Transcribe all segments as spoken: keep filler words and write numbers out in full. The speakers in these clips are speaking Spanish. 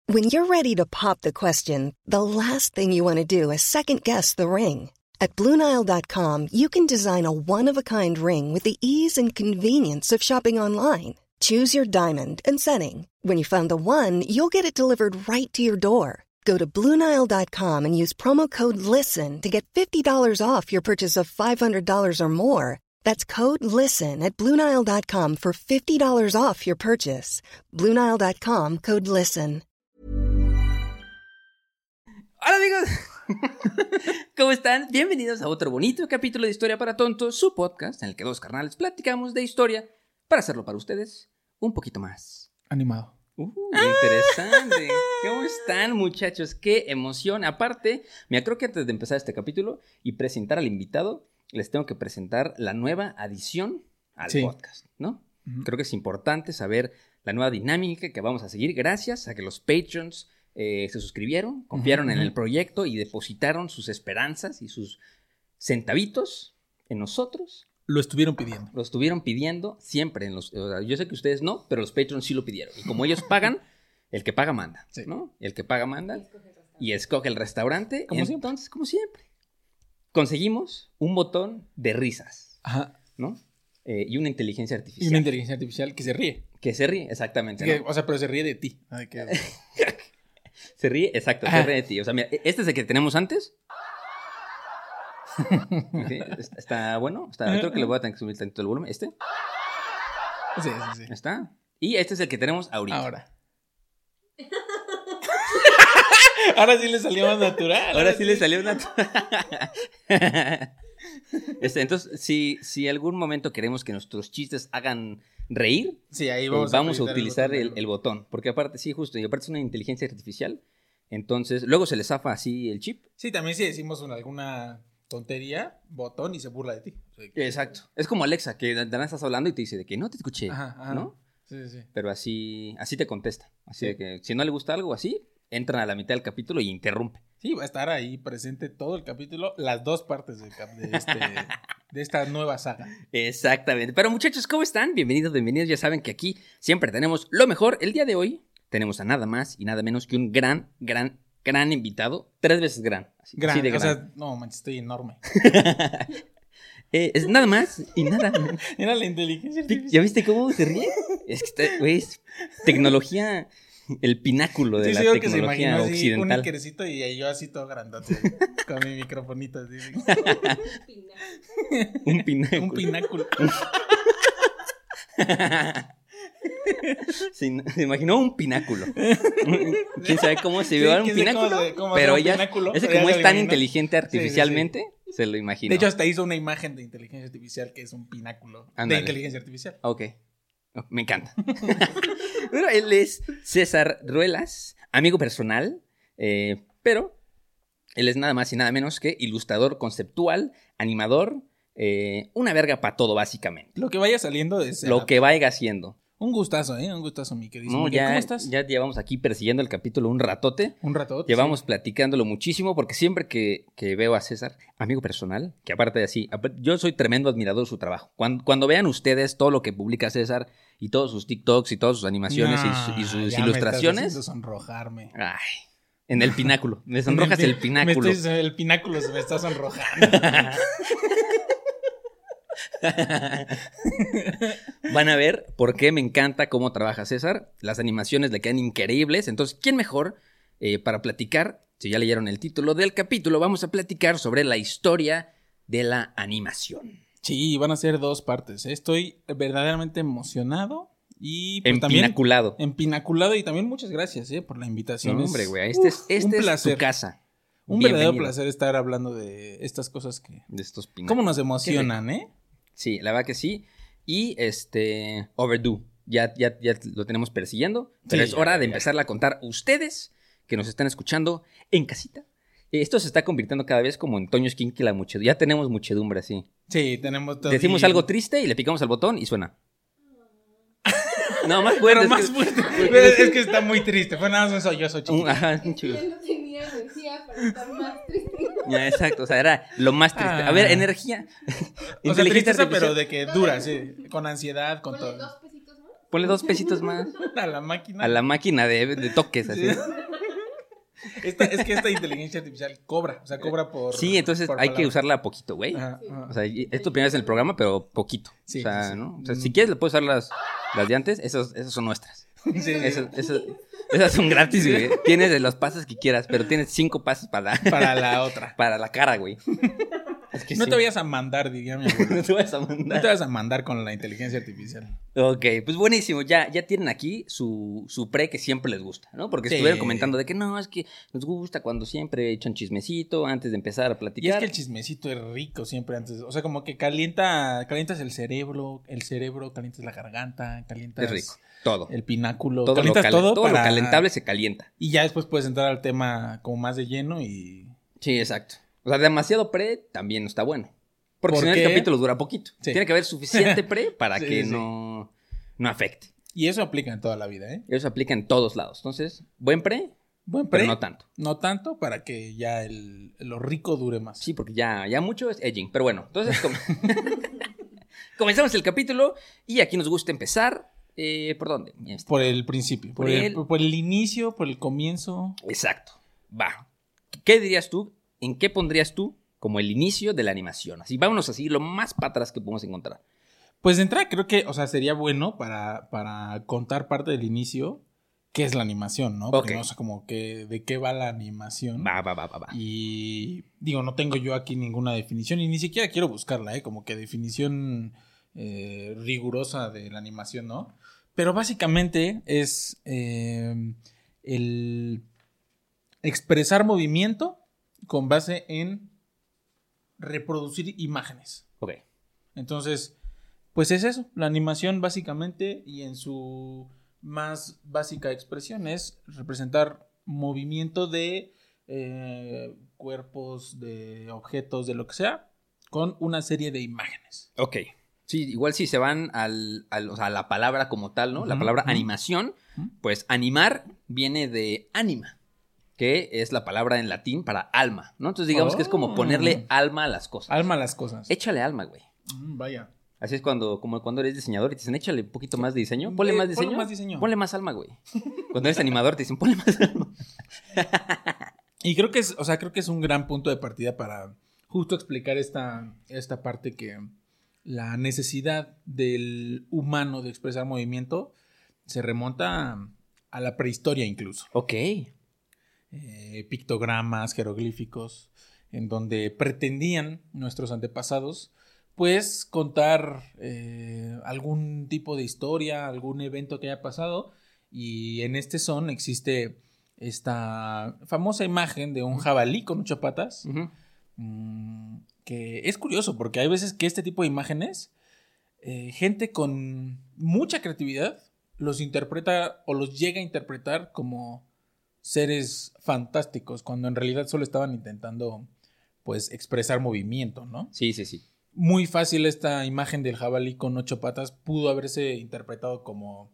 When you're ready to pop the question, the last thing you want to do is second-guess the ring. At Blue Nile dot com, you can design a one-of-a-kind ring with the ease and convenience of shopping online. Choose your diamond and setting. When you find the one, you'll get it delivered right to your door. Go to Blue Nile dot com and use promo code LISTEN to get fifty dollars off your purchase of five hundred dollars or more. That's code LISTEN at Blue Nile dot com for fifty dollars off your purchase. Blue Nile dot com, code LISTEN. Hola amigos, ¿cómo están? Bienvenidos a otro bonito capítulo de Historia para Tontos, su podcast en el que dos carnales platicamos de historia para hacerlo para ustedes un poquito más animado. Uh, interesante. ¿Cómo están, muchachos? Qué emoción. Aparte, mira, creo que antes de empezar este capítulo y presentar al invitado, les tengo que presentar la nueva adición al sí. podcast, ¿no? Uh-huh. Creo que es importante saber la nueva dinámica que vamos a seguir gracias a que los Patreons Eh, se suscribieron, confiaron uh-huh. en el proyecto y depositaron sus esperanzas y sus centavitos en nosotros. Lo estuvieron pidiendo. Lo estuvieron pidiendo siempre. En los, o sea, yo sé que ustedes no, pero los Patreons sí lo pidieron. Y como ellos pagan, el que paga manda, sí. ¿no? El que paga manda y escoge el restaurante. Como Entonces, siempre. como siempre, conseguimos un botón de risas, Ajá. ¿no? Eh, y una inteligencia artificial. Y una inteligencia artificial que se ríe. Que se ríe, exactamente. Que, ¿no? O sea, pero se ríe de ti. Ay, que... Se ríe, exacto, Ajá. se ríe de ti. O sea, mira, este es el que tenemos antes. Okay, está bueno. Está, creo que le voy a tener que subir tantito el volumen. ¿Este? Sí, sí, sí. ¿Está? Y este es el que tenemos ahorita. Ahora. Ahora sí le salió más natural. Ahora, Ahora sí, sí le salió natural. Este, entonces, si, si algún momento queremos que nuestros chistes hagan reír, sí, ahí vamos, eh, vamos a, a utilizar el, el, el botón. Porque aparte, sí, justo, y aparte es una inteligencia artificial. Entonces, luego se le zafa así el chip. Sí, también si decimos una, alguna tontería, botón y se burla de ti. O sea, que... Exacto. Es como Alexa, que de nada estás hablando y te dice de que no te escuché, ajá, ajá. ¿no? Sí, sí, sí. Pero así, así te contesta. Así sí. de que si no le gusta algo así, entran a la mitad del capítulo y interrumpe. Sí, va a estar ahí presente todo el capítulo, las dos partes de, de, este, de esta nueva saga. Exactamente. Pero muchachos, ¿cómo están? Bienvenidos, bienvenidos. Ya saben que aquí siempre tenemos lo mejor. El día de hoy tenemos a nada más y nada menos que un gran, gran, gran invitado. Tres veces gran. Así, gran, así de gran. O sea, no, manches, estoy enorme. eh, es nada más y nada menos. Era la inteligencia artificial. ¿Ya viste cómo se ríe? Es que está, güey, es tecnología... El pináculo de sí, la sí, tecnología que se occidental. Así, un iquercito y yo así todo grandote con mi microfonito así. Un pináculo. Un pináculo. Se, se imaginó un pináculo. ¿Quién sabe cómo se vio sí, un pináculo? Cómo se, cómo pero ella, pináculo, ese como es tan inteligente artificialmente, sí, sí, sí. se lo imagina. De hecho, hasta hizo una imagen de inteligencia artificial que es un pináculo Andale. de inteligencia artificial. Ok. Me encanta. Bueno, él es César Ruelas, amigo personal, eh, pero él es nada más y nada menos que ilustrador conceptual, animador, eh, una verga para todo básicamente. Lo que vaya saliendo es... Lo que vaya haciendo. Un gustazo, ¿eh? Un gustazo, mi querido. No, ya, ¿cómo estás? Ya llevamos aquí persiguiendo el capítulo un ratote. Un ratote. Llevamos sí. platicándolo muchísimo porque siempre que, que veo a César, amigo personal, que aparte de así, yo soy tremendo admirador de su trabajo. Cuando, cuando vean ustedes todo lo que publica César y todos sus TikToks y todas sus animaciones no, y, su, y sus ya ilustraciones. Me estás sonrojarme. Ay, en el pináculo. Me sonrojas el, el pináculo. Me estoy, el pináculo se me está sonrojando. Van a ver por qué me encanta cómo trabaja César. Las animaciones le quedan increíbles. Entonces, ¿quién mejor eh, para platicar? Si ya leyeron el título del capítulo, vamos a platicar sobre la historia de la animación. Sí, van a ser dos partes. Estoy verdaderamente emocionado y pues, empinaculado. También, empinaculado y también muchas gracias eh, por la invitación. No, hombre, güey, este, Uf, es, este es tu casa. Un Bienvenido. verdadero placer estar hablando de estas cosas que... De estos pináculos. ¿Cómo nos emocionan, eh? Sí, la verdad que sí. Y este, overdue. Ya, ya, ya lo tenemos persiguiendo. Pero sí, es hora ya, de ya. empezarla a contar ustedes que nos están escuchando en casita. Esto se está convirtiendo cada vez como en Toño Esquinque la muchedumbre. Ya tenemos muchedumbre así. Sí, tenemos todo. Decimos y... algo triste y le picamos al botón y suena. No, más fuerte. Pero más es que... fuerte. Pero es que está muy triste. Fue nada más un sollozo chiquito. Ajá, chulo. Ya no tenía energía para estar más triste. Ya, exacto, o sea, era lo más triste. Ah. A ver, energía. O sea, tristeza, pero de que dura, sí. Con ansiedad, con Ponle todo. dos pesitos más. Ponle dos pesitos más. A la máquina. A la máquina de, de toques, así. Sí. Esta, es que esta inteligencia artificial cobra, o sea, cobra por... Sí, entonces por hay que palabra. usarla poquito, güey. Ajá, ajá. O sea, y- es tu primera vez en el programa, pero poquito. Sí, o sea, sí, sí. ¿no? O sea, Mm. si quieres le puedes usar las, las de antes, esas, esas son nuestras. Sí, sí. Esas, esas, esas son gratis, güey. Tienes de los pasos que quieras, pero tienes cinco pasos para, Para la otra. para la cara, güey. Es que No sí. te vayas a mandar, diría mi abuelo. No te vas a No mandar. te vas a mandar con la inteligencia artificial. Ok, pues buenísimo, ya, ya tienen aquí su, su pre que siempre les gusta, ¿no? Porque Sí. estuvieron comentando de que no, es que nos gusta cuando siempre echan chismecito antes de empezar a Y es platicar. que el chismecito es rico siempre antes. O sea, como que calienta, calientas el cerebro, el cerebro, calientas la garganta, calientas Es rico, todo. el pináculo, Todo, lo, calientas cal- todo, todo lo para- calentable se calienta. Y ya después puedes entrar al tema como más de lleno y... Sí, exacto. O sea, demasiado pre también no está bueno. Porque ¿Por si no el qué? capítulo dura poquito. Sí. Tiene que haber suficiente pre para Sí, que sí. no, no afecte. Y eso aplica en toda la vida, ¿eh? Eso aplica en todos lados. Entonces, buen pre, Buen pero pre, no tanto. no tanto para que ya el, lo rico dure más. Sí, porque ya, ya mucho es edging. Pero bueno, entonces com- comenzamos el capítulo y aquí nos gusta empezar. Eh, ¿Por dónde? Este. Por el principio, por, Por el, el- por el inicio, por el comienzo. Exacto. Va. ¿Qué dirías tú? ¿En qué pondrías tú como el inicio de la animación? Así, vámonos así, lo más para atrás que podemos encontrar. Pues de entrada creo que, o sea, sería bueno para, para contar parte del inicio, qué es la animación, ¿no? Porque Ok. no sé como que de qué va la animación. Va, va, va, va, va. Y digo, no tengo yo aquí ninguna definición y ni siquiera quiero buscarla, ¿eh? Como que definición eh, rigurosa de la animación, ¿no? Pero básicamente es eh, el expresar movimiento con base en reproducir imágenes. Ok. Entonces, pues es eso, la animación básicamente y en su más básica expresión es representar movimiento de eh, cuerpos, de objetos, de lo que sea, con una serie de imágenes. Ok. Sí, igual si se van al, al- o sea, a la palabra como tal, ¿no? La Ujú, palabra ujú. animación, Ujú. pues animar viene de anima, que es la palabra en latín para alma, ¿no? Entonces digamos que es como Oh. ponerle alma a las cosas. Alma a las cosas. Échale alma, güey. Mm, vaya. Así es cuando, como cuando eres diseñador y te dicen, échale un poquito más de diseño. Ponle Eh, más ponle diseño. más diseño. Ponle más alma, güey. Cuando eres animador te dicen, ponle más alma. Y creo que es, o sea, creo que es un gran punto de partida para justo explicar esta, esta parte que la necesidad del humano de expresar movimiento se remonta a, a la prehistoria incluso. Ok. Eh, pictogramas, jeroglíficos, en donde pretendían nuestros antepasados pues contar eh, algún tipo de historia, algún evento que haya pasado, y en este son existe esta famosa imagen de un jabalí con ocho patas, Ujú. mm, que es curioso porque hay veces que este tipo de imágenes, eh, gente con mucha creatividad los interpreta o los llega a interpretar como seres fantásticos, cuando en realidad solo estaban intentando pues expresar movimiento, ¿no? Sí, sí, sí. Muy fácil esta imagen del jabalí con ocho patas pudo haberse interpretado como,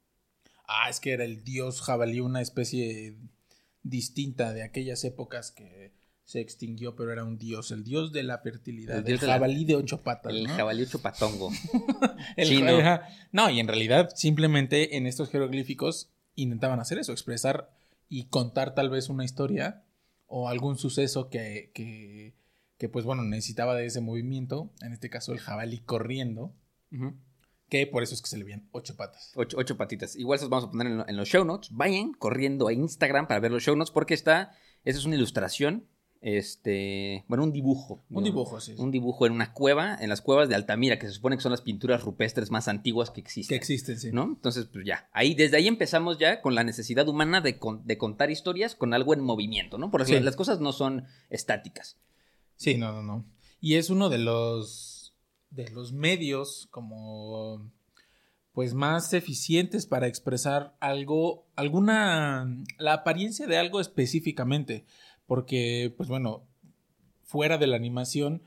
ah, es que era el dios jabalí, una especie distinta de aquellas épocas que se extinguió, pero era un dios, el dios de la fertilidad, El el, dios de la- jabalí de ocho patas, El ¿no? jabalí chupatongo. El chino. ja- No, y en realidad simplemente en estos jeroglíficos intentaban hacer eso, expresar y contar tal vez una historia o algún suceso que, que, que pues bueno, necesitaba de ese movimiento, en este caso el jabalí corriendo, Ujú. que por eso es que se le veían ocho patas. Ocho, ocho patitas. Igual se los vamos a poner en, lo- en los show notes. Vayan corriendo a Instagram para ver los show notes porque está, esa es una ilustración, este, bueno, un dibujo. Un ¿no? dibujo, sí. sí. Un dibujo en una cueva, en las cuevas de Altamira, que se supone que son las pinturas rupestres más antiguas que Que existen. existen, sí. ¿No? Entonces, pues ya, ahí, desde ahí empezamos ya con la necesidad humana de, con- de contar historias con algo en movimiento, ¿no? Porque Sí. las cosas no son estáticas. Sí, no, no, no. Y es uno de los de los medios como pues más eficientes para expresar algo, alguna la apariencia de algo específicamente, porque pues bueno, fuera de la animación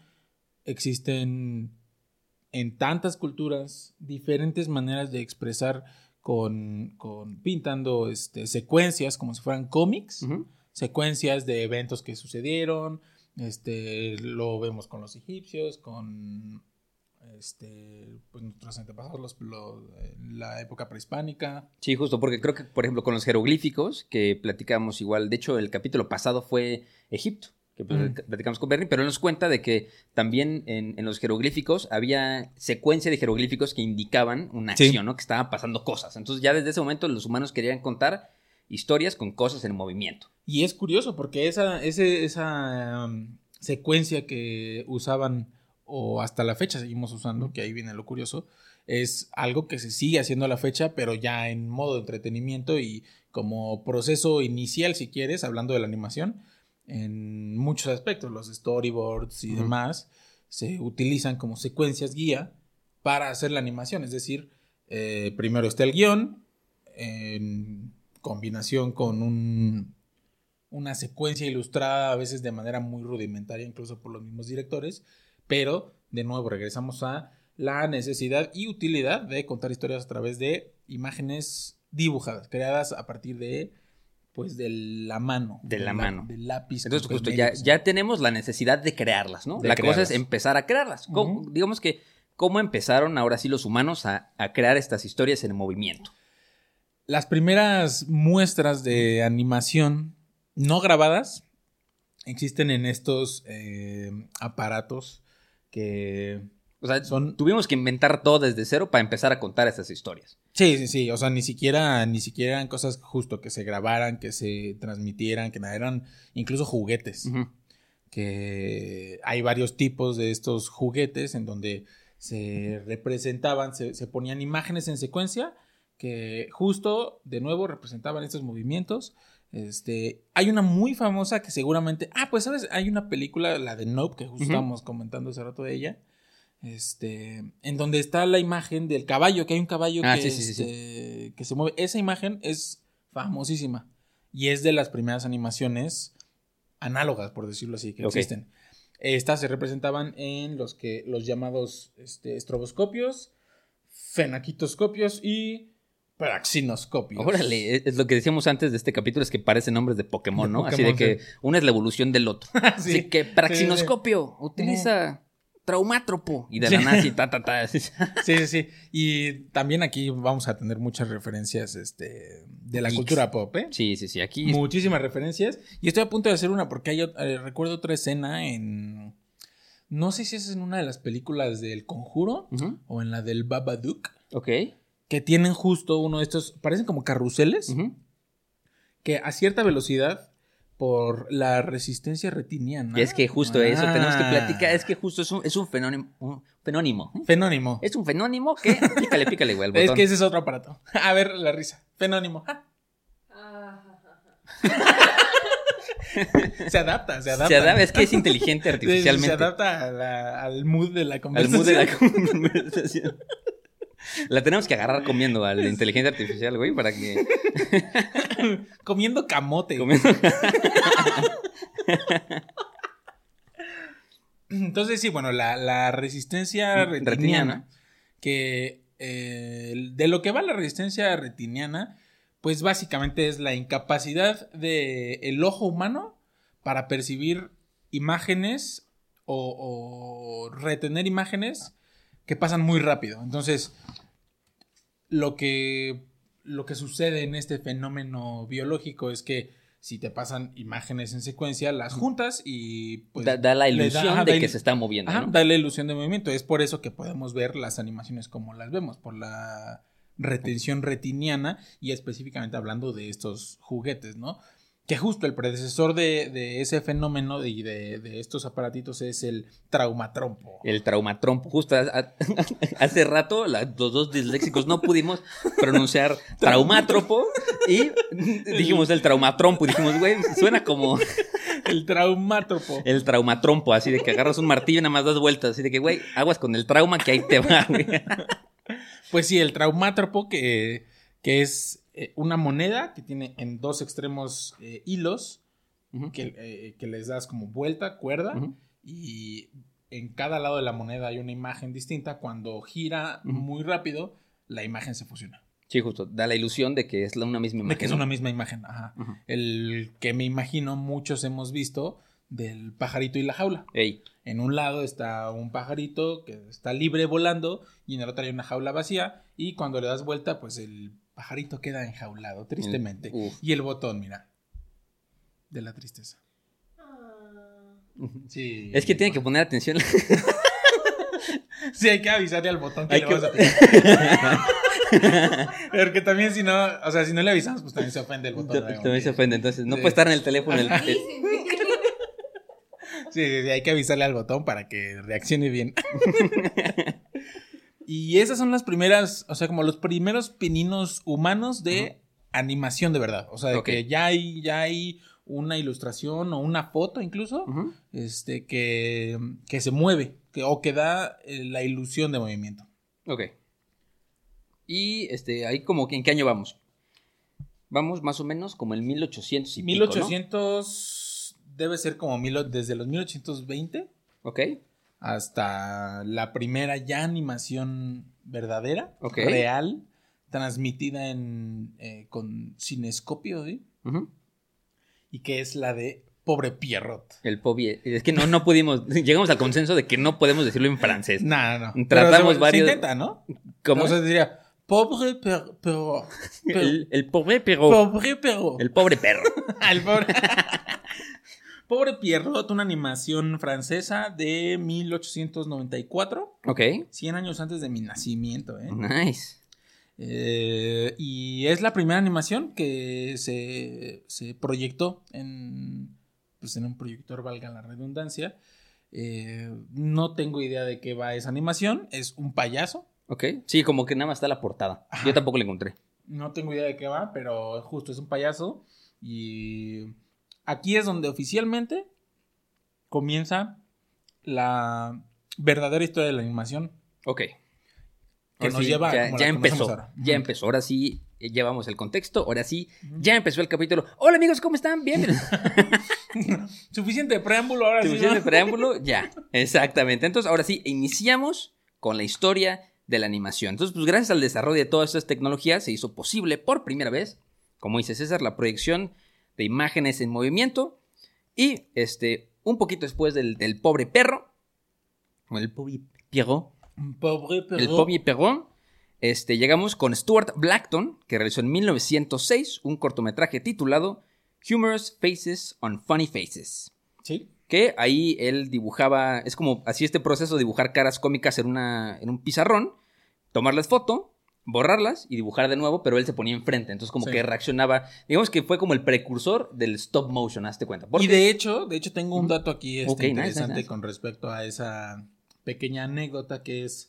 existen en tantas culturas diferentes maneras de expresar con, con pintando este, secuencias como si fueran cómics, Ujú. secuencias de eventos que sucedieron. Este, lo vemos con los egipcios, con este, pues nuestros antepasados, los, los, la época prehispánica. Sí, justo, porque creo que, por ejemplo, con los jeroglíficos, que platicamos igual, de hecho, el capítulo pasado fue Egipto, que pues, Mm. platicamos con Bernie, pero él nos cuenta de que también en, en los jeroglíficos había secuencia de jeroglíficos que indicaban una Sí. acción, ¿no? Que estaban pasando cosas. Entonces ya desde ese momento los humanos querían contar historias con cosas en movimiento. Y es curioso porque esa, ese, esa um, secuencia que usaban, o hasta la fecha seguimos usando, que ahí viene lo curioso, es algo que se sigue haciendo a la fecha, pero ya en modo de entretenimiento y como proceso inicial, si quieres, hablando de la animación, en muchos aspectos, los storyboards y Ujú. demás, se utilizan como secuencias guía para hacer la animación. Es decir, eh, primero está el guión, en combinación con un, una secuencia ilustrada, a veces de manera muy rudimentaria, incluso por los mismos directores, pero de nuevo regresamos a la necesidad y utilidad de contar historias a través de imágenes dibujadas, creadas a partir de, pues, de la mano. De la del la- mano. Del lápiz. Entonces, con justo medio ya, que se- ya tenemos la necesidad de crearlas, ¿no? De la crearlas. cosa es empezar a crearlas. ¿Cómo- Ujú. Digamos que, ¿cómo empezaron ahora sí los humanos a, a crear estas historias en movimiento? Las primeras muestras de animación no grabadas existen en estos eh, aparatos que O sea, son... tuvimos que inventar todo desde cero para empezar a contar estas historias. Sí, sí, sí, o sea, ni siquiera, ni siquiera eran cosas justo que se grabaran, que se transmitieran, que nada, eran incluso juguetes. Ujú. Que hay varios tipos de estos juguetes en donde se representaban, se, se ponían imágenes en secuencia que justo de nuevo representaban estos movimientos. Este, hay una muy famosa que seguramente, ah, pues sabes, hay una película, la de Nope, que justo Ujú. estábamos comentando hace rato de ella, este, en donde está la imagen del caballo, que hay un caballo Ah, que, sí, sí, sí, sí. este, que se mueve. Esa imagen es famosísima y es de las primeras animaciones análogas, por decirlo así, que Ok. existen. Estas se representaban en los que los llamados este, estroboscopios, fenaquitoscopios y praxinoscopios. Órale, es, es lo que decíamos antes de este capítulo, es que parecen nombres de Pokémon, De ¿no? Así Pokémon, de que sí. una es la evolución del otro. Sí, Así que praxinoscopio, utiliza traumátropo. Y de la Sí. nazi, ta, ta, ta. Sí, sí, sí. Y también aquí vamos a tener muchas referencias este, de la Geeks. cultura pop, ¿eh? Sí, sí, sí, aquí... Muchísimas referencias. Y estoy a punto de hacer una porque hay, ot- eh, recuerdo otra escena en... No sé si es en una de las películas del Conjuro Ujú. o en la del Babadook, Ok. que tienen justo uno de estos, parecen como carruseles, Ujú. que a cierta velocidad, por la resistencia retiniana. Es que justo eso tenemos que Ah. platicar. Es que justo es un, es un fenónimo. Un fenónimo. ¿eh? Fenónimo. Es un fenónimo que... Pícale, pícale, güey, al Es botón. que ese es otro aparato. A ver, la risa. Fenónimo. Ah. Se adapta, se adapta. Se adapta, es que es inteligente Sí, sí, artificialmente. Se adapta a la- al mood de la Al conversación. mood de la conversación. La tenemos que agarrar comiendo a la inteligencia artificial, güey, para que... Comiendo camote. comiendo- Entonces, sí, bueno, la, la resistencia Retiniana. retiniana, que eh, de lo que va la resistencia retiniana, pues básicamente es la incapacidad del ojo humano para percibir imágenes o, o retener imágenes que pasan muy rápido. Entonces, lo que, lo que sucede en este fenómeno biológico es que si te pasan imágenes en secuencia, las juntas y pues da, da la le ilusión ajá, de da que il- se está moviendo, ajá, ¿no? da la ilusión de movimiento. Es por eso que podemos ver las animaciones como las vemos, por la retención retiniana y específicamente hablando de estos juguetes, ¿no? Que justo el predecesor de, de ese fenómeno y de, de estos aparatitos es el traumatrompo. El traumatrompo. Justo a- a- hace rato la- los dos disléxicos no pudimos pronunciar traumátropo y dijimos el traumatrompo y dijimos, güey, suena como El traumátropo. el traumatrompo, así de que agarras un martillo y nada más das vueltas, así de que, güey, aguas con el trauma que ahí te va, güey. Pues sí, el traumátropo que, que es eh, una moneda que tiene en dos extremos eh, hilos Ujú. que, eh, que les das como vuelta, cuerda, Ujú. y en cada lado de la moneda hay una imagen distinta. Cuando gira Ujú. muy rápido, la imagen se fusiona. Sí, justo, da la ilusión de que es la- una misma imagen. De que es ¿no? una misma imagen. Ajá. Ujú. El que me imagino muchos hemos visto del pajarito y la jaula. Ey. En un lado está un pajarito que está libre volando y en el otro hay una jaula vacía y cuando le das vuelta, pues el pajarito queda enjaulado, tristemente. Uf. Y el botón, mira, de la tristeza. Ah. Sí. Es que tiene que poner atención. Sí, hay que avisarle al botón que Hay le que- vamos a picar. Porque también si no, o sea, si no le avisamos, pues también se ofende el botón. ¿no? También se ofende, entonces no Sí. puede estar en el teléfono. el- el- Avísenme. Sí, sí, sí, hay que avisarle al botón para que reaccione bien. Y esas son las primeras, o sea, como los primeros pininos humanos de animación de verdad. O sea, de Ok. que ya hay, ya hay una ilustración o una foto incluso, Ujú. este, que, que se mueve, que, o que da eh, la ilusión de movimiento. Ok. Y este, ahí como que en qué año vamos. Vamos más o menos como el mil ochocientos y pico, mil ochocientos debe ser como mil, o- desde los mil ochocientos veinte ¿no? Ok. hasta la primera ya animación verdadera, Ok. real, transmitida en eh, con cinescopio, ¿sí? Ujú. Y que es la de Pobre Pierrot. El Pobi. Es que no, no pudimos. Llegamos al consenso de que no podemos decirlo en francés. No, no, no. Tratamos Pero se, varios- se intenta, ¿no? ¿Cómo O sea, es? diría Pobre per, per- per- El, el pobre perro. Pobre Pierrot. El pobre perro. El pobre... Pobre Pierrot, una animación francesa de mil ochocientos noventa y cuatro, Ok. cien años antes de mi nacimiento, ¿eh? Nice. Eh, y es la primera animación que se, se proyectó en, pues en un proyector, valga la redundancia. Eh, no tengo idea de qué va esa animación. Es un payaso. Ok. Sí, como que nada más está la portada. Ajá. Yo tampoco la encontré. No tengo idea de qué va, pero justo es un payaso. Y aquí es donde oficialmente comienza la verdadera historia de la animación. Ok. Que Ahora nos sí, lleva ya, como ya la conocemos empezó. ahora. Ya Ujú. empezó. Ahora sí eh, llevamos el contexto. Ahora sí, ya empezó el capítulo. Hola amigos, ¿cómo están? Bien. Suficiente preámbulo ahora sí. Suficiente ¿no? preámbulo, ya. Exactamente. Entonces, ahora sí, iniciamos con la historia de la animación. Entonces, pues gracias al desarrollo de todas estas tecnologías se hizo posible por primera vez, como dice César, la proyección de imágenes en movimiento. Y este, un poquito después del, del pobre perro, o el pobre Pierrot, Pobre perro. el pobre Perrot, este, llegamos con Stuart Blackton, que realizó en mil novecientos seis un cortometraje titulado Humorous Faces on Funny Faces. Sí. Que ahí él dibujaba, es como así este proceso de dibujar caras cómicas en, una, en un pizarrón, tomarles foto, borrarlas y dibujar de nuevo, pero él se ponía enfrente, entonces como Sí. que reaccionaba, digamos que fue como el precursor del stop motion, hazte cuenta. Y Porque- de hecho, de hecho tengo un dato aquí este, Ok, nice, interesante nice, nice. con respecto a esa pequeña anécdota que es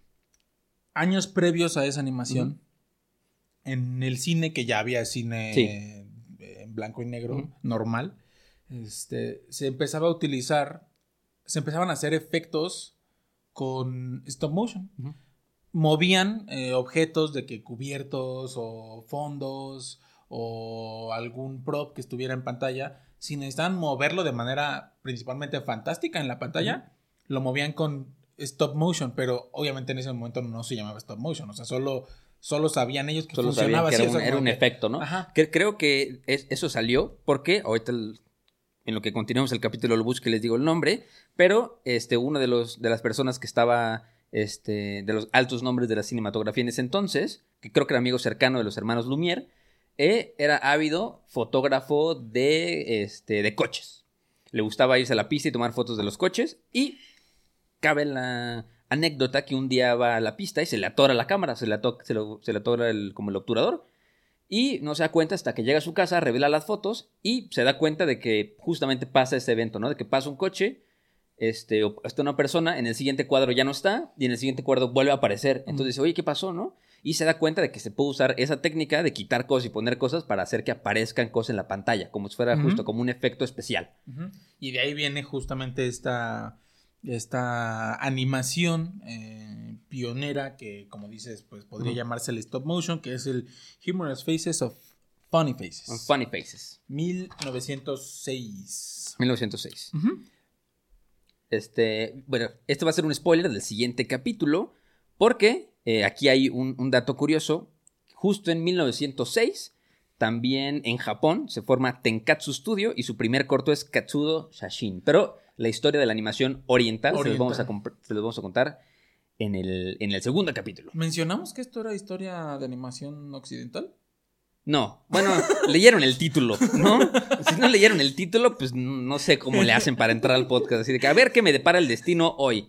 años previos a esa animación en el cine, que ya había cine Sí. eh, en blanco y negro Ujú. normal, este, se empezaba a utilizar, se empezaban a hacer efectos con stop motion. Ujú. Movían eh, objetos de que cubiertos o fondos o algún prop que estuviera en pantalla, si necesitaban moverlo de manera principalmente fantástica en la pantalla, lo movían con stop motion, pero obviamente en ese momento no se llamaba stop motion, o sea, solo, solo sabían ellos que Solo sabían funcionaba que así. era o un, sea, era como un que- efecto, ¿no? Ajá. Que- creo que es- eso salió porque ahorita el- en lo que continuamos el capítulo lo busco y les digo el nombre, pero este, uno de, los, de las personas que estaba, este, de los altos nombres de la cinematografía en ese entonces, que creo que era amigo cercano de los hermanos Lumière, eh, era ávido fotógrafo de, este, de coches. Le gustaba irse a la pista y tomar fotos de los coches y cabe la anécdota que un día va a la pista y se le atora la cámara, se le, ato- se lo- se le atora el, como el obturador y no se da cuenta hasta que llega a su casa, revela las fotos y se da cuenta de que justamente pasa ese evento, ¿no? De que pasa un coche, este, o está una persona, en el siguiente cuadro ya no está y en el siguiente cuadro vuelve a aparecer. Entonces dice, oye, ¿qué pasó, no? Y se da cuenta de que se puede usar esa técnica de quitar cosas y poner cosas para hacer que aparezcan cosas en la pantalla, como si fuera Ujú. justo como un efecto especial. Ujú. Y de ahí viene justamente esta, esta animación eh, pionera que, como dices, pues podría Ujú. llamarse el stop motion, que es el Humorous Faces of Funny Faces. Funny Faces. mil novecientos seis. mil novecientos seis. Ujú. Este, bueno, este va a ser un spoiler del siguiente capítulo, porque eh, aquí hay un, un dato curioso. Justo en mil novecientos seis También en Japón se forma Tenkatsu Studio y su primer corto es Katsudo Shashin. Pero la historia de la animación oriental, oriental. Se, los vamos a comp- se los vamos a contar en el, en el segundo capítulo. ¿Mencionamos que esto era historia de animación occidental? No, bueno, leyeron el título, ¿no? Si no leyeron el título, pues no sé cómo le hacen para entrar al podcast. Así de que a ver qué me depara el destino hoy.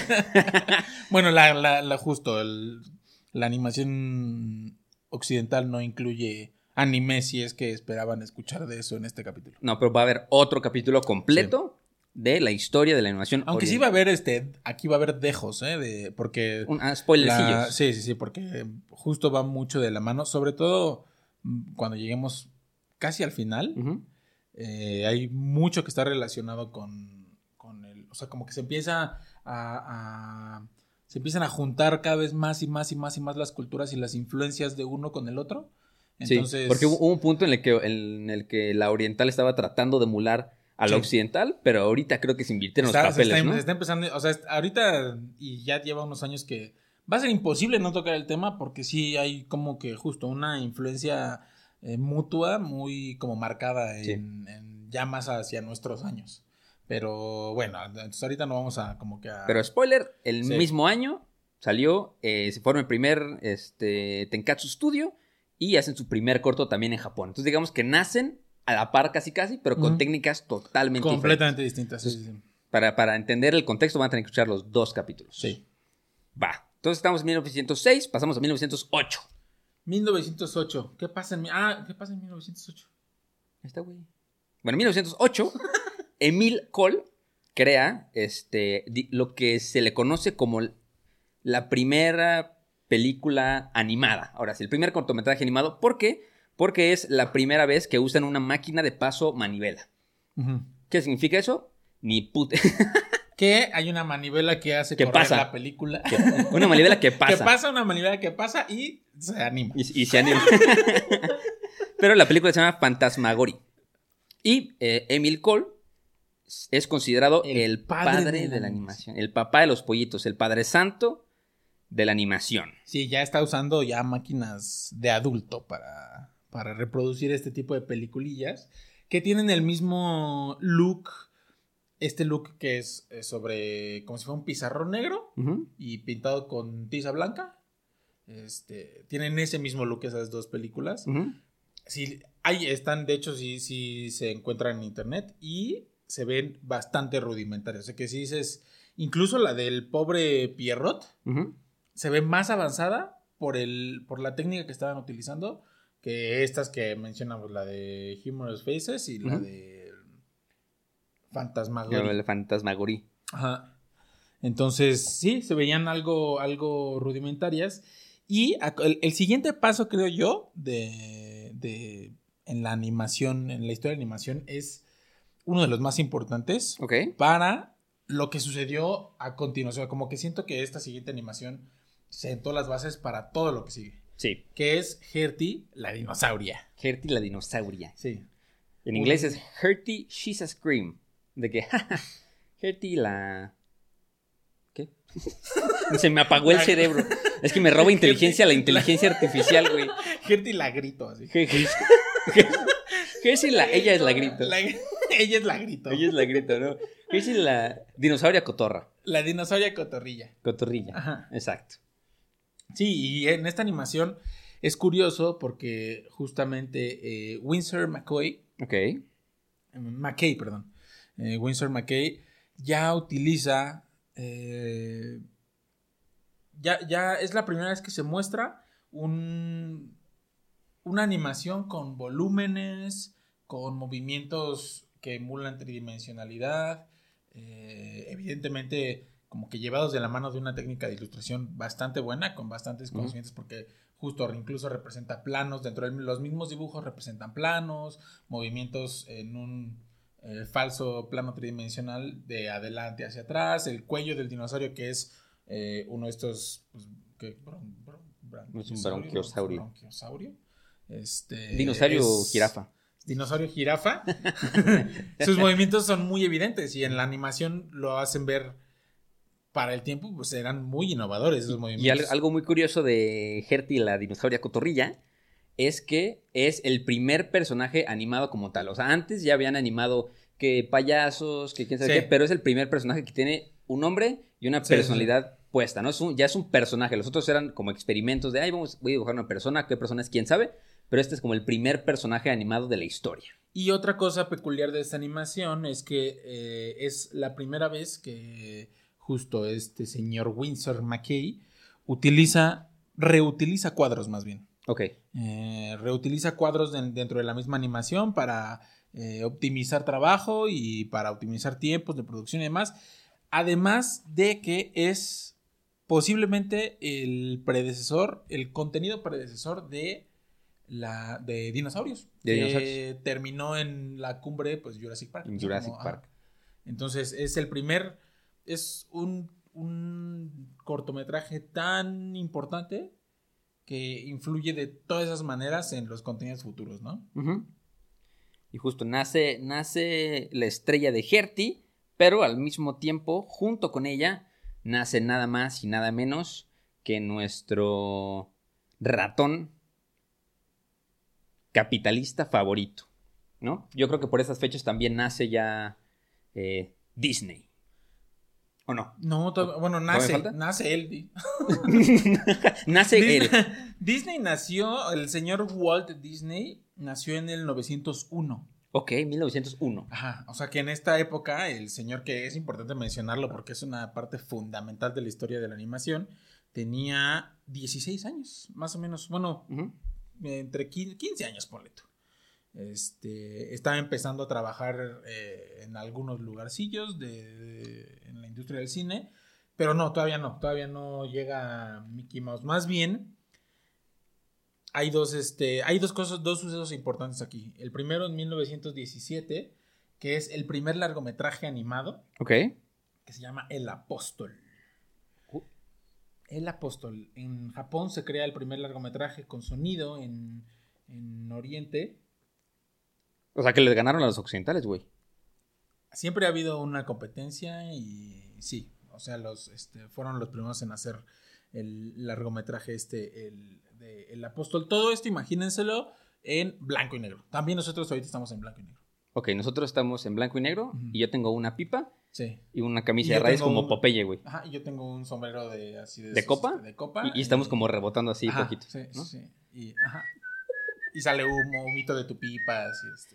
Bueno, la, la, la justo, el, la animación occidental no incluye anime, si es que esperaban escuchar de eso en este capítulo. No, pero va a haber otro capítulo completo sí. de la historia de la animación Aunque oriental. Sí va a haber este, aquí va a haber dejos, ¿eh? De, porque... Un, ah, spoilercillos. La, sí, sí, sí, porque justo va mucho de la mano, sobre todo cuando lleguemos casi al final, uh-huh. eh, hay mucho que está relacionado con, con el... O sea, como que se empieza a, a... Se empiezan a juntar cada vez más y más y más y más las culturas y las influencias de uno con el otro. Entonces, sí, porque hubo un punto en el que, en el que la oriental estaba tratando de emular a la sí. occidental, pero ahorita creo que se invirtieron está, los papeles, se está, ¿no? Se está empezando, o sea, ahorita, y ya lleva unos años que va a ser imposible no tocar el tema, porque sí hay como que justo una influencia eh, mutua muy como marcada en, sí. en ya más hacia nuestros años. Pero bueno, entonces ahorita no vamos a como que a... Pero spoiler, el sí. mismo año salió, eh, se forma el primer este, Tenkatsu Studio, y hacen su primer corto también en Japón. Entonces digamos que nacen a la par casi casi, pero con uh-huh. técnicas totalmente completamente diferentes. distintas. Sí, sí. Para, para entender el contexto van a tener que escuchar los dos capítulos. Sí. Va. Entonces estamos en mil novecientos seis, pasamos a mil novecientos ocho. mil novecientos ocho. ¿Qué pasa en, ah, ¿qué pasa en mil novecientos ocho? Ahí está, güey. Bueno, en mil novecientos ocho, Emil Cole crea este, lo que se le conoce como la primera película animada. Ahora sí, el primer cortometraje animado. ¿Por qué? Porque es la primera vez que usan una máquina de paso manivela. Uh-huh. ¿Qué significa eso? Ni puta. Que hay una manivela que hace ¿Qué correr pasa? La película. ¿Qué? Una manivela que pasa. Que pasa, una manivela que pasa y se anima. Y, y se anima. Pero la película se llama Phantasmagory. Y eh, Emil Cole es considerado el, el padre, padre de, de la animación. El papá de los pollitos, el padre santo de la animación. Sí, ya está usando ya máquinas de adulto para, para reproducir este tipo de peliculillas que tienen el mismo look, este look que es sobre como si fuera un pizarrón negro uh-huh. y pintado con tiza blanca. Este, tienen ese mismo look esas dos películas. Uh-huh. Sí, ahí están, de hecho, sí, sí se encuentran en internet y se ven bastante rudimentarios. O sea que si dices, incluso la del pobre Pierrot, uh-huh. se ve más avanzada por el por la técnica que estaban utilizando que estas que mencionamos, la de Humorous Faces y uh-huh. la de Phantasmagory. El Phantasmagory. Ajá. Entonces, sí, se veían algo, algo rudimentarias. Y el, el siguiente paso, creo yo, de, de en la animación, en la historia de animación, es uno de los más importantes okay. para lo que sucedió a continuación. Como que siento que esta siguiente animación sentó las bases para todo lo que sigue. Sí. Que es Gertie la dinosauria. Gertie la dinosauria. Sí. En inglés es Gertie She's a Scream. De que, Gertie la... ¿Qué? Se me apagó el la... cerebro. Es que me roba inteligencia Gertie, la inteligencia la... artificial, güey. Gertie la grito, así. Gertie la... Ella es la grito. La... Ella es la grito. Ella es la grito, ¿no? Gertie la dinosauria cotorra. La dinosauria cotorrilla. Cotorrilla, ajá. Exacto. Sí, y en esta animación es curioso porque justamente eh, Winsor McCoy. Ok. Eh, McKay, perdón. Eh, Winsor McCay ya utiliza. Eh, ya, ya es la primera vez que se muestra un, una animación con volúmenes, con movimientos que emulan tridimensionalidad. Eh, evidentemente, como que llevados de la mano de una técnica de ilustración bastante buena, con bastantes conocimientos, uh-huh. porque justo incluso representa planos, dentro de los mismos dibujos representan planos, movimientos en un eh, falso plano tridimensional de adelante hacia atrás, el cuello del dinosaurio que es eh, uno de estos pues, ¿qué? Bron, bron, bronquiosaurio, bronquiosaurio. bronquiosaurio. Este, dinosaurio es, jirafa. Dinosaurio jirafa. Sus movimientos son muy evidentes y en la animación lo hacen ver. Para el tiempo, pues eran muy innovadores esos movimientos. Y algo muy curioso de Gertie, la dinosauria cotorrilla, es que es el primer personaje animado como tal. O sea, antes ya habían animado que payasos, que quién sabe Sí. qué, pero es el primer personaje que tiene un nombre y una Sí, personalidad puesta, ¿no? Es un- ya es un personaje. Los otros eran como experimentos de, ay, vamos, voy a dibujar una persona, qué persona es, quién sabe, pero este es como el primer personaje animado de la historia. Y otra cosa peculiar de esta animación es que eh, es la primera vez que justo este señor Winsor McKay utiliza, reutiliza cuadros más bien. Ok. Eh, reutiliza cuadros de- dentro de la misma animación para eh, optimizar trabajo y para optimizar tiempos de producción y demás. Además de que es posiblemente el predecesor, el contenido predecesor de la de dinosaurios. De que dinosaurios. terminó en la cumbre, pues Jurassic Park. En O sea, Jurassic como, Park. ajá. Entonces es el primer, es un, un cortometraje tan importante que influye de todas esas maneras en los contenidos futuros, ¿no? Ujú. Y justo nace, nace la estrella de Gertie, pero al mismo tiempo, junto con ella, nace nada más y nada menos que nuestro ratón capitalista favorito, ¿no? Yo creo que por esas fechas también nace ya eh, Disney. ¿O no? No, to- bueno, me nace, falta? nace él. di- Nace él. Disney, Disney nació, el señor Walt Disney nació en el novecientos uno. Ok, mil novecientos uno. Ajá, o sea que en esta época el señor, que es importante mencionarlo porque es una parte fundamental de la historia de la animación, tenía dieciséis años, más o menos, bueno, Ujú. entre quince años, ponle tú. Este, estaba empezando a trabajar eh, en algunos lugarcillos de, de- en la industria del cine, pero no, todavía no, todavía no llega Mickey Mouse. Más bien, hay dos, este, hay dos cosas, dos sucesos importantes aquí. El primero en mil novecientos diecisiete, que es el primer largometraje animado, Ok. que se llama El Apóstol. Uh. El Apóstol. En Japón se crea el primer largometraje con sonido en, en Oriente. O sea que les ganaron a los occidentales, güey. Siempre ha habido una competencia y sí, o sea, los este, fueron los primeros en hacer el largometraje este, el, de El Apóstol. Todo esto, imagínenselo en blanco y negro. También nosotros ahorita estamos en blanco y negro. Ok, nosotros estamos en blanco y negro Ujú. y yo tengo una pipa Sí. y una Y camisa yo de rayas tengo como un- Popeye, güey. Ajá, y yo tengo un sombrero de así de, ¿De esos, copa? este, de copa. Y, y estamos eh, como rebotando así ajá, poquito, Sí, ¿no? sí, sí. Y, ajá. Y sale humo, humito de tu pipa, así este.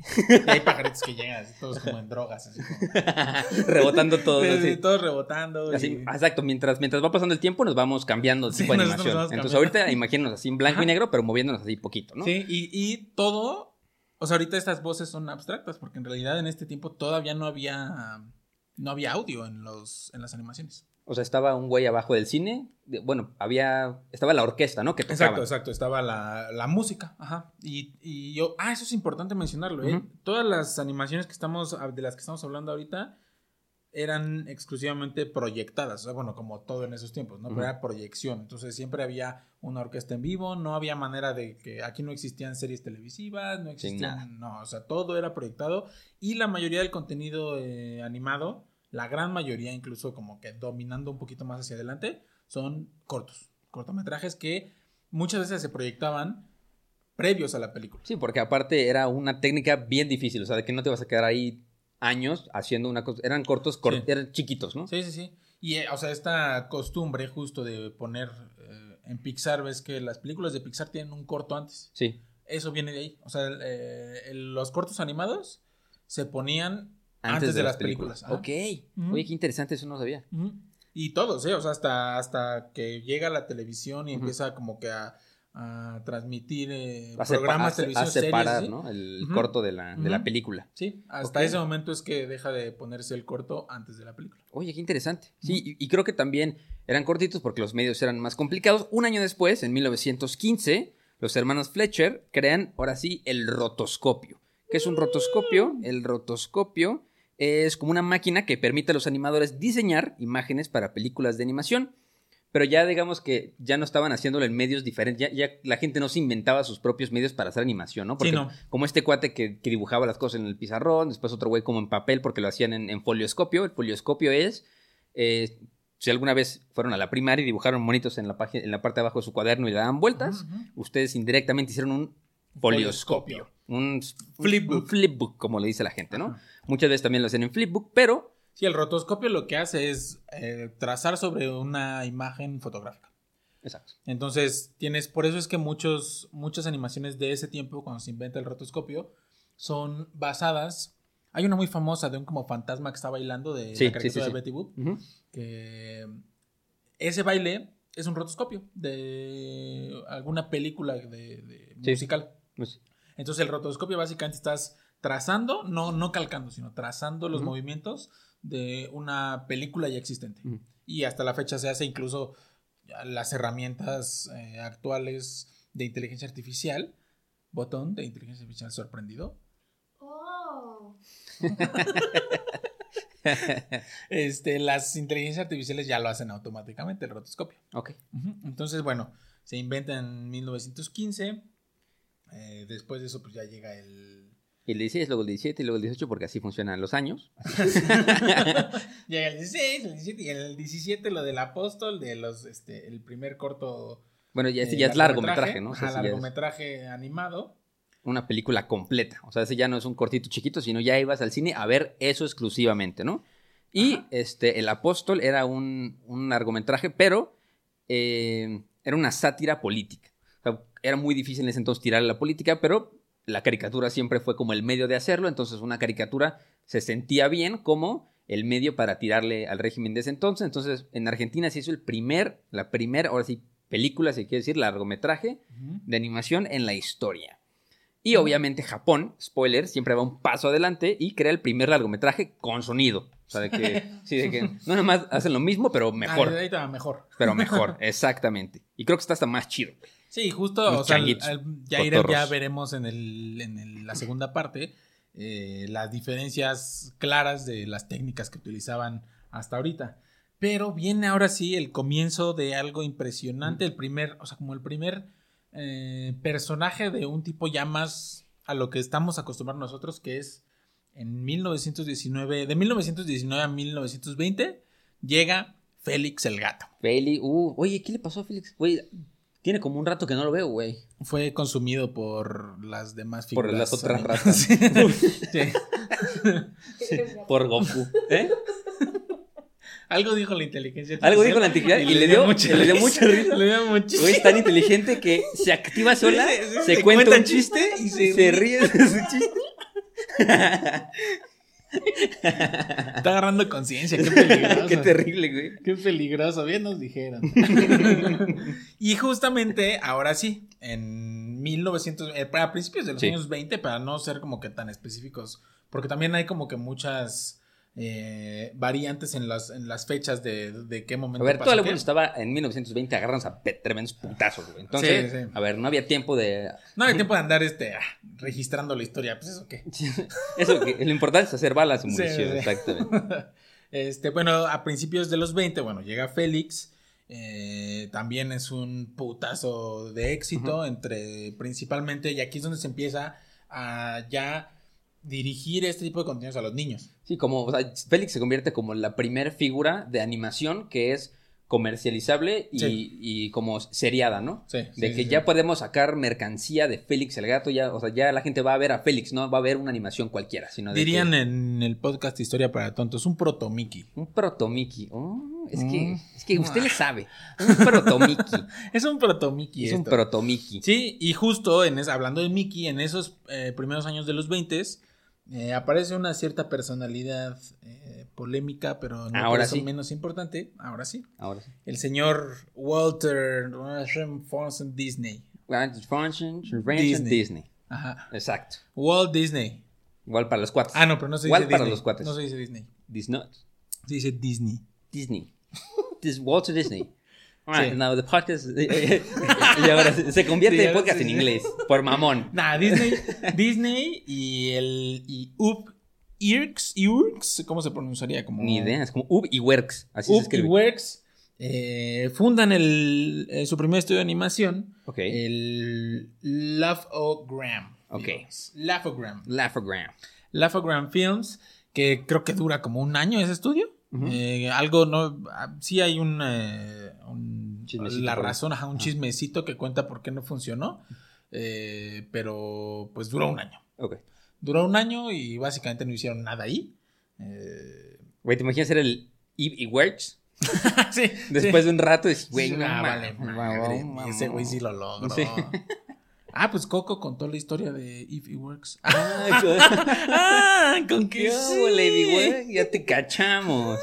Y hay pajaritos que llegan así, todos como en drogas, así como. Rebotando todos Sí, sí, así. todos rebotando. Así, y- exacto, mientras, mientras va pasando el tiempo nos vamos cambiando de Sí, tipo de nosotros animación. nos vamos Entonces cambiando. ahorita imagínenos así en blanco Ajá. y negro, pero moviéndonos así poquito, ¿no? Sí, y, y todo, o sea, ahorita estas voces son abstractas, porque en realidad en este tiempo todavía no había, no había audio en los, en las animaciones. O sea, estaba un güey abajo del cine, de- bueno, había, estaba la orquesta, ¿no? Que tocaba. Exacto, exacto, estaba la, la música, ajá, y, y yo, ah, eso es importante mencionarlo, ¿eh? Ujú. Todas las animaciones que estamos, de las que estamos hablando ahorita, eran exclusivamente proyectadas, o sea, bueno, como todo en esos tiempos, ¿no? Pero Ujú. era proyección, entonces siempre había una orquesta en vivo, no había manera de que aquí no existían series televisivas, no nada. existían, no, o sea, todo era proyectado y la mayoría del contenido eh, animado, la gran mayoría incluso como que dominando un poquito más hacia adelante, son cortos, cortometrajes que muchas veces se proyectaban previos a la película. Sí, porque aparte era una técnica bien difícil, o sea, de que no te vas a quedar ahí años haciendo una cosa, eran cortos, cor- Sí. eran chiquitos, ¿no? Sí, sí, sí. Y, eh, o sea, esta costumbre justo de poner eh, en Pixar, ves que las películas de Pixar tienen un corto antes. Sí. Eso viene de ahí. O sea, eh, el- los cortos animados se ponían antes, de, las películas. Ajá. Ok. Ujú. Oye, qué interesante, eso no sabía. Ujú. Y todos, ¿eh? O sea, hasta, hasta que llega la televisión y Ujú. empieza como que a, a transmitir eh, A, sepa- programas, a- televisión, a separar, series, ¿sí? ¿no? El Ujú. corto de la, de la Ujú. película. Sí, hasta Ok. ese momento es que deja de ponerse el corto antes de la película. Oye, qué interesante. Sí, y, y creo que también eran cortitos porque los medios eran más complicados. Un año después, en mil novecientos quince, los hermanos Fletcher crean, ahora sí, el rotoscopio. ¿Qué es un rotoscopio? El rotoscopio es como una máquina que permite a los animadores diseñar imágenes para películas de animación. Pero ya digamos que ya no estaban haciéndolo en medios diferentes, ya, ya la gente no se inventaba sus propios medios para hacer animación, ¿no? Porque Sí, no. como este cuate que, que dibujaba las cosas en el pizarrón, después otro güey como en papel porque lo hacían en, en folioscopio. El folioscopio es, eh, si alguna vez fueron a la primaria y dibujaron monitos en la, página, en la parte de abajo de su cuaderno y le daban vueltas, uh-huh. ustedes indirectamente hicieron un folioscopio. Un flipbook. Un flipbook, como le dice la gente, ¿no? Uh-huh. Muchas veces también lo hacen en flipbook, pero... Sí, el rotoscopio lo que hace es eh, trazar sobre una imagen fotográfica. Exacto. Entonces, tienes... Por eso es que muchos, muchas animaciones de ese tiempo, cuando se inventa el rotoscopio, son basadas... Hay una muy famosa de un como fantasma que está bailando de sí, la caricatura sí, sí, sí. de Betty Boop. Uh-huh. Que ese baile es un rotoscopio de alguna película de, de sí. musical. Sí. Entonces el rotoscopio básicamente estás trazando, no, no calcando, sino trazando los uh-huh. movimientos de una película ya existente. Uh-huh. Y hasta la fecha se hace incluso las herramientas eh, actuales de inteligencia artificial. Botón de inteligencia artificial sorprendido. Oh. este, las inteligencias artificiales ya lo hacen automáticamente, el rotoscopio. Ok. Uh-huh. Entonces, bueno, se inventa en mil novecientos quince. Eh, después de eso, pues ya llega el... El dieciséis, luego el diecisiete y luego el dieciocho, porque así funcionan los años. Llega el dieciséis, el diecisiete y el diecisiete lo del apóstol, de los, este, el primer corto... Bueno, ya, ese eh, ya es largometraje, ¿no? O sea, ajá, largometraje es... animado. Una película completa, o sea, ese ya no es un cortito chiquito, sino ya ibas al cine a ver eso exclusivamente, ¿no? Y Ajá. este, El Apóstol era un, un largometraje, pero eh, era una sátira política. O sea, era muy difícil en ese entonces tirar la política, pero la caricatura siempre fue como el medio de hacerlo, entonces una caricatura se sentía bien como el medio para tirarle al régimen de ese entonces. Entonces, en Argentina se hizo el primer, la primera, ahora sí, película, si quiere decir, largometraje uh-huh. de animación en la historia. Y obviamente Japón, spoiler, siempre va un paso adelante y crea el primer largometraje con sonido. O sea, de que, sí, de que no nada más hacen lo mismo, pero mejor. Ah, ahí está mejor. Pero mejor, exactamente. Y creo que está hasta más chido. Sí, justo, Los o sea, el, el, ya, iré, ya veremos en, el, en el, la segunda parte eh, las diferencias claras de las técnicas que utilizaban hasta ahorita. Pero viene ahora sí el comienzo de algo impresionante, el primer, o sea, como el primer... Eh, personaje de un tipo ya más a lo que estamos acostumbrados nosotros, que es en mil novecientos diecinueve, de mil novecientos diecinueve a mil novecientos veinte llega Félix el Gato. Félix, uh, oye, ¿qué le pasó a Félix? Güey, tiene como un rato que no lo veo, güey. Fue consumido por las demás figuras. Por las otras razas. sí. Sí. Sí. Por Goku, ¿eh? Algo dijo la inteligencia artificial. Algo dijo la inteligencia y, y le, dio, mucha le dio mucha risa. Le dio muchísimo. Güey, es tan inteligente que se activa sola, sí, sí, sí, se, se cuenta, cuenta un chiste y se, se ríe de su chiste. Está agarrando conciencia, qué peligroso. Qué terrible, güey. Qué peligroso, bien nos dijeron. Y justamente, ahora sí, en mil novecientos, eh, a principios de los sí. años veinte, para no ser como que tan específicos, porque también hay como que muchas... Eh, variantes en las, en las fechas de, de qué momento. A ver, todo el mundo estaba en mil novecientos veinte agarrándose a tremendos putazos, güey. Entonces, sí, sí. a ver, no había tiempo de. No había tiempo de andar este, ah, registrando la historia. Pues eso qué. Eso que lo importante es hacer balas y munición, sí, sí. exactamente. Este, bueno, a principios de los veinte, bueno, llega Félix. Eh, también es un putazo de éxito, uh-huh. entre principalmente, y aquí es donde se empieza a ya dirigir este tipo de contenidos a los niños. Sí, como, o sea, Félix se convierte como la primer figura de animación que es comercializable y, sí. y como seriada, ¿no? Sí. De sí, que sí, ya sí. podemos sacar mercancía de Félix el Gato, ya, o sea, ya la gente va a ver a Félix, no va a ver una animación cualquiera, sino de Dirían que... en el podcast Historia para Tontos, un proto-Mickey. Un proto-Mickey. Oh, es, mm. que, es que usted le sabe. Un proto-Mickey. Es un proto-Mickey. Es esto. un proto-Mickey. Sí, y justo en es, hablando de Mickey, en esos eh, primeros años de los veintes, eh, aparece una cierta personalidad eh, polémica, pero no ahora por eso sí. menos importante. Ahora sí. Ahora sí. El señor Walter Disney. Disney. Disney. Ajá. Exacto. Walt Disney. Igual para los cuates. Ah, no, pero no se dice Igual Disney. para los cuates. No se dice Disney. Disney. Se dice Disney. Disney. This Walter Disney. Sí. Now the podcast y ahora se, se convierte sí, en podcast sí, en sí. inglés por mamón. Nah, Disney, Disney y el y Up Irks, Irks, ¿cómo se pronunciaría? Como ni idea, es como Up y Works, así Up se escribe. y Works eh, fundan el eh, su primer estudio de animación, okay. el Laugh-O-Gram. Okay. Laugh-O-Gram. Laugh-O-Gram. Laugh-O-Gram Films, que creo que dura como un año ese estudio. Uh-huh. Eh, algo, no, sí hay un, eh, un la razón, ajá, un uh-huh. chismecito que cuenta por qué no funcionó, eh, pero pues duró un año. Okay. Duró un año y básicamente no hicieron nada ahí. Eh... Güey, ¿te imaginas ser el It Works? Sí. Después sí. de un rato, es, güey, sí, no, ah, vale, madre, madre, ese güey sí lo logró. Sí. Ah, pues Coco contó la historia de If It Works. Ah, ah con que sí. Güey, ya te cachamos.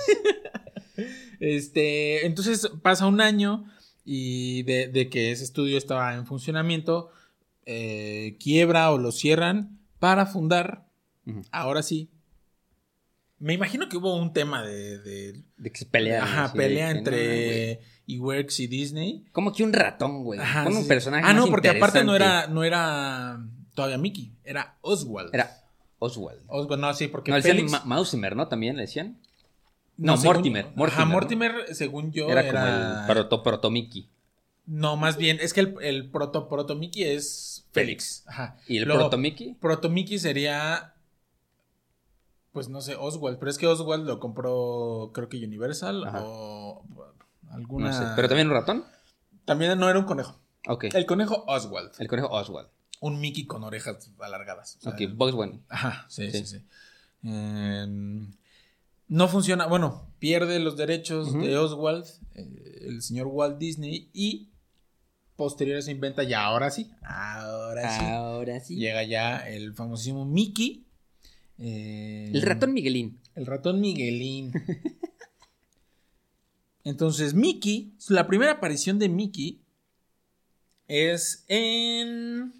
Este, entonces pasa un año y de, de que ese estudio estaba en funcionamiento, eh, quiebra o lo cierran para fundar, uh-huh. ahora sí. Me imagino que hubo un tema de... De, de que se pelearon. Ajá, pelea entre no, Iwerks y Disney. Como que un ratón, güey. Con un sí. personaje Ah, no, más porque aparte no era, no era todavía Mickey, era Oswald. Era Oswald. Oswald, no, sí, porque no, le Félix... decían Ma- Mausimer, ¿no? También le decían. No, No, Mortimer, según, Mortimer. Ajá, ¿no? Mortimer, según yo, era... era... como el proto, proto Mickey. No, más bien, es que el, el proto, proto Mickey es Félix. Ajá. ¿Y el Luego, proto Mickey? Proto Mickey sería... Pues no sé, Oswald, pero es que Oswald lo compró, creo que Universal. Ajá. O alguna... No sé, ¿pero también un ratón? También no era un conejo. Ok. El conejo Oswald. El conejo Oswald. Un Mickey con orejas alargadas. O sea, ok, Bugs Bunny. Ajá, sí, sí, sí. sí. Eh, no funciona, bueno, pierde los derechos uh-huh. de Oswald, eh, el señor Walt Disney, y posterior se inventa ya, ahora sí, ahora sí. Ahora sí. Llega ya el famosísimo Mickey. Eh, el ratón Miguelín. El ratón Miguelín. Entonces, Mickey, la primera aparición de Mickey es en...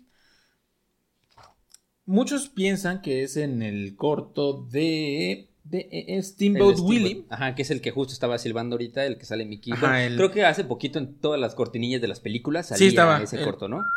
Muchos piensan que es en el corto de, de, de Steamboat, Steamboat Willie. Ajá, que es el que justo estaba silbando ahorita, el que sale Mickey. Ajá, bueno, el... Creo que hace poquito en todas las cortinillas de las películas salía sí, estaba, ese el... corto, ¿no?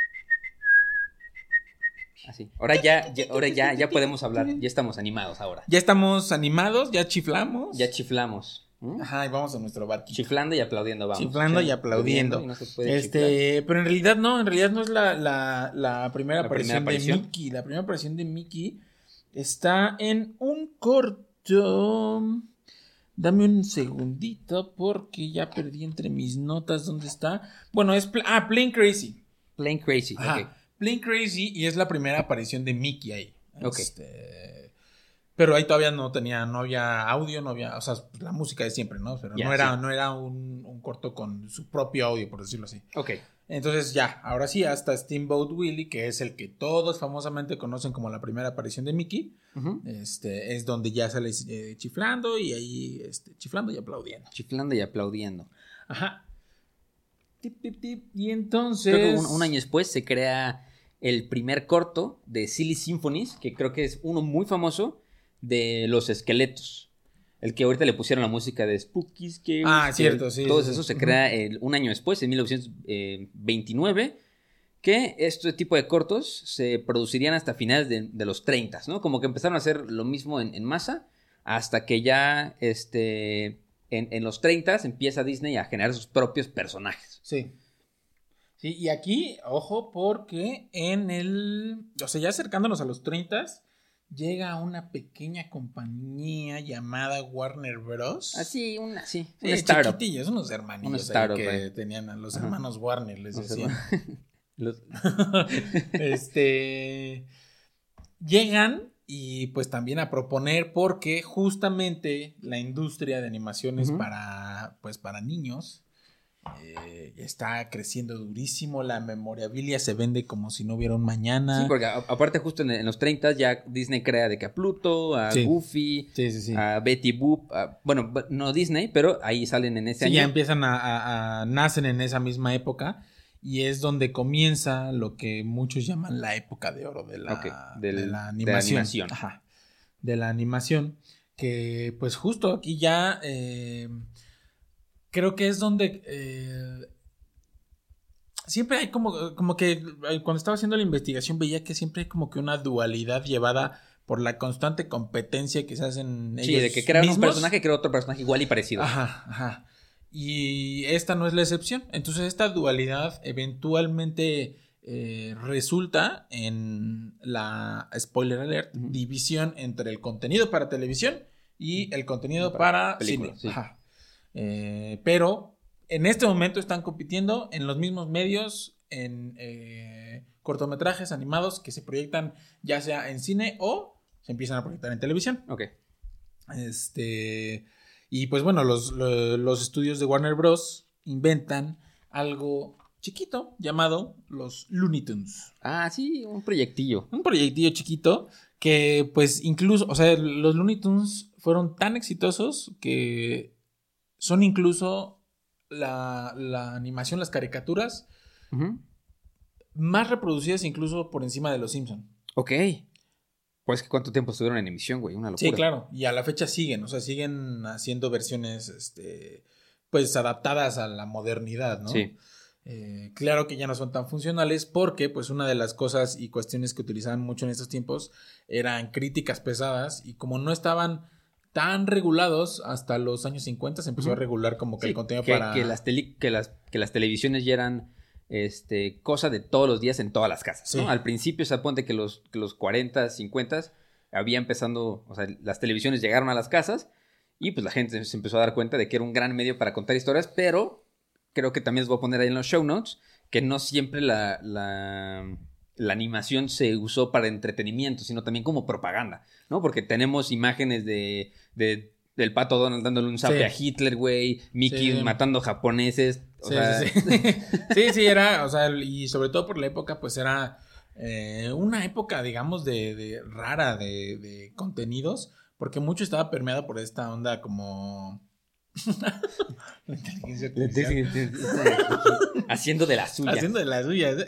Así. Ahora ya, ya, ahora ya, ya podemos hablar, ya estamos animados ahora. Ya estamos animados, ya chiflamos. Ya chiflamos. ¿Mm? Ajá, y vamos a nuestro barquito. Chiflando y aplaudiendo, vamos. Chiflando y aplaudiendo. Y no se puede este, chiflar. Pero en realidad no, en realidad no es la, la, la primera la aparición primera de Mickey. La primera aparición de Mickey está en un corto. Dame un segundito porque ya perdí entre mis notas dónde está. Bueno, es ah, Plain Crazy. Plain Crazy, Ajá. ok. Plain Crazy y es la primera aparición de Mickey ahí. Ok. Este, pero ahí todavía no tenía, no había audio, no había, o sea, la música de siempre, ¿no? Pero yeah, no era, sí. no era un, un corto con su propio audio, por decirlo así. Ok. Entonces ya, ahora sí, hasta Steamboat Willie, que es el que todos famosamente conocen como la primera aparición de Mickey, uh-huh. este, es donde ya sale eh, chiflando y ahí, este, chiflando y aplaudiendo. Chiflando y aplaudiendo. Ajá. Tip, tip, tip. Y entonces... Creo que un, un año después se crea el primer corto de Silly Symphonies, que creo que es uno muy famoso, de los esqueletos. El que ahorita le pusieron la música de Spooky Scary. Ah, cierto, sí. Todo sí, eso sí. se crea el, un año después, en mil novecientos veintinueve, que este tipo de cortos se producirían hasta finales de, de los treinta, ¿no? Como que empezaron a hacer lo mismo en, en masa, hasta que ya este, en, en los treinta empieza Disney a generar sus propios personajes. Sí. Sí, y aquí, ojo, porque en el... O sea, ya acercándonos a los treinta, llega una pequeña compañía llamada Warner Bros. Así, una, sí. sí Un startup. Chiquitillos, unos hermanillos un startup, que eh. tenían a los Ajá. hermanos Warner, les los decían. los... este... Llegan y pues también a proponer porque justamente la industria de animaciones uh-huh. para, pues, para niños... Eh, está creciendo durísimo, la memorabilia se vende como si no hubiera un mañana. Sí, porque a, aparte justo en, en los treinta ya Disney crea de que a Pluto, a sí. Goofy, sí, sí, sí. a Betty Boop, a, bueno, no Disney, pero ahí salen en ese sí, año. ya empiezan a, a, a, nacen en esa misma época y es donde comienza lo que muchos llaman la época de oro de la, okay. Del, de la animación. De la animación. Ajá, de la animación, que pues justo aquí ya... Eh, creo que es donde eh, siempre hay como, como que cuando estaba haciendo la investigación veía que siempre hay como que una dualidad llevada por la constante competencia que se hacen ellos. Sí, de que crean un personaje, crea otro personaje igual y parecido. Ajá, ajá. Y esta no es la excepción. Entonces esta dualidad eventualmente eh, resulta en la, spoiler alert, uh-huh. división entre el contenido para televisión y el contenido para, para película, cine. Sí. Ajá. Eh, pero en este momento están compitiendo en los mismos medios, en eh, cortometrajes animados que se proyectan ya sea en cine o se empiezan a proyectar en televisión. Ok. Este, y pues bueno, los, los, los estudios de Warner Bros. Inventan algo chiquito llamado los Looney Tunes. Ah, sí, un proyectillo. Un proyectillo chiquito que pues incluso, o sea, los Looney Tunes fueron tan exitosos que son incluso la, la animación, las caricaturas Uh-huh. más reproducidas incluso por encima de los Simpson. Ok. Pues que cuánto tiempo estuvieron en emisión, güey, una locura. Sí, claro, y a la fecha siguen, o sea, siguen haciendo versiones, este, pues adaptadas a la modernidad, ¿no? Sí. Eh, claro que ya no son tan funcionales porque pues una de las cosas y cuestiones que utilizaban mucho en estos tiempos eran críticas pesadas y como no estaban tan regulados hasta los años cincuenta se empezó Uh-huh. a regular como que Sí, el contenido que, para... que, las tele, que, las, que las televisiones ya eran este, cosa de todos los días en todas las casas, ¿no? Sí. Al principio se apunta que los, que los cuarenta, cincuenta había empezando, o sea, las televisiones llegaron a las casas y pues la gente se empezó a dar cuenta de que era un gran medio para contar historias, pero creo que también les voy a poner ahí en los show notes que no siempre la, la, la animación se usó para entretenimiento, sino también como propaganda, ¿no? Porque tenemos imágenes de, de del Pato Donald dándole un zape Sí. a Hitler, güey, Mickey Sí. matando japoneses, o Sí, sea, sí, sí. sí, sí, era, o sea, y sobre todo por la época, pues era eh, una época, digamos, de, de rara de, de contenidos, porque mucho estaba permeado por esta onda como... la inteligencia artificial. haciendo de las suyas. Haciendo de las suyas.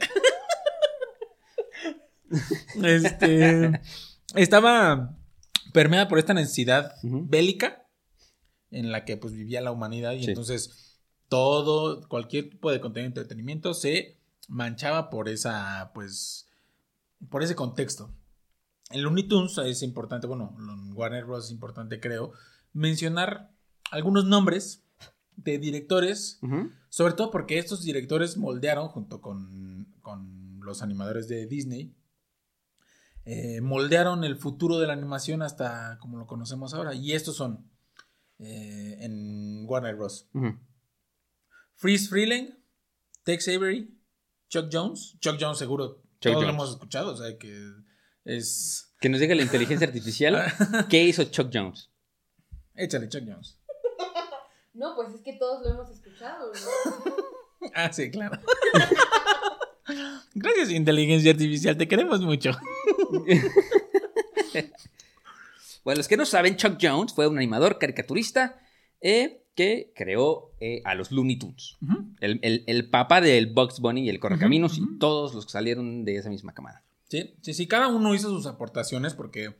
este, estaba permeada por esta necesidad Ujú. bélica en la que pues vivía la humanidad y Sí. entonces todo, cualquier tipo de contenido de entretenimiento se manchaba por esa, pues, por ese contexto. En Looney Tunes es importante, bueno, en Warner Bros. Es importante, creo, mencionar algunos nombres de directores, Ujú. sobre todo porque estos directores moldearon, junto con, con los animadores de Disney, eh, moldearon el futuro de la animación hasta como lo conocemos ahora. Y estos son, eh, en Warner Bros. Ujú. Freeze Freeling, Tex Avery, Chuck Jones. Chuck Jones seguro Chuck todos Jones. lo hemos escuchado, o sea que es... Que nos diga la inteligencia artificial qué hizo Chuck Jones. Échale, Chuck Jones. No, pues es que todos lo hemos escuchado, ¿no? Ah, sí, claro. Gracias, inteligencia artificial, te queremos mucho. Bueno, los que no saben, Chuck Jones fue un animador caricaturista eh, que creó eh, a los Looney Tunes. Ujú. El, el, el papá del Bugs Bunny y el Correcaminos Ujú, ujú. y todos los que salieron de esa misma camada. Sí, sí, sí, cada uno hizo sus aportaciones porque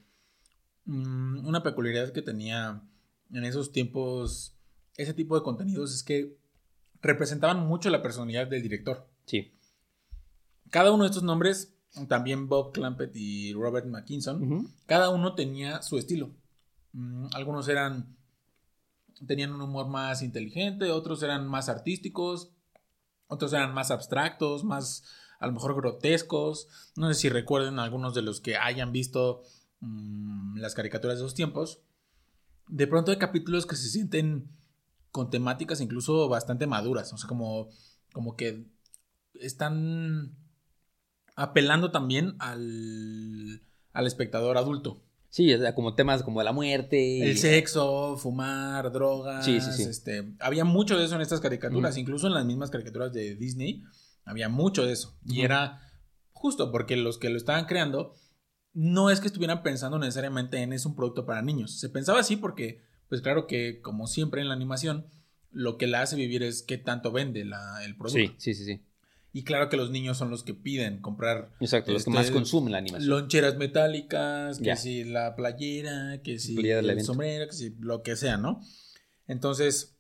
mmm, una peculiaridad que tenía en esos tiempos ese tipo de contenidos es que representaban mucho la personalidad del director. Sí. Cada uno de estos nombres, también Bob Clampett y Robert McKinson, Ujú. cada uno tenía su estilo. Mm, algunos eran tenían un humor más inteligente, otros eran más artísticos, otros eran más abstractos, más a lo mejor grotescos. No sé si recuerden algunos de los que hayan visto mmm, las caricaturas de esos tiempos. De pronto hay capítulos que se sienten con temáticas incluso bastante maduras, o sea, como, como que están apelando también al, al espectador adulto. Sí, o sea, como temas como la muerte. y- El sexo, fumar, drogas. Sí, sí, sí. Este, había mucho de eso en estas caricaturas, Ujú. incluso en las mismas caricaturas de Disney, había mucho de eso. Y Ujú. era justo porque los que lo estaban creando no es que estuvieran pensando necesariamente en es un producto para niños. Se pensaba así porque, pues claro que como siempre en la animación, lo que la hace vivir es qué tanto vende la, el producto. Sí, sí, sí, sí. Y claro que los niños son los que piden comprar Exacto, los que Este, más consumen la animación. loncheras metálicas, que Ya. si la playera, que si Playera del el evento. sombrero, que si lo que sea, ¿no? Entonces,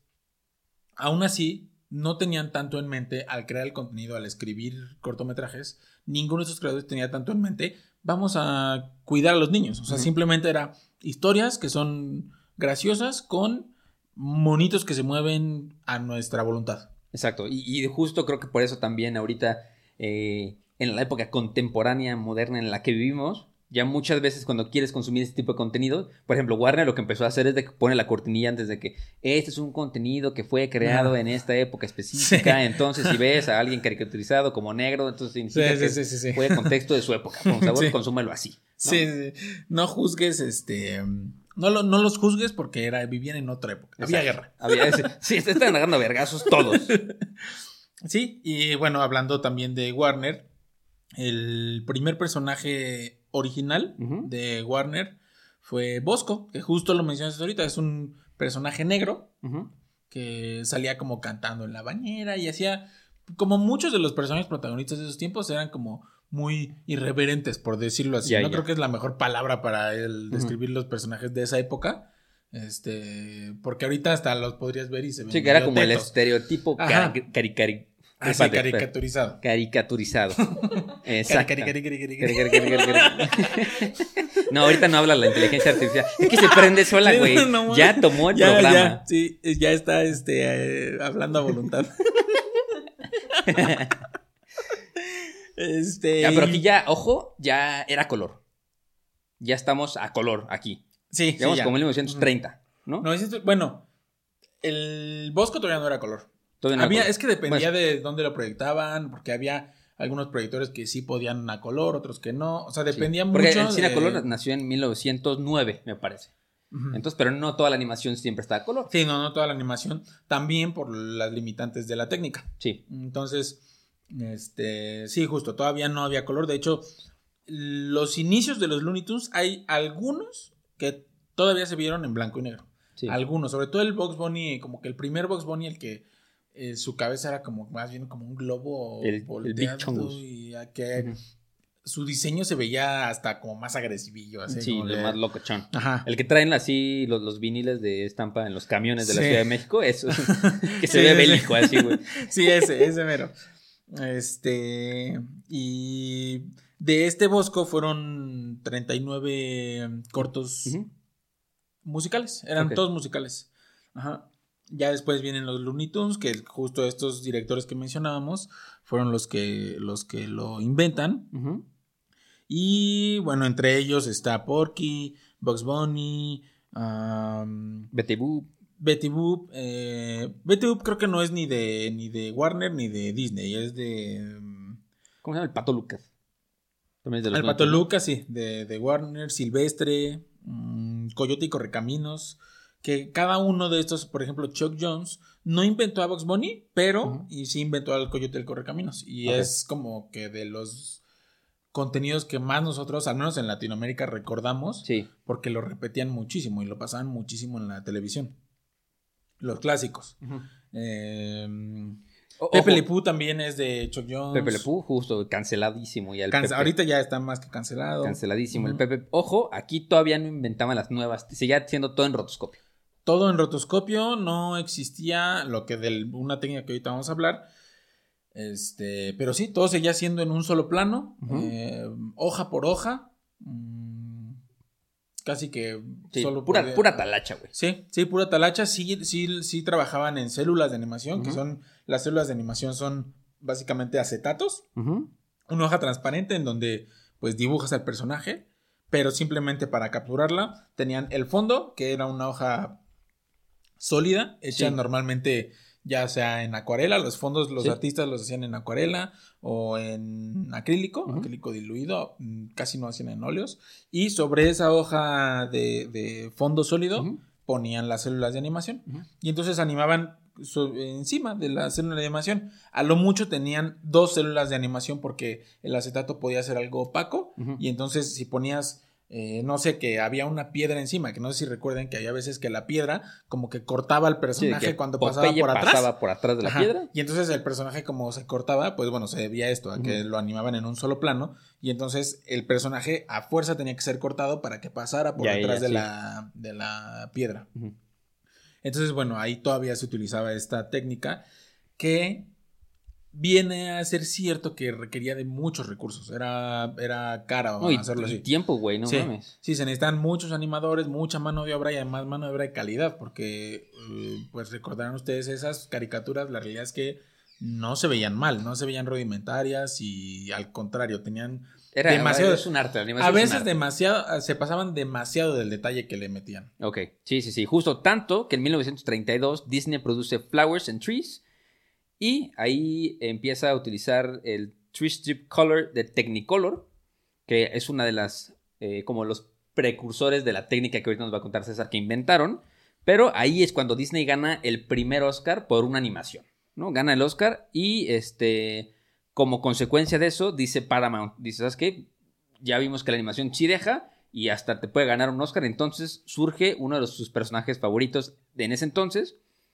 aún así, no tenían tanto en mente al crear el contenido, al escribir cortometrajes, ninguno de esos creadores tenía tanto en mente, vamos a cuidar a los niños. O sea, Ujú. simplemente era historias que son graciosas con monitos que se mueven a nuestra voluntad. Exacto, y, y justo creo que por eso también ahorita, eh, en la época contemporánea, moderna en la que vivimos, ya muchas veces cuando quieres consumir este tipo de contenido, por ejemplo, Warner lo que empezó a hacer es de que pone la cortinilla antes de que este es un contenido que fue creado Ah. en esta época específica, Sí. entonces si ves a alguien caricaturizado como negro, entonces significa Sí, sí, que sí, sí, sí. fue el contexto de su época. Por favor, Sí. consúmelo así. ¿No? Sí, sí. No juzgues, este... No, lo, no los juzgues porque era, vivían en otra época. Había Exacto. guerra. Había ese, sí, se estaban agarrando a vergazos todos. Sí, y bueno, hablando también de Warner, el primer personaje original Ujú. de Warner fue Bosco, que justo lo mencionaste ahorita, es un personaje negro Ujú. que salía como cantando en la bañera y hacía, como muchos de los personajes protagonistas de esos tiempos, eran como muy irreverentes, por decirlo así. Ya, no ya. creo que es la mejor palabra para el Ujú. describir los personajes de esa época. Este, porque ahorita hasta los podrías ver y se ven Sí, que era medio como el tetos. estereotipo Ajá. cari- cari- cari- Ah, sí, espérate, espérate. caricaturizado. Caricaturizado. Cari, Exacto. cari, cari, cari, cari, Cari, cari. cari, cari, cari, cari. No, ahorita no habla la inteligencia artificial. Es que se prende sola, Sí, güey. no, no, Ya tomó el Ya, programa. ya, sí, ya está este, eh, hablando a voluntad. este. Ya, pero aquí ya, ojo, ya era color. Ya estamos a color aquí. Sí, Digamos sí, ya. como en mil novecientos treinta, ¿no? No, es esto- bueno, el Bosco todavía no era color. Todavía no era Había, color. es que dependía Bueno, de dónde lo proyectaban, porque había algunos proyectores que sí podían a color, otros que no. O sea, sí. dependía Porque mucho. el cine de- a color nació en mil novecientos nueve, me parece. Ujú. Entonces, pero no toda la animación siempre está a color. Sí, no, no toda la animación. También por las limitantes de la técnica. Sí. Entonces, este, sí, justo, todavía no había color. De hecho, los inicios de los Looney Tunes, hay algunos que todavía se vieron en blanco y negro. Sí. Algunos, sobre todo el Bugs Bunny, como que el primer Bugs Bunny, el que eh, su cabeza era como más bien como un globo El- el Big volteado Chungus. y a que Ujú. su diseño se veía hasta como más agresivillo. Así, Sí, como lo de- más locochón. Ajá. El que traen así los, los viniles de estampa en los camiones de la Sí. Ciudad de México, eso. Que se Sí, ve sí, bélico sí. así, güey. Sí, ese, ese mero. Este. Y de este Bosco fueron treinta y nueve cortos Ujú. musicales. Eran Ok. todos musicales. Ajá. Ya después vienen los Looney Tunes, que justo estos directores que mencionábamos fueron los que, los que lo inventan. Ujú. Y bueno, entre ellos está Porky, Bugs Bunny, um, Betty Boop. Betty Boop. Eh, Betty Boop creo que no es ni de, ni de Warner ni de Disney, es de... um, ¿Cómo se llama? El Pato Lucas. También es de los El Pato Looney Tunes. Lucas, sí, de, de Warner, Silvestre, mm, Coyote y Correcaminos, que cada uno de estos, por ejemplo, Chuck Jones, no inventó a Bugs Bunny, pero Ujú. y sí inventó al Coyote y el Correcaminos. Y Ok. es como que de los contenidos que más nosotros, al menos en Latinoamérica, recordamos, Sí. porque lo repetían muchísimo y lo pasaban muchísimo en la televisión. Los clásicos. Ujú. Eh, O- Pepe ojo, Le Pew también es de Chuck Jones. Pepe Le Pew, justo, canceladísimo. Ya el Canc- Pepe, Ahorita ya está más que cancelado. canceladísimo. Ujú. El Pepe. Ojo, aquí todavía no inventaban las nuevas. Seguía siendo todo en rotoscopio. Todo en rotoscopio, no existía lo que de una técnica que ahorita vamos a hablar. Este, pero sí, todo seguía siendo en un solo plano, Ujú. eh, hoja por hoja. mm, Casi que Sí, solo pura, podía- pura talacha, güey. Sí, sí, pura talacha. Sí, sí, sí trabajaban en células de animación, que Ujú. son, las células de animación son básicamente acetatos. Ujú. Una hoja transparente en donde pues dibujas al personaje, pero simplemente para capturarla tenían el fondo, que era una hoja sólida, hecha Sí. normalmente ya sea en acuarela, los fondos los Sí. artistas los hacían en acuarela o en acrílico, Ujú. acrílico diluido, mm, casi no hacían en óleos, y sobre esa hoja de, de fondo sólido Ujú. ponían las células de animación. Ujú. Y entonces animaban so- encima de la célula de animación. A lo mucho tenían dos células de animación porque el acetato podía ser algo opaco. Ujú. Y entonces si ponías, eh, no sé, que había una piedra encima, que no sé si recuerden que había veces que la piedra como que cortaba al Sí, personaje que cuando Popeye pasaba por atrás. pasaba por atrás de la Ajá. piedra. Y entonces el personaje como se cortaba, pues bueno, se debía a esto, a que Ujú. lo animaban en un solo plano. Y entonces el personaje a fuerza tenía que ser cortado para que pasara por Ya, detrás ya, de, sí. la, de la piedra. Ujú. Entonces, bueno, ahí todavía se utilizaba esta técnica que viene a ser cierto que requería de muchos recursos. Era, era cara No, y, hacerlo y así. tiempo, güey, no sí, mames. sí, se necesitan muchos animadores, mucha mano de obra y además mano de obra de calidad, porque eh, pues recordarán ustedes esas caricaturas, la realidad es que no se veían mal, no se veían rudimentarias y al contrario, tenían Era, demasiado. Es un arte, la animación A es un veces arte. demasiado, se pasaban demasiado del detalle que le metían. Ok, sí, sí, sí. Justo tanto que en mil novecientos treinta y dos Disney produce Flowers and Trees y ahí empieza a utilizar el Tree Strip Color de Technicolor, que es una de las, eh, como los precursores de la técnica que ahorita nos va a contar César que inventaron. Pero ahí es cuando Disney gana el primer Oscar por una animación, ¿no? Gana el Oscar y este, como consecuencia de eso, dice Paramount, dice, ¿sabes qué? Ya vimos que la animación sí deja y hasta te puede ganar un Oscar. Entonces surge uno de los, sus personajes favoritos de en ese entonces,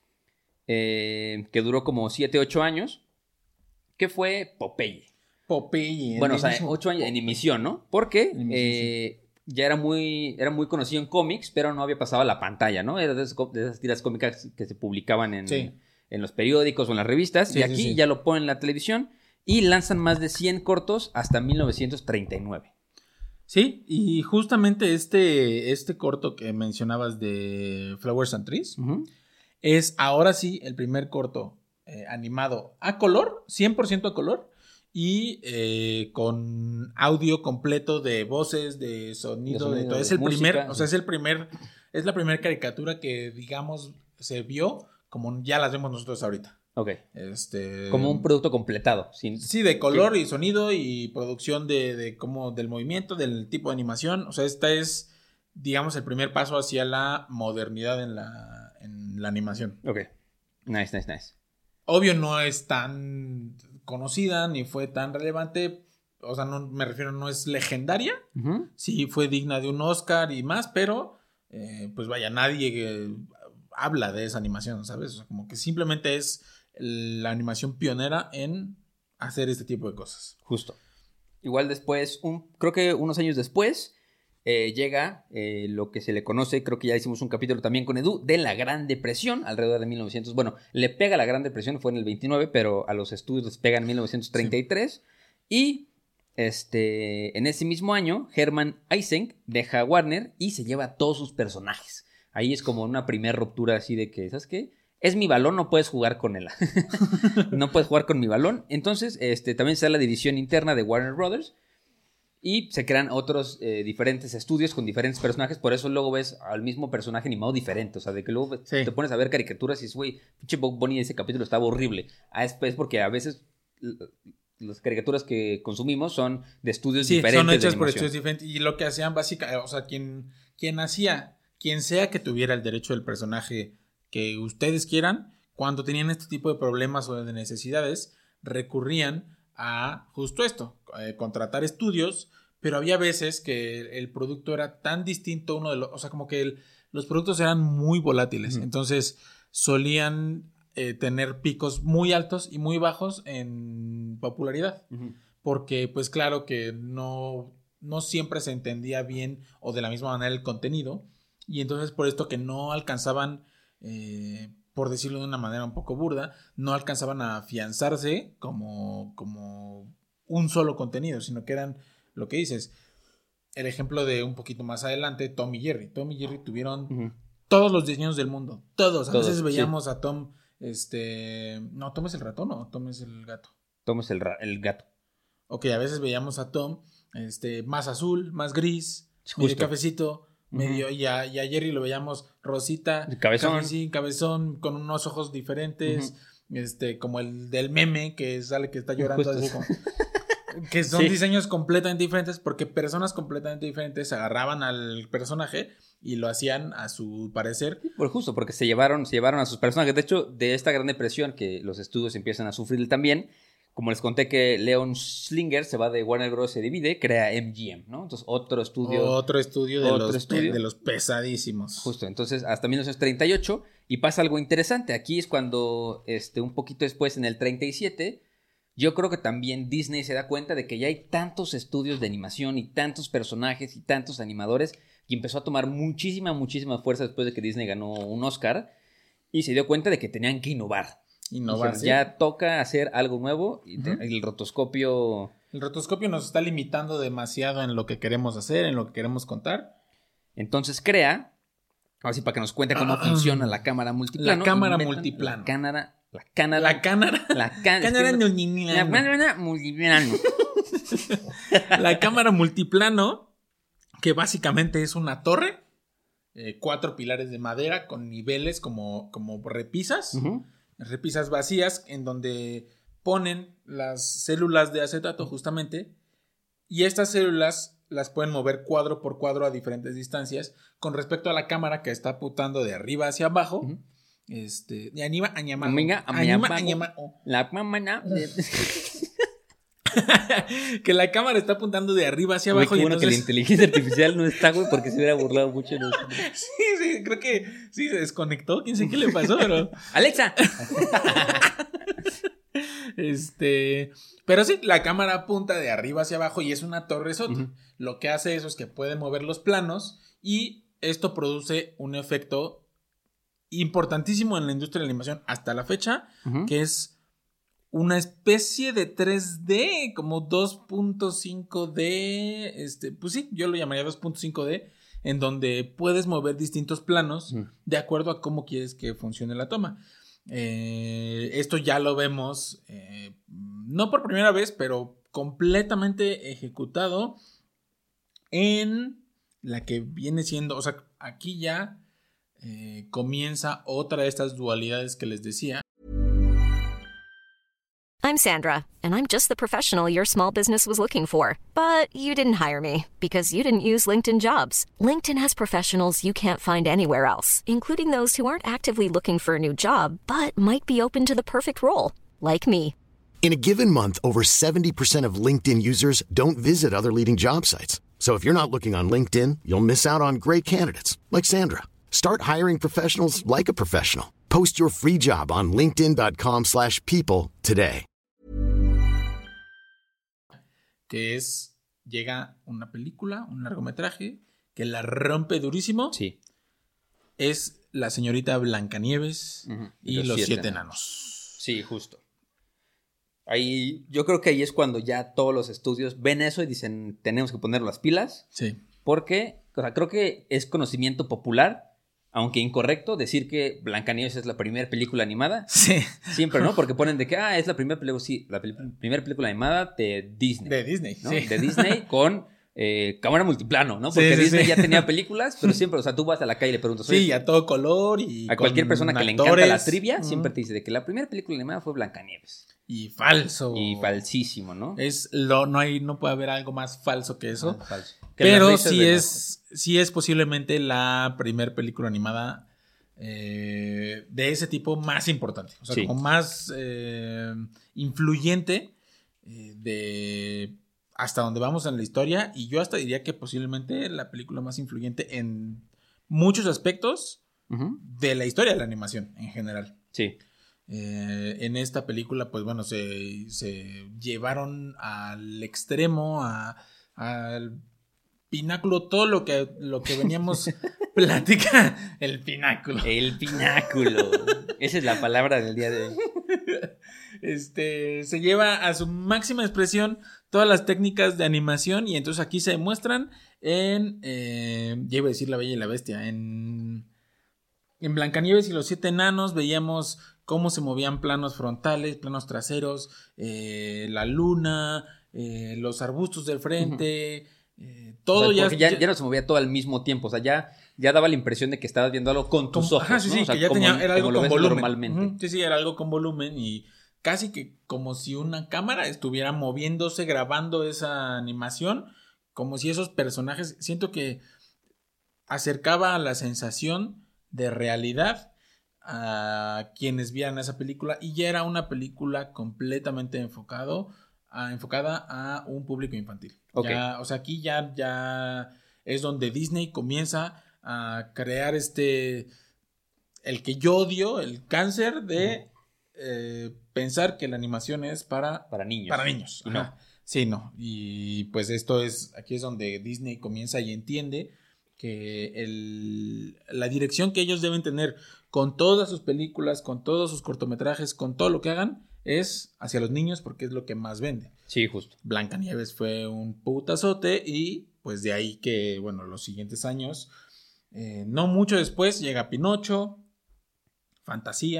eh, que duró como siete, ocho años, que fue Popeye. Popeye. Bueno, o sea, mismo... ocho años en emisión, ¿no? Porque En emisión, eh, ya era muy, era muy conocido en cómics, pero no había pasado a la pantalla, ¿no? Era de esas, de esas tiras cómicas que se publicaban en, Sí. en los periódicos o en las revistas. Sí, y sí, aquí sí. ya lo ponen en la televisión y lanzan más de cien cortos hasta mil novecientos treinta y nueve. Sí, y justamente este, este corto que mencionabas de Flowers and Trees Uh-huh. es ahora sí el primer corto eh, animado a color, cien por ciento a color, y eh, con audio completo de voces, de sonido, de, sonido, todo. de Es el música, primer, o sea, sí. es el primer, es la primera caricatura que, digamos, se vio como ya las vemos nosotros ahorita. Ok. Este, Como un producto completado. Sin... Sí, de color y sonido y producción de, de como del movimiento, del tipo de animación. O sea, esta es, digamos, el primer paso hacia la modernidad en la, en la animación. Ok. Nice, nice, nice. Obvio no es tan conocida ni fue tan relevante. O sea, no me refiero, no es legendaria. Uh-huh. Sí fue digna de un Oscar y más, pero eh, pues vaya, nadie eh, habla de esa animación, ¿sabes? O sea, como que simplemente es la animación pionera en hacer este tipo de cosas. Justo. Igual después, un, creo que unos años después, eh, llega eh, lo que se le conoce, creo que ya hicimos un capítulo también con Edu, de la Gran Depresión, alrededor de mil novecientos. Bueno, le pega la Gran Depresión, fue en el veintinueve, pero a los estudios les pega en mil novecientos treinta y tres. Sí. Y este, en ese mismo año, Herman Eising deja Warner y se lleva a todos sus personajes. Ahí es como una primera ruptura así de que, ¿sabes qué? Es mi balón, no puedes jugar con él. No puedes jugar con mi balón. Entonces, este, también se da la división interna de Warner Brothers. Y se crean otros eh, diferentes estudios con diferentes personajes. Por eso luego ves al mismo personaje animado diferente. O sea, de que luego sí. te pones a ver caricaturas y dices, güey, pinche Bugs Bunny, ese capítulo estaba horrible. Ah, es pues porque a veces las caricaturas que consumimos son de estudios sí, diferentes. Son hechas por estudios diferentes. Y lo que hacían básicamente, o sea, quien, quien hacía, quien sea que tuviera el derecho del personaje que ustedes quieran, cuando tenían este tipo de problemas o de necesidades, recurrían a justo esto, eh, contratar estudios, pero había veces que el, el producto era tan distinto uno de los, o sea, como que el, los productos eran muy volátiles, uh-huh. Entonces solían eh, tener picos muy altos y muy bajos en popularidad, uh-huh. Porque pues claro que no, no siempre se entendía bien o de la misma manera el contenido, y entonces por esto que no alcanzaban Eh, por decirlo de una manera un poco burda, no alcanzaban a afianzarse como, como un solo contenido, sino que eran lo que dices. El ejemplo de un poquito más adelante, Tom y Jerry. Tom y Jerry tuvieron uh-huh. todos los diseños del mundo, todos. A todos, veces veíamos sí. a Tom, este, no, Tom es el ratón o Tom es el gato. Tom es el, ra- el gato. Ok, a veces veíamos a Tom, este, más azul, más gris, medio cafecito. Medio, uh-huh. y, a, y a Jerry lo veíamos rosita, cabezón, cabezón, cabezón con unos ojos diferentes, uh-huh. este, como el del meme que sale que está llorando, así como, que son sí. diseños completamente diferentes, porque personas completamente diferentes agarraban al personaje y lo hacían a su parecer. Pues justo, porque se llevaron, se llevaron a sus personajes. De hecho, de esta gran depresión que los estudios empiezan a sufrir también. Como les conté que Leon Slinger se va de Warner Bros. Se divide, crea M G M, ¿no? Entonces otro estudio. Otro estudio de, otro los, estudio. de los pesadísimos. Justo, entonces hasta mil novecientos treinta y ocho y pasa algo interesante. Aquí es cuando, este, un poquito después, en el treinta y siete, yo creo que también Disney se da cuenta de que ya hay tantos estudios de animación y tantos personajes y tantos animadores y empezó a tomar muchísima, muchísima fuerza después de que Disney ganó un Oscar y se dio cuenta de que tenían que innovar. Innovar, Dijeron, ¿sí? Ya toca hacer algo nuevo y te, uh-huh. el rotoscopio... El rotoscopio nos está limitando demasiado en lo que queremos hacer, en lo que queremos contar. Entonces crea, así para que nos cuente cómo uh-huh. funciona la cámara multiplano. La cámara multiplano. La cámara... La cámara... La cámara... La cámara... Cámara multiplano. La cámara multiplano. La cámara multiplano, que básicamente es una torre, eh, cuatro pilares de madera con niveles como, como repisas, uh-huh. repisas vacías en donde ponen las células de acetato justamente, y estas células las pueden mover cuadro por cuadro a diferentes distancias con respecto a la cámara que está apuntando de arriba hacia abajo. Uh-huh. Este, de anima a ñama. Amiga, anima a ñama. La mamá. Que la cámara está apuntando de arriba hacia abajo. Uy, qué y bueno entonces... que la inteligencia artificial no está, güey, porque se hubiera burlado mucho de nosotros. Sí, sí, creo que sí se desconectó. Quién sabe qué le pasó, pero. ¡Alexa! Este. Pero sí, la cámara apunta de arriba hacia abajo y es una torresota. Uh-huh. Lo que hace eso es que puede mover los planos y esto produce un efecto importantísimo en la industria de la animación hasta la fecha, uh-huh. que es una especie de tres D, como dos punto cinco D, este, pues sí, yo lo llamaría dos punto cinco D, en donde puedes mover distintos planos uh-huh. de acuerdo a cómo quieres que funcione la toma. Eh, esto ya lo vemos, eh, no por primera vez, pero completamente ejecutado en la que viene siendo, o sea, aquí ya eh, comienza otra de estas dualidades que les decía. I'm Sandra, and I'm just the professional your small business was looking for. But you didn't hire me because you didn't use LinkedIn Jobs. LinkedIn has professionals you can't find anywhere else, including those who aren't actively looking for a new job, but might be open to the perfect role, like me. In a given month, over seventy percent of LinkedIn users don't visit other leading job sites. So if you're not looking on LinkedIn, you'll miss out on great candidates, like Sandra. Start hiring professionals like a professional. Post your free job on linkedin.com slash people today. Que es, llega una película, un largometraje, que la rompe durísimo. Sí. Es La señorita Blancanieves uh-huh. y los, los siete, siete enanos. enanos. Sí, justo. Ahí, yo creo que ahí es cuando ya todos los estudios ven eso y dicen, tenemos que poner las pilas. Sí. Porque, o sea, creo que es conocimiento popular, aunque incorrecto, decir que Blancanieves es la primera película animada. Sí. Siempre, ¿no? Porque ponen de que, ah, es la primera película, sí, la pel- primera película animada de Disney. De Disney, ¿no? sí. De Disney con eh, cámara multiplano, ¿no? Porque sí, sí, Disney sí. ya tenía películas, pero siempre, o sea, tú vas a la calle y le preguntas. Sí, a todo color y a cualquier persona que actores. le encanta la trivia, uh-huh. siempre te dice de que la primera película animada fue Blancanieves. Y falso. Y falsísimo, ¿no? Es lo, no hay, no puede haber algo más falso que eso. Ah, falso. Que pero sí es, sí es posiblemente la primera película animada eh, de ese tipo más importante. O sea, sí. como más eh, influyente eh, de hasta donde vamos en la historia. Y yo hasta diría que posiblemente la película más influyente en muchos aspectos uh-huh. de la historia de la animación en general. Sí. Eh, en esta película, pues bueno, se, se llevaron al extremo, a, al pináculo, todo lo que, lo que veníamos platicando. El pináculo. El pináculo. Esa es la palabra del día de hoy. Este, se lleva a su máxima expresión todas las técnicas de animación y entonces aquí se demuestran en, eh, ya iba a decir La Bella y la Bestia, en, en Blancanieves y los siete enanos veíamos cómo se movían planos frontales, planos traseros, eh, la luna, eh, los arbustos del frente, uh-huh. eh, todo. O sea, ya, ya, ya no se movía todo al mismo tiempo, o sea, ya, ya daba la impresión de que estabas viendo algo con tus como, ojos, ajá, sí, ¿no? sí, O sea, que ya como, tenía, era algo como con volumen. Normalmente. Uh-huh. Sí, sí, era algo con volumen y casi que como si una cámara estuviera moviéndose, grabando esa animación, como si esos personajes, siento que acercaba a la sensación de realidad a quienes vieran esa película y ya era una película completamente enfocado a, enfocada a un público infantil. Okay. Ya, o sea, aquí ya, ya es donde Disney comienza a crear este, el que yo odio, el cáncer de eh, pensar que la animación es para, para niños. Para niños. Y no. Sí, no. Y pues esto es, aquí es donde Disney comienza y entiende que el, la dirección que ellos deben tener con todas sus películas, con todos sus cortometrajes, con todo lo que hagan, es hacia los niños porque es lo que más vende. Sí, justo. Blancanieves fue un putazote y pues de ahí que, bueno, los siguientes años, eh, no mucho después, llega Pinocho, Fantasía,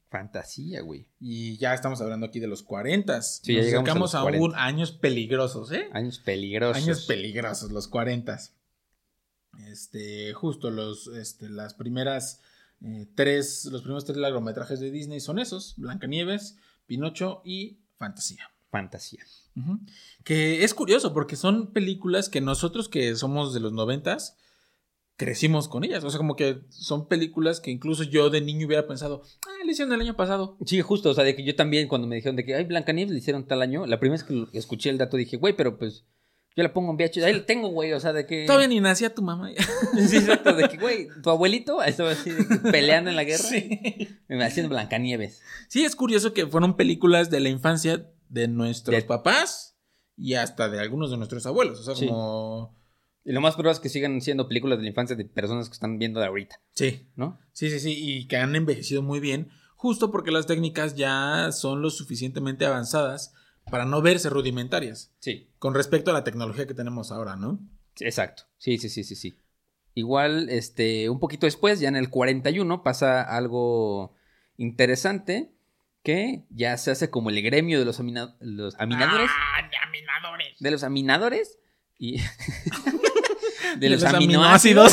Fantasía, güey. Y ya estamos hablando aquí de los cuarentas. Sí, ya Nos llegamos acercamos a a, los un cuarenta. años peligrosos, ¿eh? Años peligrosos. Años peligrosos, los cuarentas. Este, justo los, este, las primeras eh, tres, los primeros tres largometrajes de Disney son esos: Blancanieves, Pinocho y Fantasía. Fantasía. Uh-huh. Que es curioso porque son películas que nosotros que somos de los noventas crecimos con ellas. O sea, como que son películas que incluso yo de niño hubiera pensado, ah, le hicieron el año pasado. Sí, justo, o sea, de que yo también cuando me dijeron de que, ay, Blancanieves le hicieron tal año, la primera vez que lo- escuché el dato dije, güey, pero pues yo la pongo en V H S, ahí la tengo, güey, o sea, de que... Todavía ni nacía tu mamá. Sí, exacto, de que, güey, tu abuelito estaba así de que peleando en la guerra, Sí. me haciendo Blancanieves. Sí, es curioso que fueron películas de la infancia de nuestros De- papás y hasta de algunos de nuestros abuelos. O sea, Sí. como... Y lo más probable es que sigan siendo películas de la infancia de personas que están viendo de ahorita, Sí, ¿no? sí, sí, sí. Y que han envejecido muy bien, justo porque las técnicas ya son lo suficientemente avanzadas para no verse rudimentarias Sí. con respecto a la tecnología que tenemos ahora, ¿no? Sí, exacto. Sí, sí, sí, sí, sí. Igual, este, un poquito después, ya en el cuarenta y uno, pasa algo interesante que ya se hace como el gremio de los, amina- los aminadores. ¡Ah, aminadores! De los aminadores y... de, De los, los aminoácidos.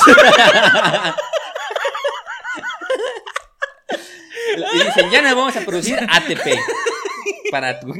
Y dicen, ya no vamos a producir A T P para tu...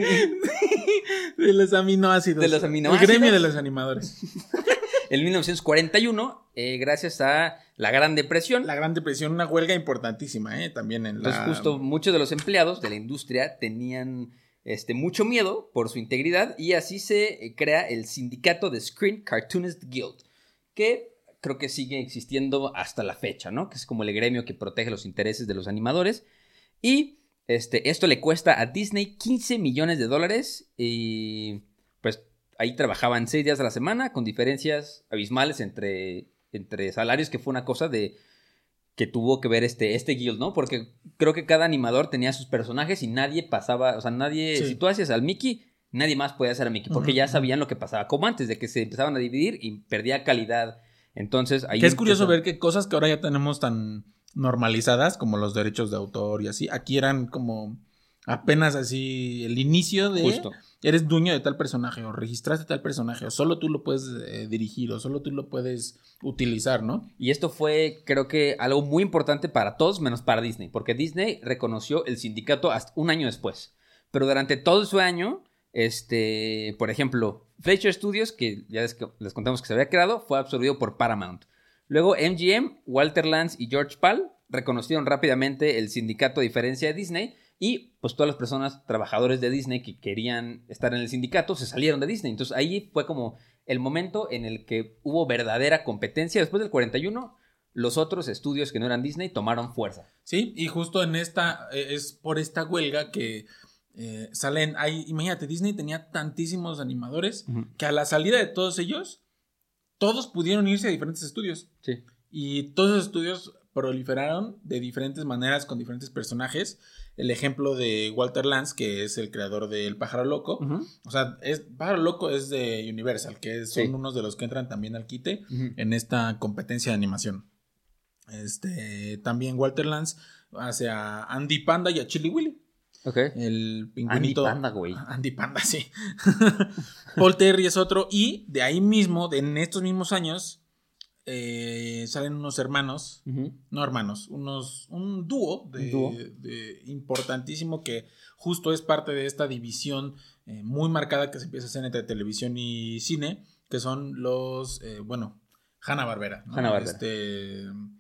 De los aminoácidos. De los aminoácidos. El gremio de los animadores. En mil novecientos cuarenta y uno, eh, gracias a la Gran Depresión, La Gran Depresión, una huelga importantísima, ¿eh? También en entonces la... justo muchos de los empleados de la industria tenían este, mucho miedo por su integridad y así se eh, crea el sindicato de Screen Cartoonist Guild, que creo que sigue existiendo hasta la fecha, ¿no? Que es como el gremio que protege los intereses de los animadores. Y este, esto le cuesta a Disney quince millones de dólares y pues ahí trabajaban seis días a la semana con diferencias abismales entre, entre salarios, que fue una cosa de que tuvo que ver este, este guild, ¿no? Porque creo que cada animador tenía sus personajes y nadie pasaba, o sea, nadie, Sí. si tú hacías al Mickey, nadie más podía hacer a Mickey, porque Ujú, ya ujú. sabían lo que pasaba, como antes de que se empezaban a dividir y perdía calidad. Entonces ahí Que es curioso empezó- ver que cosas que ahora ya tenemos tan normalizadas, como los derechos de autor y así, aquí eran como apenas así el inicio de... Justo. Eres dueño de tal personaje o registraste tal personaje o solo tú lo puedes eh, dirigir o solo tú lo puedes utilizar, ¿no? Y esto fue, creo que, algo muy importante para todos, menos para Disney, porque Disney reconoció el sindicato hasta un año después. Pero durante todo su año, este, por ejemplo, Fleischer Studios, que ya les, les contamos que se había creado, fue absorbido por Paramount. Luego M G M, Walter Lantz y George Pal reconocieron rápidamente el sindicato a diferencia de Disney. Y pues todas las personas, trabajadores de Disney que querían estar en el sindicato, se salieron de Disney. Entonces ahí fue como el momento en el que hubo verdadera competencia. Después del cuarenta y uno, los otros estudios que no eran Disney tomaron fuerza. Sí, y justo en esta, eh, es por esta huelga que eh, salen, hay, imagínate, Disney tenía tantísimos animadores Ujú. que a la salida de todos ellos, todos pudieron irse a diferentes estudios. Sí. Y todos los estudios proliferaron de diferentes maneras con diferentes personajes. El ejemplo de Walter Lantz, que es el creador de El Pájaro Loco. Uh-huh. O sea, es, Pájaro Loco es de Universal, que son Sí. unos de los que entran también al quite Uh-huh. en esta competencia de animación. Este, también Walter Lantz hace a Andy Panda y a Chili Willy. Ok. El pingüinito. Andy Panda, güey. Andy Panda, sí. Paul Terry es otro. Y de ahí mismo, de, en estos mismos años, eh, salen unos hermanos. Uh-huh. No hermanos, unos, un dúo, de, Un dúo. de importantísimo que justo es parte de esta división eh, muy marcada que se empieza a hacer entre televisión y cine, que son los, eh, bueno, Hanna-Barbera, ¿no? Hanna-Barbera. Este,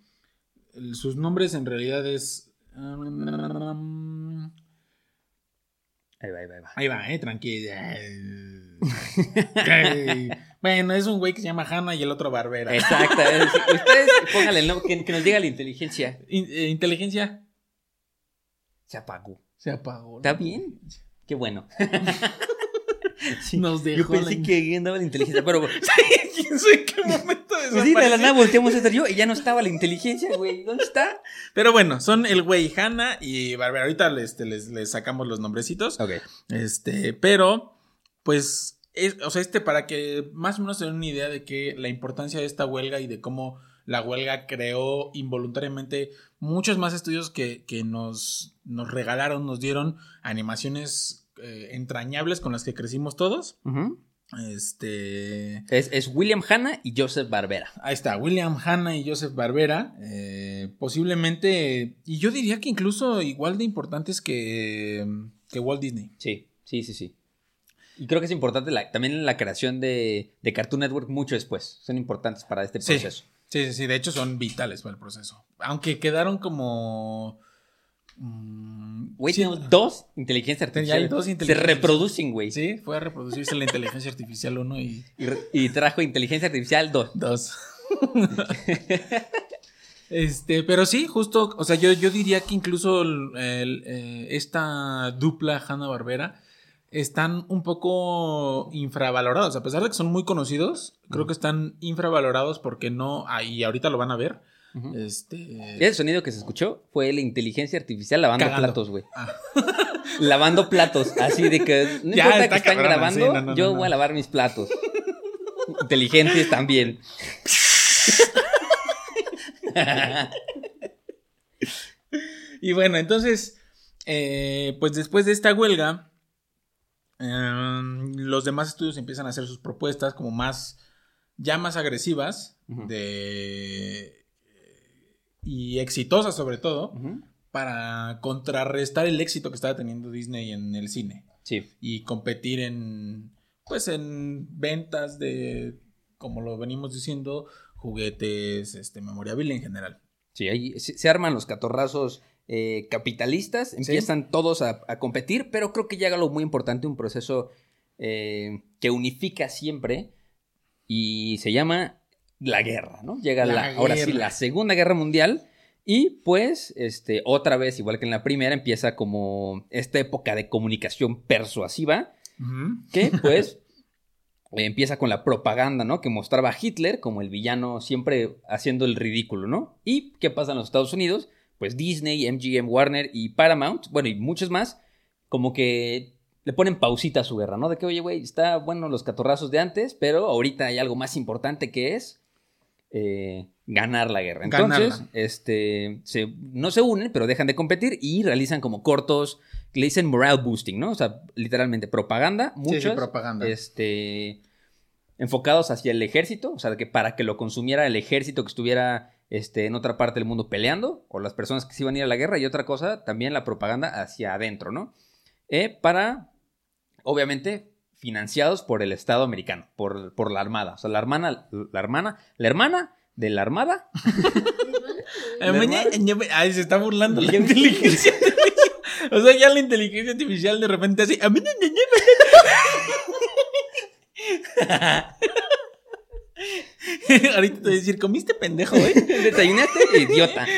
el- sus nombres en realidad es... um, Ahí va, ahí va, ahí va. ahí va, eh, tranquila. Ay, bueno, es un güey que se llama Hanna y el otro Barbera. Exacto. es- Ustedes pónganle el nombre, que, que nos diga la inteligencia. In- eh, inteligencia Se apagó. se apagó. ¿Está bien? Qué bueno. Sí, Nos dejó yo pensé la- que ahí andaba la inteligencia, pero pues ¿Quién sabe en qué momento sí, de la desapareció? nada volteamos a estar yo y ya no estaba la inteligencia, güey. ¿Dónde está? Pero bueno, son el güey Hanna y Barbera. Ahorita les, este, les, les sacamos los nombrecitos. Ok. Este, pero, pues, es, o sea, este, para que más o menos se den una idea de que la importancia de esta huelga y de cómo la huelga creó involuntariamente muchos más estudios que, que nos, nos regalaron, nos dieron animaciones eh, entrañables con las que crecimos todos. Uh-huh. Este es, es William Hanna y Joseph Barbera. Ahí está, William Hanna y Joseph Barbera. Eh, posiblemente, y yo diría que incluso igual de importantes que, que Walt Disney. Sí, sí, sí, sí. Y creo que es importante la, también la creación de, de Cartoon Network mucho después. Son importantes para este proceso. Sí, sí, sí. De hecho, son vitales para el proceso. Aunque quedaron como. Mmm, Güey, sí, tenemos dos inteligencias artificiales. hay dos inteligencias. Se reproducen, güey. Sí, fue a reproducirse la inteligencia artificial uno y. Y, re- y trajo inteligencia artificial dos. Dos. Este, pero sí, justo, o sea, yo, yo diría que incluso el, el, eh, esta dupla Hanna-Barbera están un poco infravalorados, a pesar de que son muy conocidos, uh-huh. creo que están infravalorados porque no, ah, y ahorita lo van a ver. Uh-huh. Este... El sonido que se escuchó fue la inteligencia artificial lavando Cagando. platos, güey. Ah. Lavando platos, así de que no Ya, importa está que están cabrona, grabando, sí, no, no, yo no, no. voy a lavar mis platos. Inteligentes también. Y bueno, entonces, eh, pues después de esta huelga, eh, los demás estudios empiezan a hacer sus propuestas como más, ya más agresivas uh-huh. de, y exitosas sobre todo, uh-huh. para contrarrestar el éxito que estaba teniendo Disney en el cine. Sí. Y competir en, pues en ventas de, como lo venimos diciendo, juguetes, este, memorabilia en general. Sí, ahí se, se arman los catorrazos eh, capitalistas, empiezan ¿Sí? todos a, a competir, pero creo que llega algo muy importante, un proceso eh, que unifica siempre y se llama la guerra, ¿no? Llega la, la ahora sí la Segunda Guerra Mundial y pues este otra vez, igual que en la primera, empieza como esta época de comunicación persuasiva uh-huh. que pues... empieza con la propaganda, ¿no? Que mostraba a Hitler como el villano siempre haciendo el ridículo, ¿no? ¿Y qué pasa en los Estados Unidos? Pues Disney, M G M, Warner y Paramount, bueno, y muchos más, como que le ponen pausita a su guerra, ¿no? De que, oye, güey, está bueno los catorrazos de antes, pero ahorita hay algo más importante que es eh, ganar la guerra. Entonces, Ganarla. este, se, no se unen, pero dejan de competir y realizan como cortos que le dicen morale boosting, ¿no? O sea, literalmente propaganda, muchos. Sí, sí, propaganda. Este, enfocados hacia el ejército, o sea, que para que lo consumiera el ejército que estuviera este, en otra parte del mundo peleando, o las personas que se iban a ir a la guerra, y otra cosa, también la propaganda hacia adentro, ¿no? Eh, para, obviamente, financiados por el Estado americano, por, por la Armada. O sea, la hermana, la hermana, la hermana de la Armada. la hermana, ay, se está burlando la inteligencia artificial. O sea, ya la inteligencia artificial de repente así. Ahorita te voy a decir, ¿comiste pendejo, güey? ¿Desayunaste? Idiota.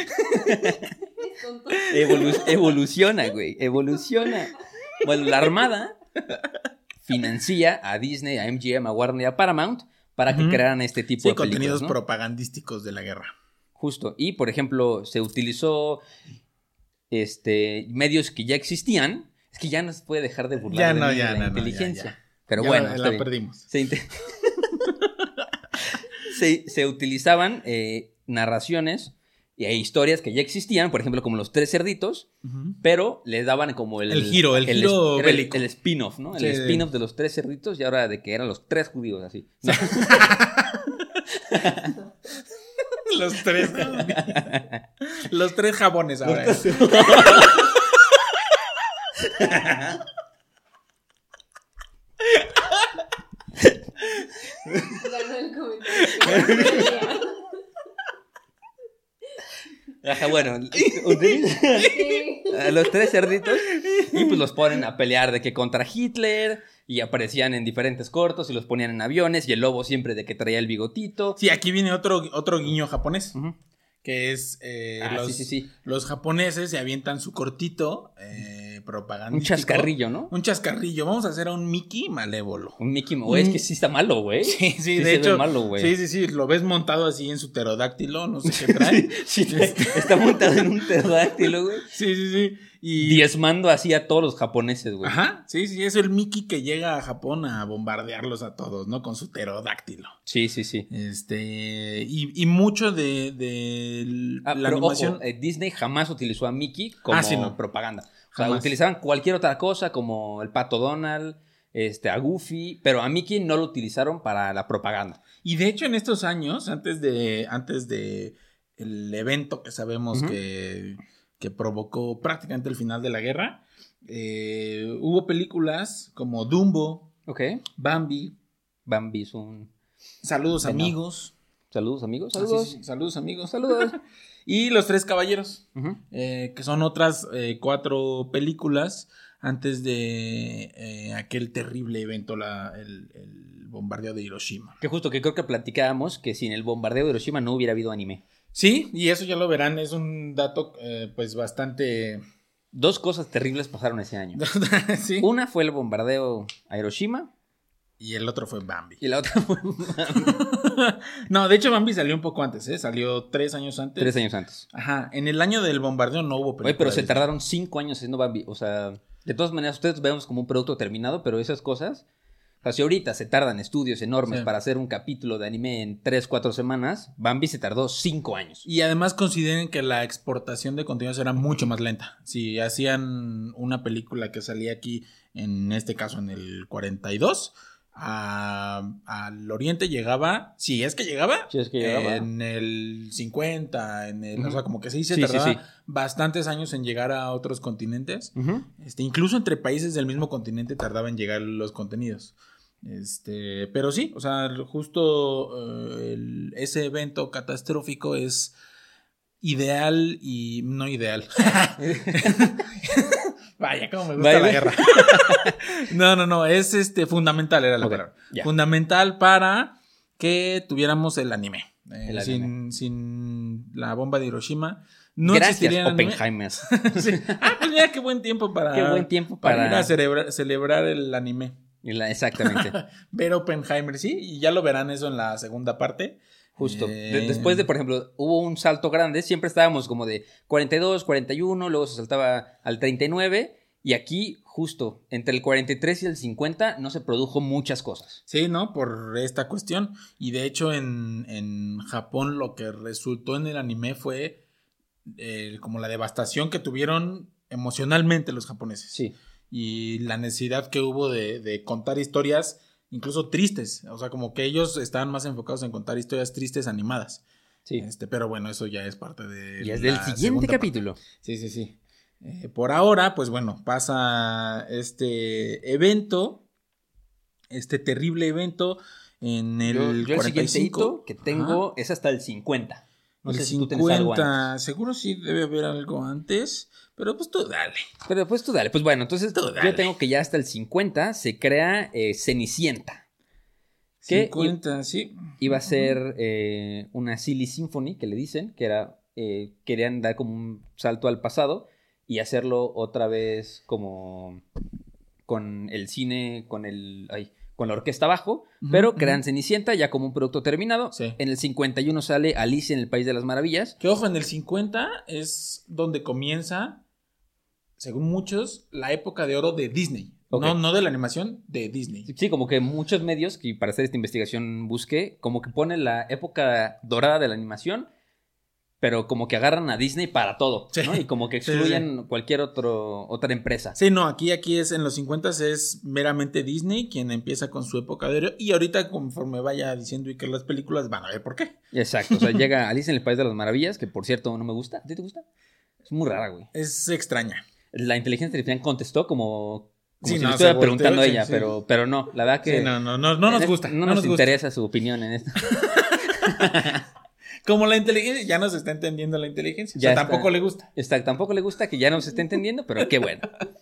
Evolu- evoluciona, güey. Evoluciona. Bueno, la Armada financia a Disney, a M G M, a Warner y a Paramount para que uh-huh. crearan este tipo sí, de películas, contenidos ¿no? propagandísticos de la guerra. Justo. Y, por ejemplo, se utilizó este medios que ya existían. Es que ya no se puede dejar de burlar ya de, no, mí, ya, de la no, inteligencia. No, ya, ya. Pero ya bueno, la, está la bien. perdimos. Se, int- se, se utilizaban eh, narraciones e historias que ya existían, por ejemplo, como Los Tres Cerditos, uh-huh. pero les daban como el... El giro, el, el giro es, bélico. El, el spin-off, ¿no? El sí, spin-off de Los Tres Cerditos y ahora de que eran los tres judíos, así. ¿no? Los tres. Los tres jabones ahora. Ganó el comentario. Ajá, bueno, utilizan a los tres cerditos y pues los ponen a pelear de que contra Hitler y aparecían en diferentes cortos y los ponían en aviones y el lobo siempre de que traía el bigotito. Sí, aquí viene otro, otro guiño japonés. Uh-huh. Que es eh, ah, los, sí, sí, sí. los japoneses se avientan su cortito eh, propagandístico. Un chascarrillo, ¿no? Un chascarrillo. Vamos a hacer a un Mickey malévolo. Un Mickey, güey, es que sí está malo, güey. Sí, sí, sí de se hecho. Ve malo, güey. Sí, sí, sí, lo ves montado así en su pterodáctilo, no sé qué trae. sí, sí, está montado en un pterodáctilo, güey. Sí, sí, sí. Y... diezmando así a todos los japoneses, güey. Ajá, sí, sí, es el Mickey que llega a Japón a bombardearlos a todos, ¿no? Con su pterodáctilo. Sí, sí, sí. Este, y, y mucho de, de Ah, la pero animación. ojo, eh, Disney jamás utilizó a Mickey como Ah, sí, no. propaganda. O sea, Jamás. utilizaban cualquier otra cosa como el Pato Donald, este, a Goofy, pero a Mickey no lo utilizaron para la propaganda. Y de hecho en estos años, antes de, antes de el evento que sabemos Ujú. que, que provocó prácticamente el final de la guerra, eh, hubo películas como Dumbo, Ok. Bambi, Bambi es un... Saludos Venado. Amigos. Saludos, amigos. Ah, sí, Saludos. sí, saludos amigos. Saludos. Y Los Tres Caballeros, Ujú. eh, que son otras eh, cuatro películas antes de eh, aquel terrible evento, la, el, el bombardeo de Hiroshima. Que justo que creo que platicábamos que sin el bombardeo de Hiroshima no hubiera habido anime. Sí, y eso ya lo verán, es un dato eh, pues bastante... Dos cosas terribles pasaron ese año. sí. Una fue el bombardeo a Hiroshima Y el otro fue Bambi. y la otra fue No, de hecho Bambi salió un poco antes, ¿eh? Salió tres años antes. tres años antes. Ajá, en el año del bombardeo no hubo película. Oye, pero se de- tardaron cinco años haciendo Bambi. O sea, de todas maneras, ustedes vemos como un producto terminado, pero esas cosas... O sea, si ahorita se tardan estudios enormes Sí. para hacer un capítulo de anime en tres, cuatro semanas, Bambi se tardó cinco años. Y además consideren que la exportación de contenidos era mucho más lenta. Si hacían una película que salía aquí, en este caso en el cuarenta y dos, a- al oriente llegaba, si es que llegaba, Si es que llegaba. en el cincuenta, en el, Ujú. o sea, como que sí se Sí, sí, tardaba sí. bastantes años en llegar a otros continentes. Ujú. Este, incluso entre países del mismo continente tardaba en llegar los contenidos. Este, pero sí, o sea, justo eh, el- ese evento catastrófico es ideal y no ideal. Vaya, cómo me gusta Vaya. la guerra. No, no, no, es este fundamental era la Ok, palabra. ya. Fundamental para que tuviéramos el anime. Eh, El sin, anime. sin la bomba de Hiroshima no Gracias, existiría el anime. Oppenheimer. Sí. Ah, pues mira, qué buen tiempo para, Qué buen tiempo para, para- ir a celebrar, celebrar el anime. Y la- Exactamente. Ver Oppenheimer, sí, y ya lo verán eso en la segunda parte. Justo. Eh, De- después de, por ejemplo, hubo un salto grande, siempre estábamos como de cuarenta y dos, cuarenta y uno, luego se saltaba al treinta y nueve, y aquí, justo, entre el cuarenta y tres y el cincuenta, no se produjo muchas cosas. Sí, ¿no? Por esta cuestión. Y de hecho en, en Japón lo que resultó en el anime fue eh, como la devastación que tuvieron emocionalmente los japoneses. Sí. Y la necesidad que hubo de, de contar historias incluso tristes. O sea, como que ellos estaban más enfocados en contar historias tristes animadas. Sí. Este, pero bueno, eso ya es parte de Y es la del siguiente segunda parte. capítulo. Sí, sí, sí. Eh, por ahora, pues bueno, pasa este evento, este terrible evento en el Yo, yo el cuarenta y siguiente cinco. hito que tengo Ajá. es hasta el cincuenta. No el sé si tú tienes algo antes. cincuenta, seguro sí debe haber algo antes, pero pues tú dale. Pero pues tú dale. Pues bueno, entonces Tú dale. yo tengo que ya hasta el cincuenta se crea eh, Cenicienta. ¿Qué? cincuenta, sí. Iba a ser eh, una Silly Symphony, que le dicen, que era, eh, querían dar como un salto al pasado y hacerlo otra vez como con el cine, con el, ay, con la orquesta abajo, Ujú, pero ujú. crean Cenicienta ya como un producto terminado. Sí. En el cincuenta y uno sale Alicia en el País de las Maravillas. Que ojo, en el cincuenta es donde comienza, según muchos, la época de oro de Disney. Ok. No, no de la animación, de Disney. Sí, como que muchos medios, que para hacer esta investigación busqué, como que ponen la época dorada de la animación, pero como que agarran a Disney para todo, Sí. ¿no? Y como que Sí, sí, excluyen cualquier otro, otra empresa. Sí, no, aquí, aquí es en los cincuenta es meramente Disney quien empieza con su época de oro. Y ahorita, conforme vaya diciendo y que las películas van a ver por qué. Exacto, o sea, llega Alicia en el País de las Maravillas, que por cierto no me gusta. ¿A ti te gusta? Es muy rara, güey. Es extraña. La inteligencia artificial contestó como, como Sí, si no, le estuviera se volteó, preguntando a sí, ella, sí. pero, pero no, la verdad que... Sí, no, no, no, no nos en gusta. esto- No, no nos, nos gusta. interesa su opinión en esto. Como la inteligencia, ya no se está entendiendo la inteligencia. O Ya sea, está. tampoco le gusta. Está, tampoco le gusta que ya no se esté entendiendo, pero qué bueno.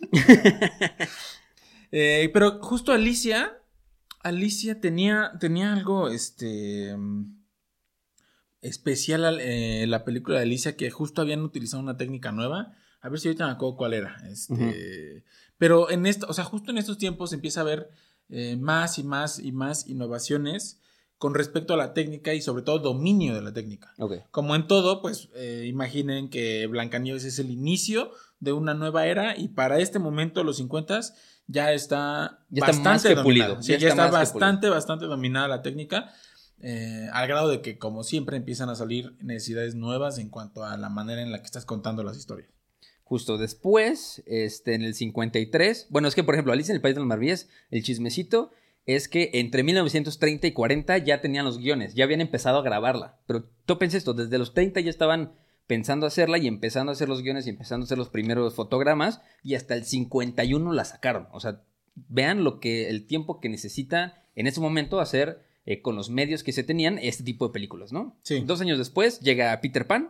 Eh, pero justo Alicia, Alicia tenía, tenía algo este mm, especial al- eh, la película de Alicia, que justo habían utilizado una técnica nueva. A ver si ahorita me acuerdo cuál era. Este, Ujú. Pero en esto, o sea, justo en estos tiempos empieza a haber eh, más y más y más innovaciones con respecto a la técnica y sobre todo dominio de la técnica. Okay. Como en todo, pues eh, imaginen que Blancanieves es el inicio de una nueva era y para este momento, los cincuentas, ya está ya bastante está más que dominada. pulido. Sí, ya, ya está, está más bastante, bastante dominada la técnica, eh, al grado de que, como siempre, empiezan a salir necesidades nuevas en cuanto a la manera en la que estás contando las historias. Justo después, este, en el cincuenta y tres, bueno, es que, por ejemplo, Alicia en el País de las Maravillas, el chismecito es que entre mil novecientos treinta y cuarenta ya tenían los guiones, ya habían empezado a grabarla. Pero tú pensé esto, desde los treinta ya estaban pensando hacerla y empezando a hacer los guiones y empezando a hacer los primeros fotogramas y hasta el cincuenta y uno la sacaron. O sea, vean lo que el tiempo que necesita en ese momento hacer eh, con los medios que se tenían este tipo de películas, ¿no? Sí. Dos años después llega Peter Pan,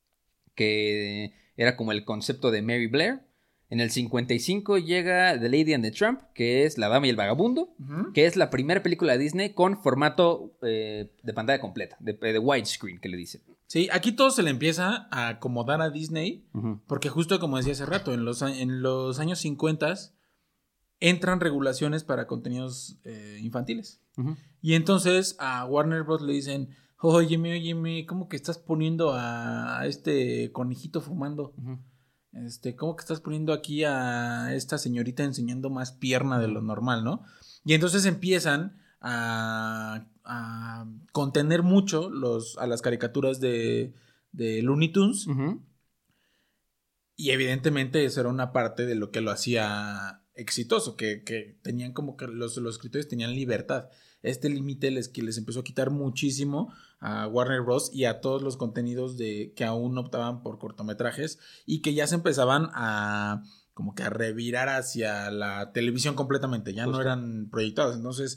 que era como el concepto de Mary Blair. En el cincuenta y cinco llega The Lady and the Tramp, que es La Dama y el Vagabundo, uh-huh. que es la primera película de Disney con formato eh, de pantalla completa, de, de widescreen, que le dicen. Sí, aquí todo se le empieza a acomodar a Disney, uh-huh. porque justo como decía hace rato, en los, en los años cincuenta entran regulaciones para contenidos eh, infantiles. Uh-huh. Y entonces a Warner Bros. Le dicen, óyeme, óyeme, ¿cómo que estás poniendo a, a este conejito fumando? Uh-huh. Este, ¿cómo que estás poniendo aquí a esta señorita enseñando más pierna de lo normal, ¿no? Y entonces empiezan a, a contener mucho los, a las caricaturas de, de Looney Tunes. Uh-huh. Y evidentemente eso era una parte de lo que lo hacía exitoso, que, que tenían como que los, los escritores tenían libertad. Este límite les, que les empezó a quitar muchísimo a Warner Bros. Y a todos los contenidos de, que aún optaban por cortometrajes y que ya se empezaban a como que a revirar hacia la televisión completamente, ya Justo. No eran proyectados. Entonces,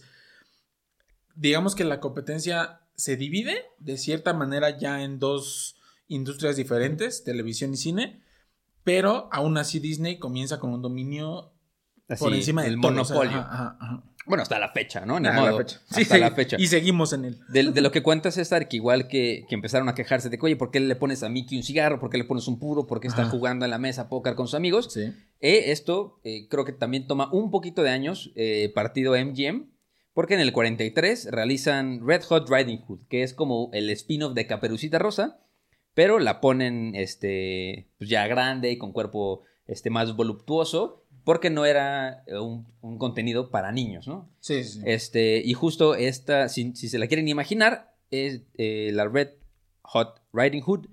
digamos que la competencia se divide de cierta manera ya en dos industrias diferentes, mm. televisión y cine, pero aún así Disney comienza con un dominio así, por encima del monopolio. O sea, ajá, ajá. Bueno, hasta la fecha, ¿no? En ah, el modo, la fecha. Hasta sí, sí, la fecha. Y seguimos en él. De, de lo que cuenta César, que igual que, que empezaron a quejarse de que, oye, ¿por qué le pones a Mickey un cigarro? ¿Por qué le pones un puro? ¿Por qué está Ajá. jugando en la mesa póker con sus amigos? Sí. Eh, esto eh, creo que también toma un poquito de años, eh, partido M G M, porque en el cuarenta y tres realizan Red Hot Riding Hood, que es como el spin-off de Caperucita Rosa, pero la ponen este, pues ya grande y con cuerpo este, más voluptuoso, porque no era un, un contenido para niños, ¿no? Sí, sí. Este, y justo esta, si, si se la quieren imaginar, es eh, la Red Hot Riding Hood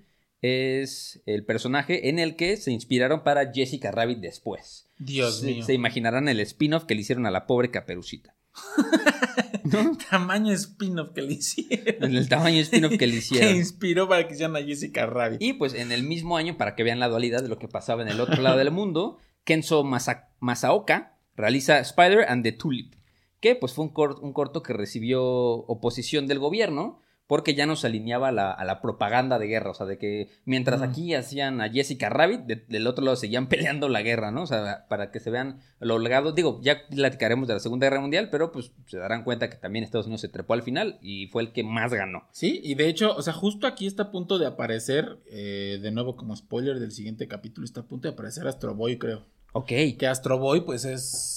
es el personaje en el que se inspiraron para Jessica Rabbit después. Dios se, mío. Se imaginarán el spin-off que le hicieron a la pobre Caperucita. ¿No? Tamaño spin-off que le hicieron. En el tamaño spin-off que le hicieron. Que inspiró para que hicieran a Jessica Rabbit. Y pues en el mismo año, para que vean la dualidad de lo que pasaba en el otro lado del mundo, Kenzo Masa- Masaoka realiza Spider and the Tulip, que pues fue un, cor- un corto que recibió oposición del gobierno porque ya no se alineaba a la, a la propaganda de guerra, o sea, de que mientras mm. aquí hacían a Jessica Rabbit, de, del otro lado seguían peleando la guerra, ¿no? O sea, para que se vean lo holgado. Digo, ya platicaremos de la Segunda Guerra Mundial, pero pues se darán cuenta que también Estados Unidos se trepó al final y fue el que más ganó. Sí, y de hecho, o sea, justo aquí está a punto de aparecer, eh, de nuevo como spoiler del siguiente capítulo, está a punto de aparecer Astro Boy, creo. Ok. Que Astro Boy, pues, es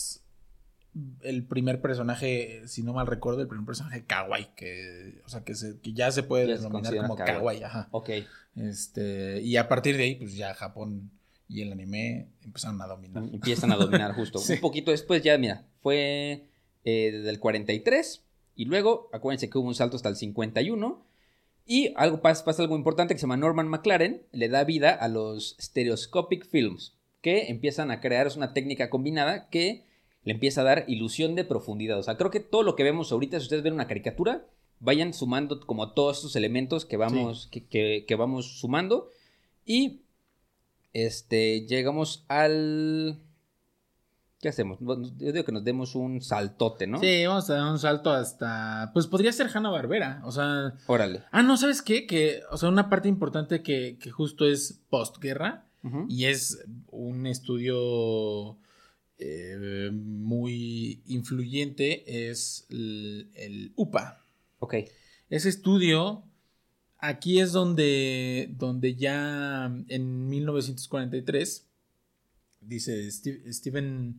el primer personaje, si no mal recuerdo, el primer personaje kawaii, que, o sea, que, se, que ya se puede ya denominar se como kawaii. kawaii, ajá. Ok. Este, y a partir de ahí, pues, ya Japón y el anime empezaron a dominar. Empiezan a dominar, justo. Sí. Un poquito después ya, mira, fue eh, desde el cuarenta y tres, y luego, acuérdense que hubo un salto hasta el cincuenta y uno, y algo pasa, pasa algo importante que se llama Norman McLaren, le da vida a los Stereoscopic Films, que empiezan a crear, es una técnica combinada que le empieza a dar ilusión de profundidad. O sea, creo que todo lo que vemos ahorita, si ustedes ven una caricatura, vayan sumando como todos estos elementos que vamos, sí. que, que, que vamos sumando. Y este llegamos al... ¿Qué hacemos? Yo digo que nos demos un saltote, ¿no? Sí, vamos a dar un salto hasta... Pues podría ser Hanna-Barbera, o sea... Órale. Ah, no, ¿sabes qué? Que, o sea, una parte importante que, que justo es postguerra, uh-huh. y es un estudio... Eh, muy influyente es el, el U P A. Ok. Ese estudio, aquí es donde, donde ya en mil novecientos cuarenta y tres, dice Steve, Steven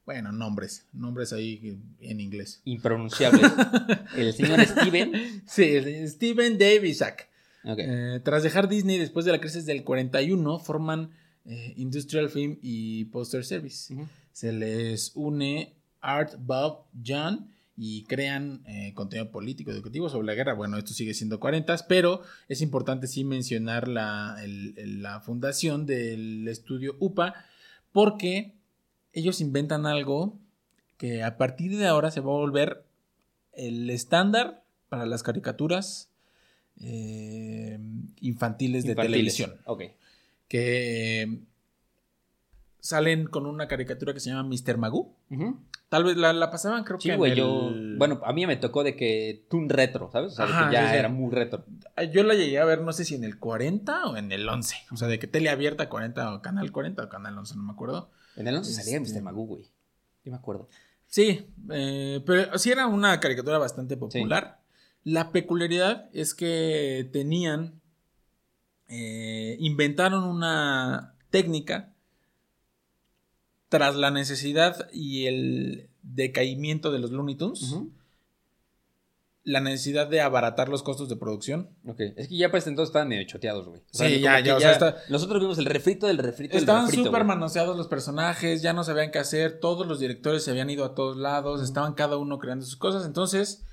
Bueno, nombres, nombres ahí en inglés. Impronunciables. El señor Steven. Sí, el Steven Dave Isaac. Okay. Eh, tras dejar Disney después de la crisis del cuarenta y uno, forman eh, Industrial Film y Poster Service. Uh-huh. Se les une Art, Bob, John y crean eh, contenido político educativo sobre la guerra. Bueno, esto sigue siendo cuarentas, pero es importante sí mencionar la, el, el, la fundación del estudio U P A, porque ellos inventan algo que a partir de ahora se va a volver el estándar para las caricaturas eh, infantiles de infantiles. televisión. Okay. Que eh, salen con una caricatura que se llama mister Magoo. Uh-huh. Tal vez la, la pasaban, creo sí, que güey, en yo... el... Bueno, a mí me tocó de que Toon Retro, ¿sabes? O sea, Ajá, de que ya sí, sí. era muy retro. Yo la llegué a ver, no sé si en el cuarenta o en el once. O sea, de que tele abierta cuarenta o canal cuarenta o canal once, no me acuerdo. En el once este... salía mister Magoo, güey. Yo me acuerdo. Sí, eh, pero sí era una caricatura bastante popular. Sí. La peculiaridad es que tenían... Eh, inventaron una técnica tras la necesidad y el decaimiento de los Looney Tunes, uh-huh. la necesidad de abaratar los costos de producción. Ok, es que ya para este entonces estaban medio choteados, güey. O sea, sí, ya, ya, o sea, está... Nosotros vimos el refrito del refrito Estaban del refrito, súper manoseados los personajes, ya no sabían qué hacer, todos los directores se habían ido a todos lados, uh-huh. estaban cada uno creando sus cosas, entonces...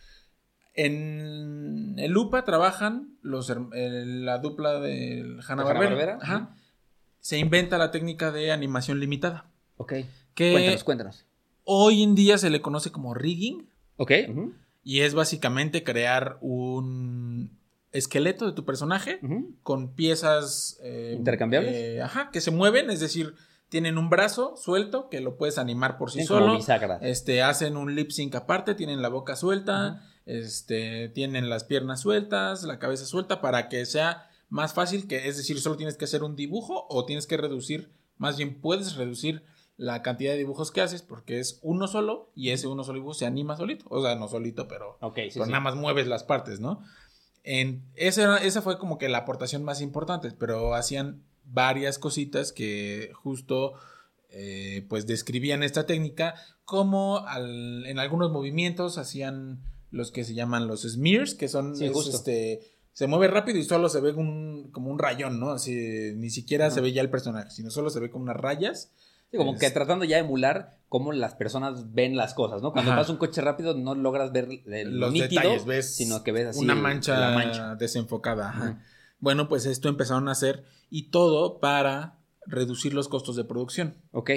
En el U P A trabajan los, el, la dupla de Hanna-Barbera. Ajá. Se inventa la técnica de animación limitada. Ok. Que cuéntanos, cuéntanos. Hoy en día se le conoce como rigging. Ok. Uh-huh. Y es básicamente crear un esqueleto de tu personaje uh-huh. con piezas eh, intercambiables. Eh, ajá, que se mueven, es decir, tienen un brazo suelto que lo puedes animar por sí sí, solo. Como bisagra. Este, hacen un lip sync aparte, tienen la boca suelta. Uh-huh. Este, tienen las piernas sueltas, la cabeza suelta para que sea más fácil, que es decir, solo tienes que hacer un dibujo o tienes que reducir, más bien puedes reducir la cantidad de dibujos que haces porque es uno solo y ese uno solo dibujo se anima solito, o sea, no solito, pero, okay, sí, pero sí. nada más mueves las partes, ¿no? En, esa, esa fue como que la aportación más importante, pero hacían varias cositas que justo... Eh, pues describían esta técnica como al, en algunos movimientos hacían los que se llaman los smears, que son sí, es, este se mueve rápido y solo se ve un, como un rayón, ¿no? Así ni siquiera uh-huh. se ve ya el personaje, sino solo se ve como unas rayas. Sí, como es... que tratando ya de emular cómo las personas ven las cosas, ¿no? Cuando pasa un coche rápido no logras ver el los nítido, detalles, ves sino que ves así una mancha, la mancha. desenfocada. Ajá. Uh-huh. Bueno, pues esto empezaron a hacer y todo para reducir los costos de producción. Ok.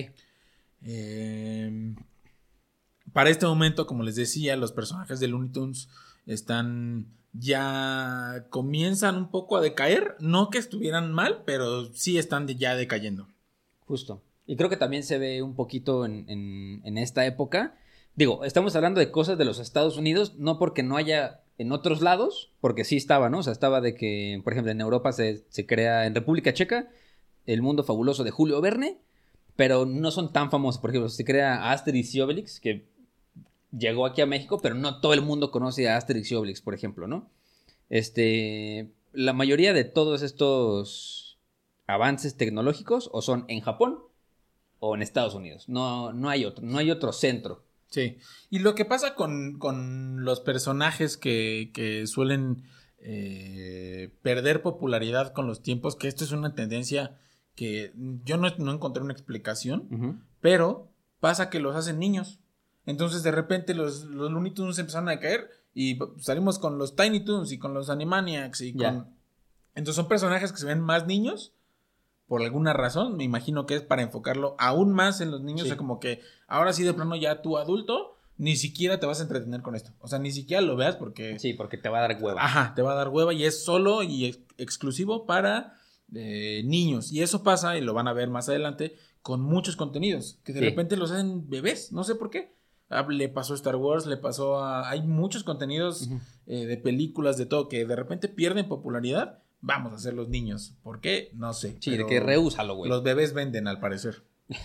Eh, para este momento, como les decía, los personajes de Looney Tunes están ya comienzan un poco a decaer, no que estuvieran mal, pero sí están de, ya decayendo. Justo. Y creo que también se ve un poquito en, en, en esta época. Digo, estamos hablando de cosas de los Estados Unidos, no porque no haya en otros lados, porque sí estaba, ¿no? O sea, estaba de que, por ejemplo, en Europa se, se crea, en República Checa, El Mundo Fabuloso de Julio Verne, pero no son tan famosos. Por ejemplo, se crea Asterix y Obelix, que llegó aquí a México, pero no todo el mundo conoce a Asterix y Obelix, por ejemplo, ¿no? Este, la mayoría de todos estos avances tecnológicos o son en Japón o en Estados Unidos. No, no hay otro, no hay otro centro. Sí. Y lo que pasa con, con los personajes que, que suelen eh, perder popularidad con los tiempos, que esto es una tendencia que yo no, no encontré una explicación, uh-huh. pero pasa que los hacen niños. Entonces de repente los, los Looney Tunes empezaron a caer y salimos con los Tiny Toons y con los Animaniacs y yeah. con... Entonces son personajes que se ven más niños por alguna razón, me imagino que es para enfocarlo aún más en los niños, sí. O sea, como que ahora sí de plano ya tú adulto ni siquiera te vas a entretener con esto, o sea, ni siquiera lo veas porque... Sí, porque te va a dar hueva. Ajá, te va a dar hueva y es solo y ex- exclusivo para eh, niños, y eso pasa, y lo van a ver más adelante, con muchos contenidos, que de sí. repente los hacen bebés, no sé por qué. Ah, le pasó a Star Wars, le pasó a... Hay muchos contenidos uh-huh. eh, de películas, de todo, que de repente pierden popularidad. Vamos a hacer los niños. ¿Por qué? No sé. Sí, de que reúsalo, güey. Los bebés venden, al parecer.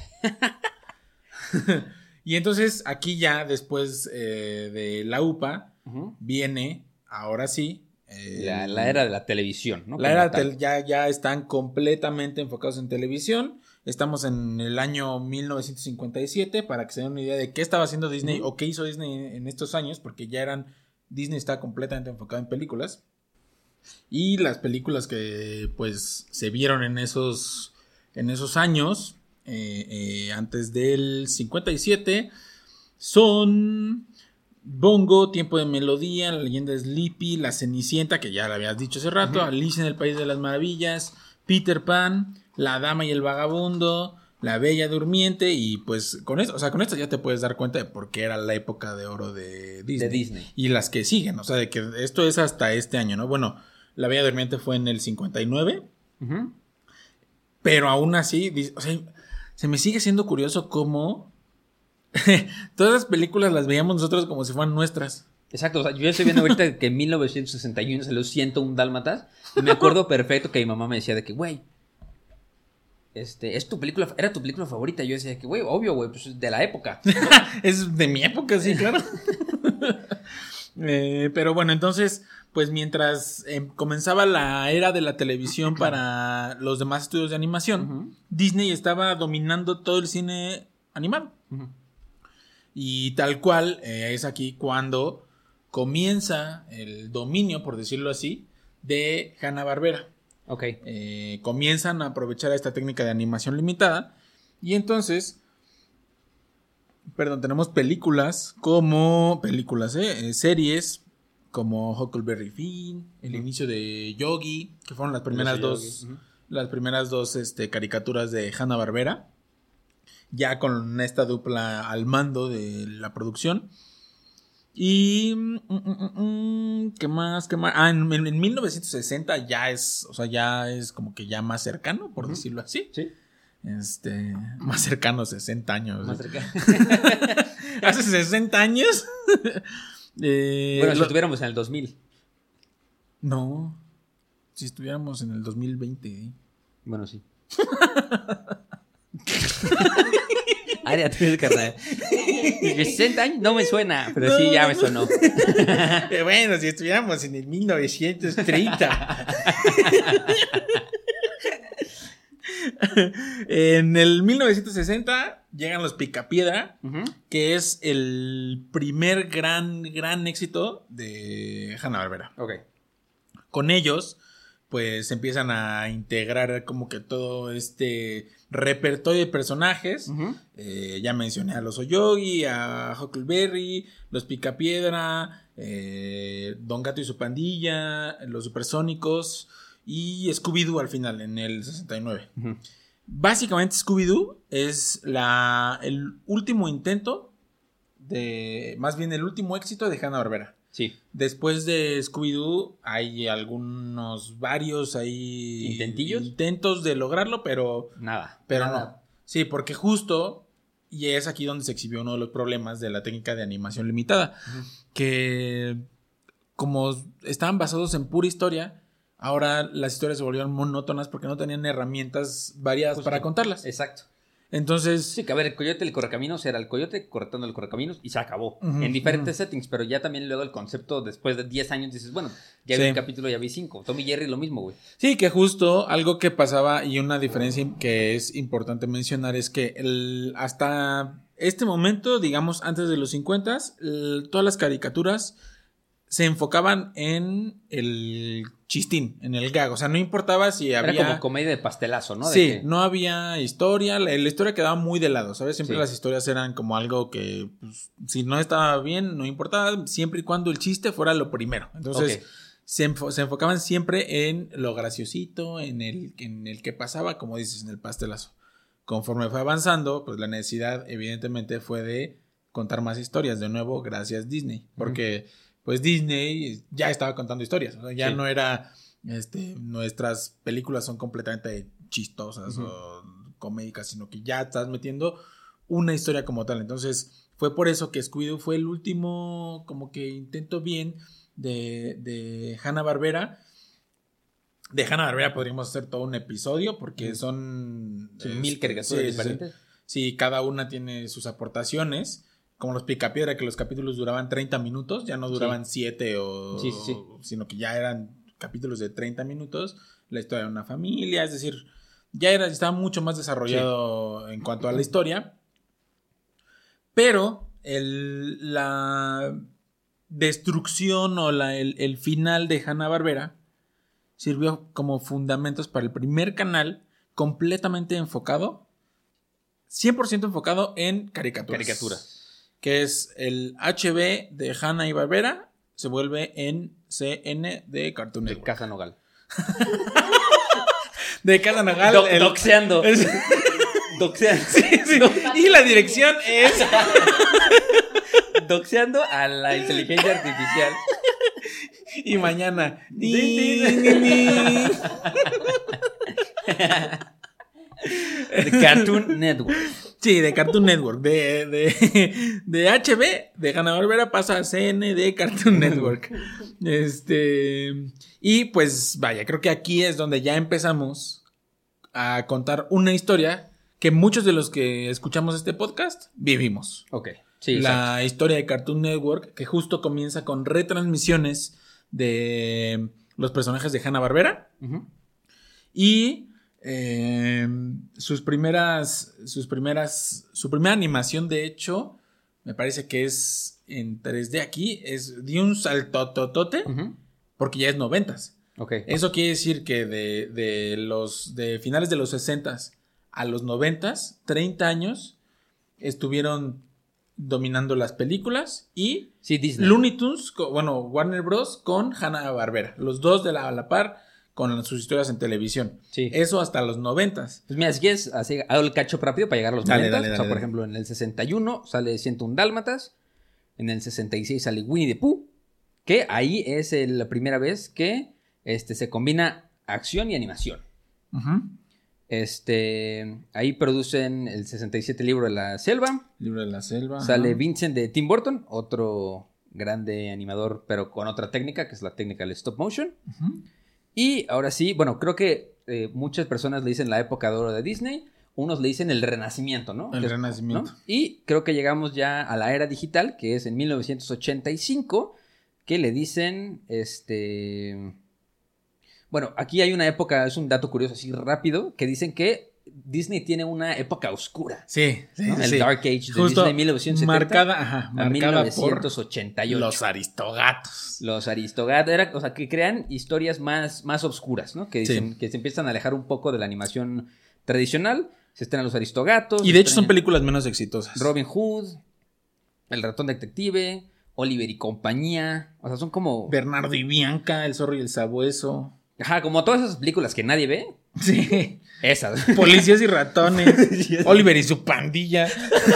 Y entonces, aquí ya, después eh, de la U P A, uh-huh. viene, ahora sí, Eh, La, la era de la televisión, ¿no? La Como era tal. tel- ya, ya están completamente enfocados en televisión. Estamos en el año mil novecientos cincuenta y siete, para que se den una idea de qué estaba haciendo Disney, Ujú. o qué hizo Disney en, en estos años, porque ya eran, Disney está completamente enfocado en películas. Y las películas que pues se vieron en esos, en esos años, eh, eh, antes del cincuenta y siete, son Bongo, Tiempo de Melodía, La Leyenda de Sleepy, La Cenicienta, que ya la habías dicho hace rato, Ujú. Alicia en el País de las Maravillas, Peter Pan, La Dama y el Vagabundo, La Bella Durmiente, y pues con esto, o sea, con esto ya te puedes dar cuenta de por qué era la época de oro de Disney. De Disney. Y las que siguen, o sea, de que esto es hasta este año, ¿no? Bueno, La Bella Durmiente fue en el cincuenta y nueve, Ujú. pero aún así, di- o sea, se me sigue siendo curioso cómo todas las películas las veíamos nosotros como si fueran nuestras. Exacto, o sea, yo estoy viendo ahorita que en mil novecientos sesenta y uno salió ciento uno Dálmatas. Y me acuerdo perfecto que mi mamá me decía de que, güey, este, es tu película, era tu película favorita. Yo decía que, güey, obvio, güey, pues de la época. Es de mi época, sí, claro. Eh, pero bueno, entonces, pues mientras eh, comenzaba la era de la televisión para los demás estudios de animación, Ujú. Disney estaba dominando todo el cine animado. Ujú. Y tal cual, eh, es aquí cuando comienza el dominio, por decirlo así, de Hanna-Barbera. Ok. Eh, comienzan a aprovechar esta técnica de animación limitada. Y entonces, perdón, tenemos películas como, películas, eh, eh, series como Huckleberry Finn, el inicio de Yogi, que fueron las primeras Yogi, dos, ujú. las primeras dos este, caricaturas de Hanna-Barbera, ya con esta dupla al mando de la producción. Y mm, mm, mm, ¿qué más? ¿Qué más? Ah, en, en mil novecientos sesenta ya es, o sea, ya es como que ya más cercano, por Ujú. decirlo así. Sí. Este, más cercano, sesenta años. Más cerca. Hace sesenta años. eh, Bueno, si lo- estuviéramos en el dos mil. No, si estuviéramos en el dos mil veinte. ¿eh? Bueno, sí. Área tres, carnal. sesenta años no me suena, pero sí, ya me sonó. Eh, bueno, si estuviéramos en el mil novecientos treinta. En el mil novecientos sesenta llegan los Picapiedra, Ujú. que es el primer gran, gran éxito de Hanna-Barbera. Ok. Con ellos, pues empiezan a integrar como que todo este repertorio de personajes. Ujú. Eh, ya mencioné a los Oyogi, a Huckleberry, los Picapiedra, eh, Don Gato y su pandilla, los Supersónicos y Scooby-Doo al final, en el sesenta y nueve. Ujú. Básicamente Scooby-Doo es la, el último intento de, más bien el último éxito de Hanna-Barbera. Sí. Después de Scooby-Doo hay algunos, varios ahí ¿Intentillos? intentos de lograrlo, pero, Nada. pero Nada. no. Sí, porque justo, y es aquí donde se exhibió uno de los problemas de la técnica de animación limitada, Ujú. que como estaban basados en pura historia, ahora las historias se volvieron monótonas porque no tenían herramientas variadas Justo. para contarlas. Exacto. Entonces, Sí, que a ver, el coyote y el correcaminos era el coyote cortando el correcaminos y se acabó. Ujú, En diferentes ujú. settings, pero ya también luego el concepto, después de diez años, dices, bueno, ya Sí. vi un capítulo, ya vi cinco. Tom y Jerry lo mismo, güey. sí, que justo algo que pasaba y una diferencia que es importante mencionar es que el, hasta este momento, digamos antes de los cincuenta, el- todas las caricaturas se enfocaban en el chistín, en el gag. O sea, no importaba si Era había... como comedia de pastelazo, ¿no? De Sí, que- no había historia, la, la historia quedaba muy de lado, ¿sabes? Siempre Sí. las historias eran como algo que, pues, si no estaba bien, no importaba, siempre y cuando el chiste fuera lo primero. Entonces, Ok. se, enfo- se enfocaban siempre en lo graciosito, en el, en el que pasaba, como dices, en el pastelazo. Conforme fue avanzando, pues la necesidad, evidentemente, fue de contar más historias. De nuevo, gracias Disney, porque, pues, Disney ya estaba contando historias, o sea, ya Sí. no era... Este, nuestras películas son completamente chistosas Ujú. o comédicas, sino que ya estás metiendo una historia como tal. Entonces, fue por eso que Scooby-Doo fue el último como que intento bien de, de Hanna-Barbera. De Hanna-Barbera podríamos hacer todo un episodio porque son... Sí, este, mil caricaturas sí, sí, sí. diferentes. Sí, cada una tiene sus aportaciones. como los Picapiedra, que los capítulos duraban treinta minutos, ya no duraban siete o... Sí, sí, sí. Sino que ya eran capítulos de treinta minutos, la historia de una familia, es decir, ya era, estaba mucho más desarrollado sí. en cuanto a la historia. Pero el, la destrucción o la, el, el final de Hanna-Barbera sirvió como fundamentos para el primer canal completamente enfocado, cien por ciento enfocado en caricaturas. Caricaturas. Que es el H B de Hanna y Barbera, se vuelve en C N de Cartoon Network. De Casa Nogal. de Casa Nogal. Do- el, doxeando. Es, doxeando. Sí, sí. Y la dirección es... doxeando a la inteligencia artificial. Y mañana... Ni, ni, ni. De Cartoon Network. Sí, de Cartoon Network. De, de, de H B, de Hanna-Barbera, pasa a C N de Cartoon Network. Este. Y pues, vaya, creo que aquí es donde ya empezamos a contar una historia que muchos de los que escuchamos este podcast vivimos. Ok. Sí, la exacto. historia de Cartoon Network, que justo comienza con retransmisiones de los personajes de Hanna-Barbera. Uh-huh. Y eh, sus primeras, sus primeras, su primera animación, de hecho, me parece que es en tres D aquí, es de un saltototote, uh-huh. porque ya es noventas. Okay. Eso quiere decir que de, de los de finales de los sesentas a los noventas, treinta años, estuvieron dominando las películas y sí, Disney. Looney Tunes, bueno, Warner Bros. Con Hanna-Barbera, los dos de la, a la par con sus historias en televisión. Sí. Eso hasta los noventas. Pues mira, si quieres, así, hago el cacho rápido para llegar a los dale, noventas. Dale, dale, o sea, dale, por dale. ejemplo, en el sesenta y uno sale ciento uno Dálmatas, en el sesenta y seis sale Winnie the Pooh, que ahí es el, la primera vez que este, se combina acción y animación. Uh-huh. Este, ahí producen el sesenta y siete Libro de la Selva. Libro de la Selva. Sale ajá. Vincent de Tim Burton, otro grande animador, pero con otra técnica, que es la técnica del stop motion. Uh-huh. Y ahora sí, bueno, creo que eh, muchas personas le dicen la época de oro de Disney, unos le dicen el renacimiento, ¿no? El que renacimiento. Es, ¿no? Y creo que llegamos ya a la era digital, que es en mil novecientos ochenta y cinco, que le dicen, este... Bueno, aquí hay una época, es un dato curioso así rápido, que dicen que Disney tiene una época oscura. Sí, sí, ¿no? El sí. Dark Age de Justo Disney mil novecientos setenta marcada, ajá, a marcada mil novecientos ochenta y ocho. Por los aristogatos. Los aristogatos, era, o sea, que crean historias más, más oscuras, ¿no? Que dicen Sí. que se empiezan a alejar un poco de la animación tradicional. Se estrenan los aristogatos. Y de hecho son estrenan películas menos exitosas. Robin Hood, El ratón detective, Oliver y compañía. O sea, son como... Bernardo y Bianca, El zorro y el sabueso. Ajá, como todas esas películas que nadie ve. Sí. Esas. Policías y ratones. Oliver y su pandilla.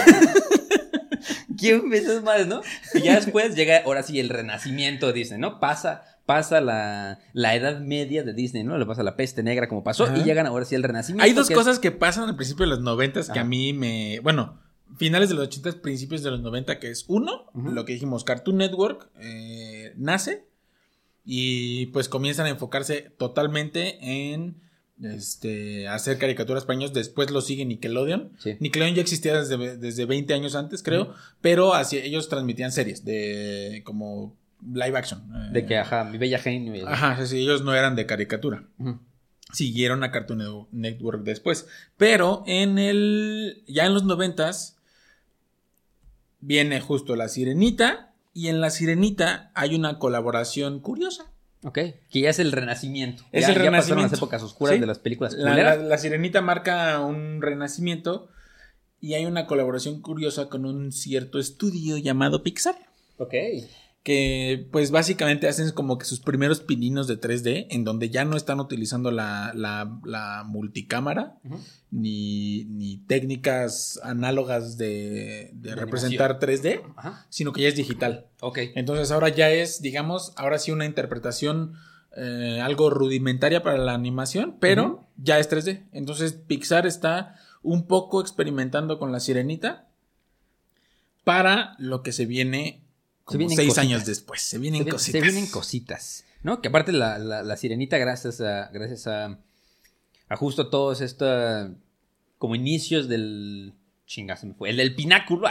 ¿Quién ve esas madres, no? Y ya después llega, ahora sí, el renacimiento de Disney, ¿no? Pasa, pasa la, la edad media de Disney, ¿no? Le pasa la peste negra como pasó. Ajá. Y llegan ahora sí el renacimiento. Hay dos que cosas es... que pasan al principio de los noventas que Ajá. a mí me... Bueno, finales de los ochentas, principios de los noventa, que es uno, uh-huh. lo que dijimos, Cartoon Network eh, nace y pues comienzan a enfocarse totalmente en... Este, hacer caricaturas para niños. Después lo sigue Nickelodeon. Sí. Nickelodeon ya existía desde, desde veinte años antes, creo. Uh-huh. Pero así, ellos transmitían series de como live action. De eh, que, ajá, Mi Bella Genio. Ajá, sí, sí, ellos no eran de caricatura. Uh-huh. Siguieron a Cartoon Network después. Pero en el. Ya en los noventas. Viene justo La Sirenita. Y en La Sirenita hay una colaboración curiosa. Ok, que ya es el renacimiento. Es ya, el ya renacimiento. pasaron las épocas oscuras, ¿sí?, de las películas la, la, la Sirenita marca un renacimiento y hay una colaboración curiosa con un cierto estudio llamado Pixar. Ok. Que pues básicamente hacen como que sus primeros pininos de tres D, en donde ya no están utilizando la, la, la multicámara, uh-huh. ni, ni técnicas análogas de, de, de representar tres D, uh-huh. sino que ya es digital. Okay. Entonces ahora ya es, digamos, ahora sí una interpretación eh, algo rudimentaria para la animación, pero uh-huh. ya es tres D. Entonces Pixar está un poco experimentando con La Sirenita para lo que se viene... Como seis cositas. Años después, se vienen se vienen, cositas. Se vienen cositas, ¿no? Que aparte la, la, la Sirenita, gracias a gracias a, a justo todos estos como inicios del, Chinga, se me fue. El del pináculo.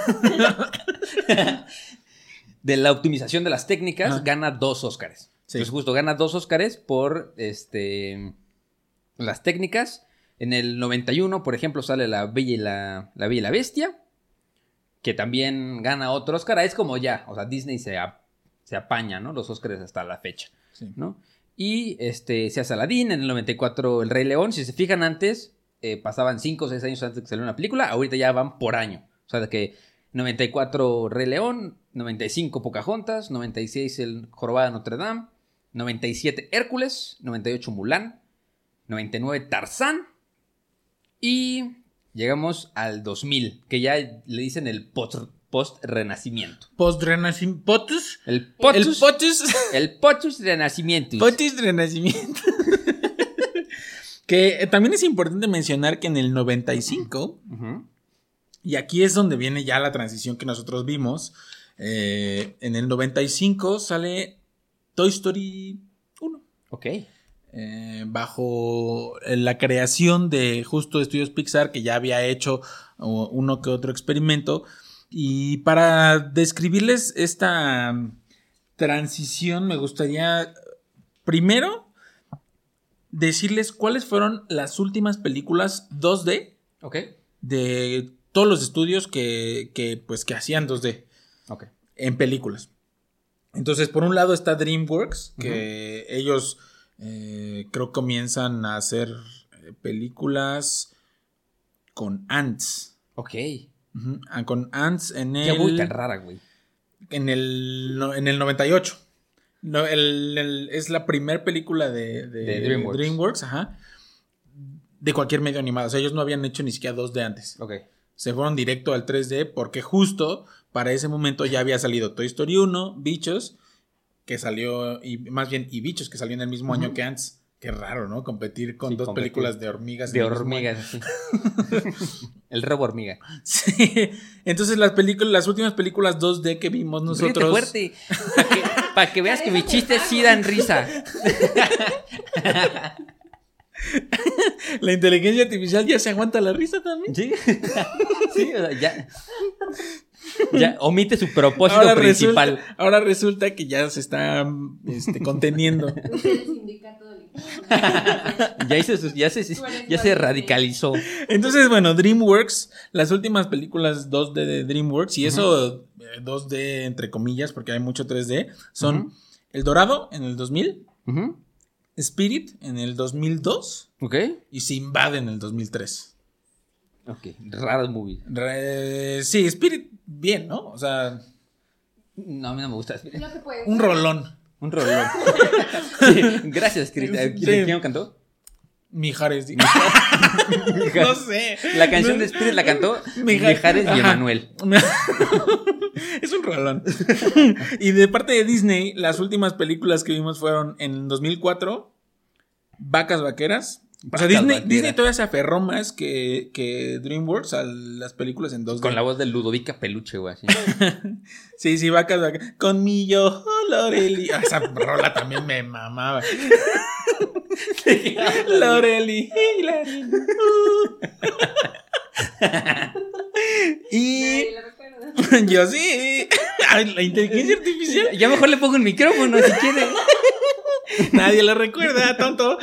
De la optimización de las técnicas, Ajá. gana dos Óscares. Sí. Entonces, justo gana dos Óscares por este, las técnicas. En el noventa y uno, por ejemplo, sale La Bella y la, la Bella y la Bestia, que también gana otro Óscar. Es como ya, o sea, Disney se, a, se apaña, ¿no? Los Óscares hasta la fecha, Sí. ¿no? Y este, se hace Aladdin, en el noventa y cuatro El Rey León. Si se fijan antes, eh, pasaban cinco o seis años antes de que saliera una película. Ahorita ya van por año. O sea, de que noventa y cuatro Rey León, noventa y cinco Pocahontas, noventa y seis El Jorobado de Notre Dame, noventa y siete Hércules, noventa y ocho Mulan, noventa y nueve Tarzán y llegamos al dos mil, que ya le dicen el post, post-renacimiento. Post-renacimiento. Potus. El potus, El potus. el potus renacimiento. Potus renacimiento. Que eh, también es importante mencionar que en el noventa y cinco, Uh-huh. y aquí es donde viene ya la transición que nosotros vimos, eh, en el noventa y cinco sale Toy Story uno. Ok. Eh, bajo la creación de justo Estudios Pixar, que ya había hecho uh, uno que otro experimento. Y para describirles esta transición, me gustaría primero decirles cuáles fueron las últimas películas dos D Ok. de todos los estudios que, que, pues, que hacían dos D Ok. en películas. Entonces, por un lado está DreamWorks, que uh-huh. ellos eh, creo que comienzan a hacer eh, películas con Ants. Ok. Uh-huh. Ah, con Ants en el... Qué muy tan rara, güey. En el, no, en el noventa y ocho. No, el, el, es la primera película de, de, de DreamWorks. DreamWorks, ajá. De cualquier medio animado. O sea, ellos no habían hecho ni siquiera dos D antes. Ok. Se fueron directo al tres D porque justo para ese momento ya había salido Toy Story uno, Bichos, que salió, y más bien, y Bichos, que salió en el mismo uh-huh. año que Ants. Qué raro, ¿no? Competir con sí, dos competir. películas de hormigas. De hormigas, sí. El robo hormiga. Sí. Entonces las películas, las últimas películas dos D que vimos nosotros. Fuerte. Para que, pa que veas que mis chistes sí dan risa. La inteligencia artificial ya se aguanta la risa también. Sí. Sí, o sea, ya. Ya omite su propósito ahora principal. Resulta, ahora resulta que ya se está este, conteniendo. ya, hizo, ya, se, ya se radicalizó. Entonces, bueno, DreamWorks, las últimas películas dos D de DreamWorks, y eso uh-huh. dos D entre comillas, porque hay mucho tres D, son uh-huh. El Dorado en el dos mil, uh-huh. Spirit en el dos mil dos, okay. y Sinbad en el dos mil tres. Ok, raras movies. Re, sí, Spirit, bien, ¿no? O sea... No, a mí no me gusta Spirit. Un rolón. Un rolón. Sí, gracias, Cristian. ¿Quién, sí. ¿Quién cantó? Mijares. Mijares. No sé. La canción de Spirit la cantó Mijares, Mijares y Emanuel. Es un rolón. Y de parte de Disney, las últimas películas que vimos fueron en dos mil cuatro, Vacas Vaqueras. O sea, Disney, Disney todavía se aferró más que, que DreamWorks a las películas en dos D. Con la voz de Ludovica Peluche, güey. Así. Sí, sí, Vacas Vaqueras. Con mi yo, Loreli. Oh, esa rola también me mamaba. Sí, Loreli. Y yo sí. Ay, la inteligencia artificial. Ya mejor le pongo el micrófono si quiere. Nadie lo recuerda, tonto.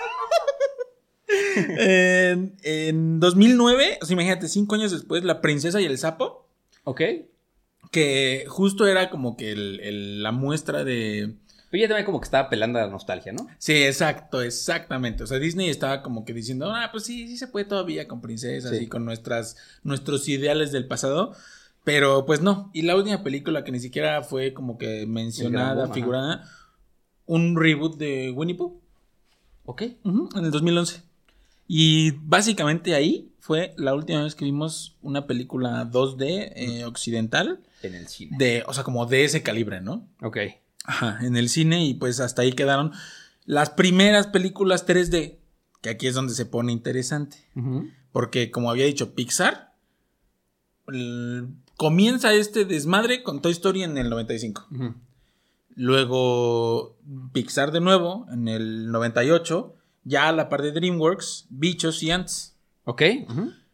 en, en dos mil nueve, o sea, imagínate, cinco años después, La Princesa y el Sapo. Ok. Que justo era como que el, el, la muestra de... Pero ella también como que estaba apelando a la nostalgia, ¿no? Sí, exacto, exactamente. O sea, Disney estaba como que diciendo, ah, pues sí, sí se puede todavía con princesas sí. y con nuestras, nuestros ideales del pasado. Pero pues no. Y la última película que ni siquiera fue como que mencionada, Boom, figurada, ajá. un reboot de Winnie Pooh. Ok. Uh-huh, en el dos mil once. Y básicamente ahí fue la última vez que vimos una película dos D eh, occidental. En el cine. De, o sea, como de ese calibre, ¿no? Ok. Ajá, en el cine, y pues hasta ahí quedaron las primeras películas tres D, que aquí es donde se pone interesante. Uh-huh. Porque, como había dicho, Pixar el, comienza este desmadre con Toy Story en el noventa y cinco. Uh-huh. Luego Pixar de nuevo en el noventa y ocho, ya a la par de DreamWorks, Bichos y Ants. Ok. Uh-huh.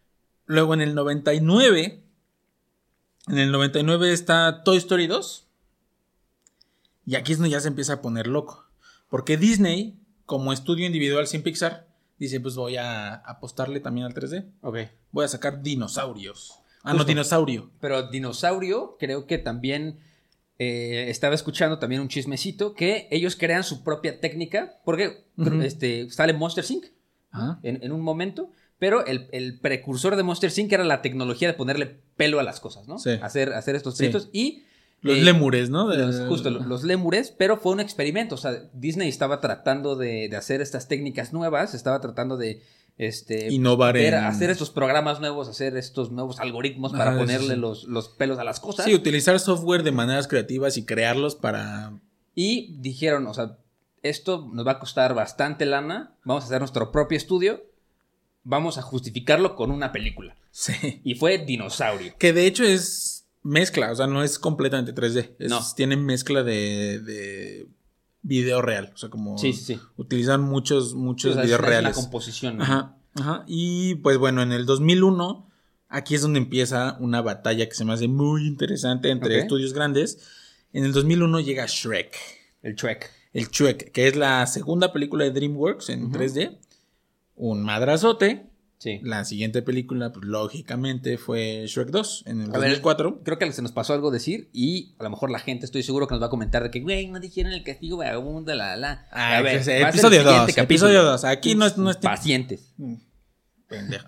Luego en el noventa y nueve, en el noventa y nueve está Toy Story dos. Y aquí es donde ya se empieza a poner loco. Porque Disney, como estudio individual sin Pixar, dice, pues voy a apostarle también al tres D. Ok. Voy a sacar dinosaurios. Ah, Justo. no, dinosaurio. Pero dinosaurio, creo que también eh, estaba escuchando también un chismecito que ellos crean su propia técnica. Porque Ujú. este, sale Monster inc Ajá. en, en un momento. Pero el, el precursor de Monster inc era la tecnología de ponerle pelo a las cosas, ¿no? Sí. Hacer, hacer estos Sí. pelitos. Y Los eh, lémures, ¿no? De- Los, justo, los, los lémures, pero fue un experimento. O sea, Disney estaba tratando de, de hacer estas técnicas nuevas, estaba tratando de este, Innovar ver- en- hacer estos programas nuevos, hacer estos nuevos algoritmos para Ajá, sí, ponerle sí. Los, los pelos a las cosas. Sí, utilizar software de maneras creativas y crearlos para... Y dijeron, o sea, esto nos va a costar bastante lana, vamos a hacer nuestro propio estudio, vamos a justificarlo con una película. Sí. Y fue Dinosaurio. Que de hecho es mezcla, o sea, no es completamente tres D. Es- No. Tiene mezcla de, de video real. O sea, como Sí, sí, sí. utilizan muchos, muchos O sea, es- videos es reales. una composición, ¿no? Ajá, ajá. Y pues bueno, en el dos mil uno, aquí es donde empieza una batalla que se me hace muy interesante entre Ok. estudios grandes. En el dos mil uno llega Shrek. El Shrek. El Shrek, que es la segunda película de DreamWorks en Ujú. tres D. Un madrazote. Sí. La siguiente película, pues lógicamente, fue Shrek dos en el A ver, dos mil cuatro. Creo que se nos pasó algo decir y a lo mejor la gente estoy seguro que nos va a comentar de que, güey, no dijeron el castigo vagabundo, la, la. Ah, a ver, ese- va a ser episodio el siguiente dos, capítulo. episodio dos. Aquí no es- no es- Pacientes. Pendejo.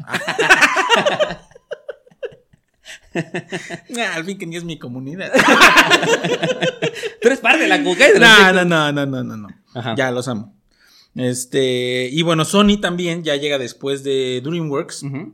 Ah, al fin que ni es mi comunidad. Tú eres parte de la coca y de No, la no, no, no, no, no, no. Ajá. Ya los amo. Este, y bueno, Sony también ya llega después de DreamWorks. Ujú.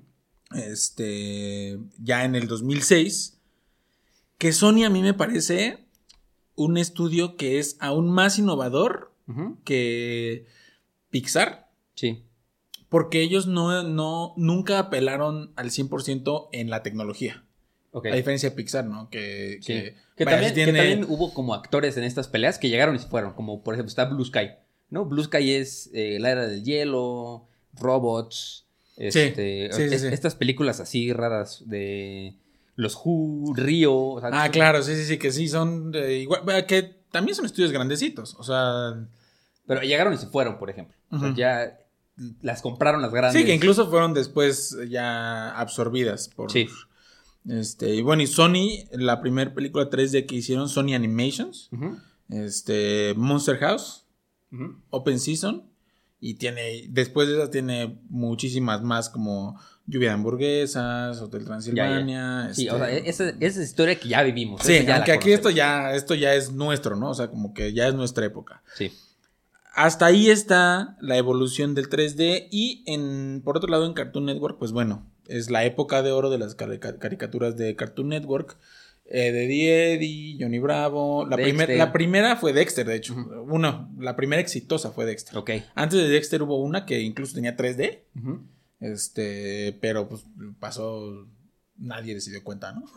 Este, ya en el dos mil seis. Que Sony a mí me parece un estudio que es aún más innovador Ujú. que Pixar. Sí. Porque ellos no, no, nunca apelaron al cien por ciento en la tecnología. Ok. A diferencia de Pixar, ¿no? Que, Sí. que, Que, vaya, también, sí que tiene- también hubo como actores en estas peleas que llegaron y se fueron. Como por ejemplo está Blue Sky. ¿No? Blue Sky es eh, la era del hielo, robots. Este, sí, sí, es- sí. Estas películas así raras de los Who, Río. O sea, Ah, son- claro, sí, sí, sí, que sí son de igual, vaya, que también son estudios grandecitos, o sea, Pero llegaron y se fueron, por ejemplo. O sea, Ujú. ya las compraron las grandes. sí, que incluso fueron después ya absorbidas por... Sí. Este, y bueno, y Sony, la primera película tres D que hicieron, Sony Animations, Ujú, este, Monster House, ujú. Open Season, y tiene, después de esa tiene muchísimas más como Lluvia de Hamburguesas, Hotel Transilvania. Sí, este, o sea, esa, esa es historia que ya vivimos. sí, esa ya la aunque aquí esto conocemos. ya, esto ya es nuestro, ¿no? O sea, como que ya es nuestra época. Sí. Hasta ahí está la evolución del tres D y en por otro lado en Cartoon Network, pues bueno, es la época de oro de las carica- caricaturas de Cartoon Network, eh, de Eddie Eddie, Johnny Bravo, la, Dexter. primer- la primera fue Dexter, de hecho, uno, la primera exitosa fue Dexter. Ok. Antes de Dexter hubo una que incluso tenía tres D, Ujú. este, pero pues pasó, nadie se dio cuenta, ¿no?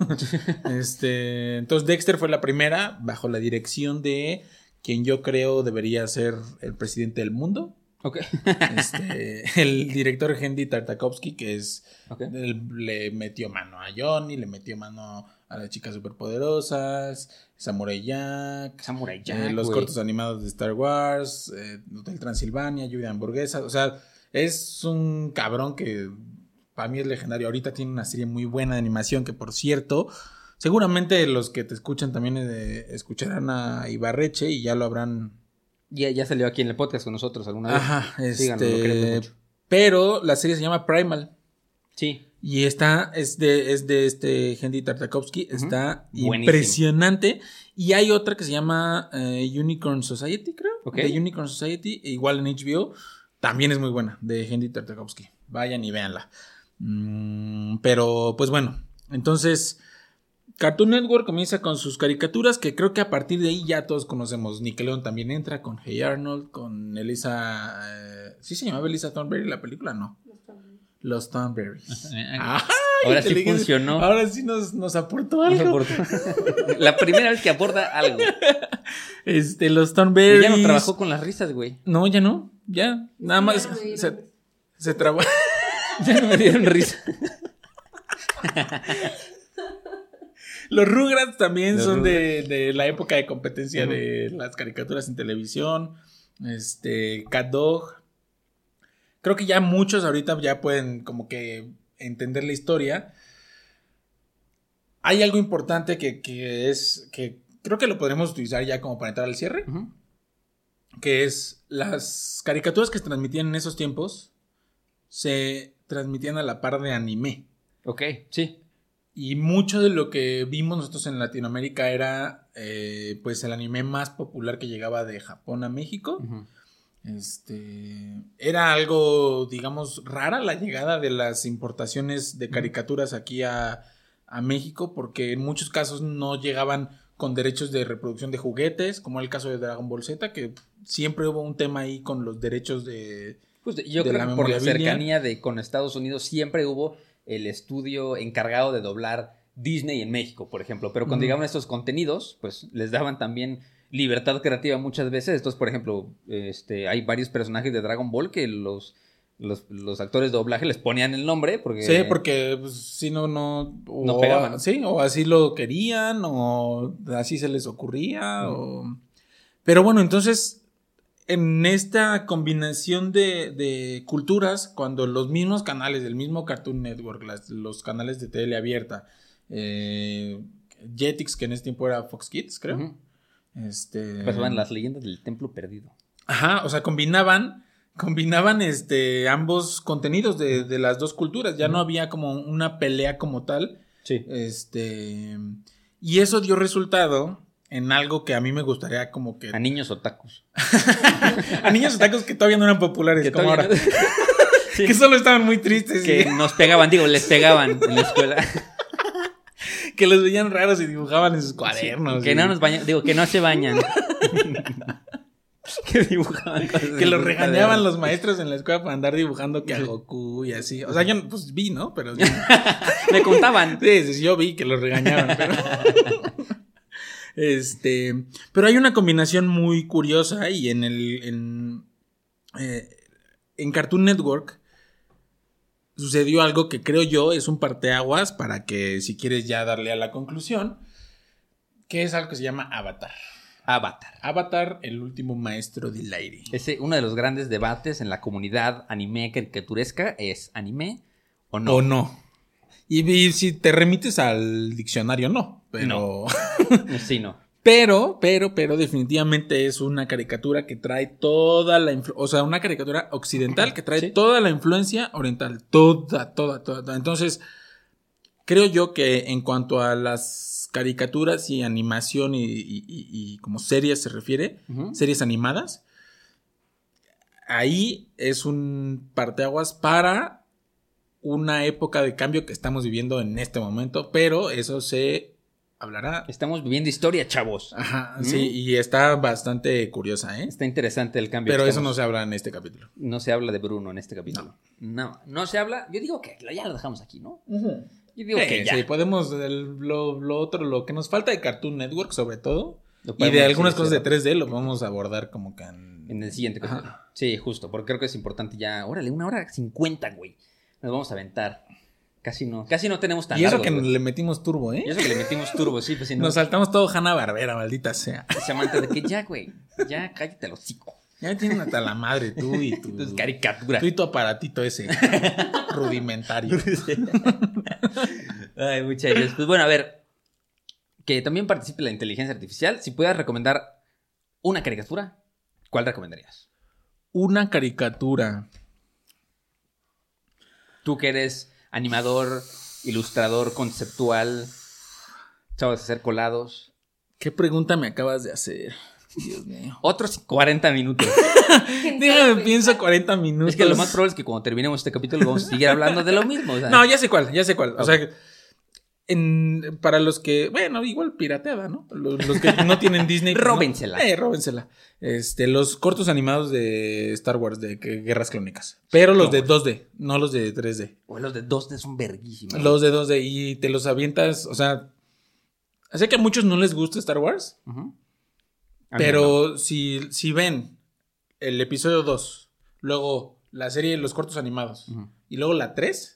este, entonces Dexter fue la primera bajo la dirección de quien yo creo debería ser el presidente del mundo, Ok. este, el director Hendy Tartakovsky, que es, Ok. él le metió mano a Johnny, le metió mano a las chicas superpoderosas, Samurai Jack, Samurai eh, Jack, los güey. cortos animados de Star Wars, eh, Hotel Transilvania, Lluvia de Hamburguesas, o sea, es un cabrón que para mí es legendario. Ahorita tiene una serie muy buena de animación que, por cierto, seguramente los que te escuchan también eh, escucharán a Ibarreche y ya lo habrán... Ya, ya salió aquí en el podcast con nosotros alguna vez. Ajá, Síganos, lo queremos este... mucho. Pero la serie se llama Primal. Sí. Y está, es de, es de este Hendy Tartakovsky, está Buenísimo. impresionante. Y hay otra que se llama eh, Unicorn Society, creo. Ok. De Unicorn Society, igual en H B O. También es muy buena, de Hendy Tartakovsky. Vayan y véanla. Mm, pero, pues bueno, entonces Cartoon Network comienza con sus caricaturas, que creo que a partir de ahí ya todos conocemos. Nickelodeon también entra con Hey Arnold, con Elisa... Eh, ¿sí se llamaba Elisa Thornberry la película? No. Los Thornberrys. Ay, Ahora sí inteligencia. funcionó. Ahora sí nos, nos aportó No sé algo. por qué. La primera vez que aborda algo. Este, los Y Thornberrys. ya no trabajó con las risas, güey. No, ya no. Ya. Nada más ya no me dieron se, risa. se trabó. Ya no me dieron risa. Los Rugrats también Los son Rugrats. de, de la época de competencia Ujú. de las caricaturas en televisión. Este, Cat Dog. Creo que ya muchos ahorita ya pueden como que entender la historia. Hay algo importante que, que es, que creo que lo podremos utilizar ya como para entrar al cierre, Ujú. que es las caricaturas que se transmitían en esos tiempos se transmitían a la par de anime. Ok, sí. Y mucho de lo que vimos nosotros en Latinoamérica era eh, pues el anime más popular que llegaba de Japón a México. Ujú. Este era algo, digamos, rara la llegada de las importaciones de caricaturas aquí a, a México, porque en muchos casos no llegaban con derechos de reproducción de juguetes, como el caso de Dragon Ball Z, que siempre hubo un tema ahí con los derechos de... Pues yo de creo la que por la memoria viña. cercanía de con Estados Unidos siempre hubo el estudio encargado de doblar Disney en México, por ejemplo. Pero cuando Ujú. llegaban estos contenidos, pues les daban también libertad creativa muchas veces. Entonces, por ejemplo, este, hay varios personajes de Dragon Ball que los, los, los actores de doblaje les ponían el nombre porque... Sí, porque pues, si no, no... O, No pegaban. Sí, o así lo querían, o así se les ocurría, o... Pero bueno, entonces, en esta combinación de, de culturas, cuando los mismos canales del mismo Cartoon Network, las, los canales de tele abierta, eh, Jetix, que en ese tiempo era Fox Kids, creo. Ujú. Este... Pasaban las leyendas del templo perdido. Ajá, o sea, combinaban, combinaban este, ambos contenidos de, de las dos culturas. Ya no había como una pelea como tal. Sí. Este, y eso dio resultado en algo que a mí me gustaría como que... A niños otakus. a niños otakus que todavía no eran populares Que como todavía ahora. no- Sí. Que solo estaban muy tristes. Que y- nos pegaban, digo, les pegaban en la escuela. que los veían raros y dibujaban en sus cuadernos. Que y- no nos bañan, digo, que no se bañan. Que dibujaban cosas Que en los sus regañaban cuadernos. los maestros en la escuela por andar dibujando que a Goku y así. O sea, yo pues vi, ¿no? Pero... Me contaban. Sí, sí, yo vi que los regañaban, pero... este, pero hay una combinación muy curiosa y en el en, eh, en Cartoon Network sucedió algo que creo yo es un parteaguas para que si quieres ya darle a la conclusión, que es algo que se llama Avatar. Avatar. Avatar, el último maestro del aire. Ese, uno de los grandes debates en la comunidad anime caricaturesca es ¿anime o no? O no. Y, y si te remites al diccionario, no. Pero... Sí, no. Pero, pero, pero definitivamente es una caricatura que trae toda la influencia, o sea, una caricatura occidental que trae Sí. toda la influencia oriental, toda, toda, toda, toda. Entonces, creo yo que en cuanto a las caricaturas y animación y, y- y- y como series se refiere, Ujú. series animadas, ahí es un parteaguas para una época de cambio que estamos viviendo en este momento, pero eso se hablará. Estamos viviendo historia, chavos. Ajá, ¿Mm? sí, y está bastante curiosa, ¿eh? Está interesante el cambio. Pero que eso no estamos- se habla en este capítulo. no se habla de Bruno en este capítulo. No, no, se habla. Yo digo que ya lo dejamos aquí, ¿no? Yo digo Eh, que ya. Sí, podemos, el- lo, lo otro, lo que nos falta de Cartoon Network sobre todo, Lo y podemos de algunas decir, cosas de sí, tres D lo vamos a abordar como que en... en el siguiente Ajá. capítulo. Sí, justo, porque creo que es importante ya. Órale, una hora cincuenta, güey. Nos vamos a aventar. Casi no, casi no tenemos tan Y eso largos, que güey. le metimos turbo, ¿eh? Y eso que le metimos turbo, sí, pues si no. Nos saltamos todo Hanna-Barbera, maldita sea. Se amante de que ya, güey. Ya cállate el hocico. Ya tienen hasta la madre tú y tu... Tus caricaturas. Tú y tu aparatito ese rudimentario. Ay, muchachos. Pues bueno, a ver. Que también participe la inteligencia artificial. Si pudieras recomendar una caricatura, ¿cuál recomendarías? Una caricatura. Tú que eres animador, ilustrador, conceptual, sabes hacer colados. ¿Qué pregunta me acabas de hacer? Dios mío. Otros cuarenta minutos. Déjame, pienso cuarenta minutos. Es que lo más probable es que cuando terminemos este capítulo vamos a seguir hablando de lo mismo. O sea, No, ya sé cuál, ya sé cuál. O Ok. sea, en, para los que, bueno, igual pirateada, ¿no? Los, los que no tienen Disney. pues, Róbensela. ¿no? Eh, róbensela. Este, los cortos animados de Star Wars, de que- Guerras Clónicas. Pero los de dos D, no los de tres D. o los de dos D son verguísimos. Los de dos D y te los avientas, o sea, sé que a muchos no les gusta Star Wars, Ujú. A mí pero si, si ven el episodio dos, luego la serie de los cortos animados Ujú. y luego la tres,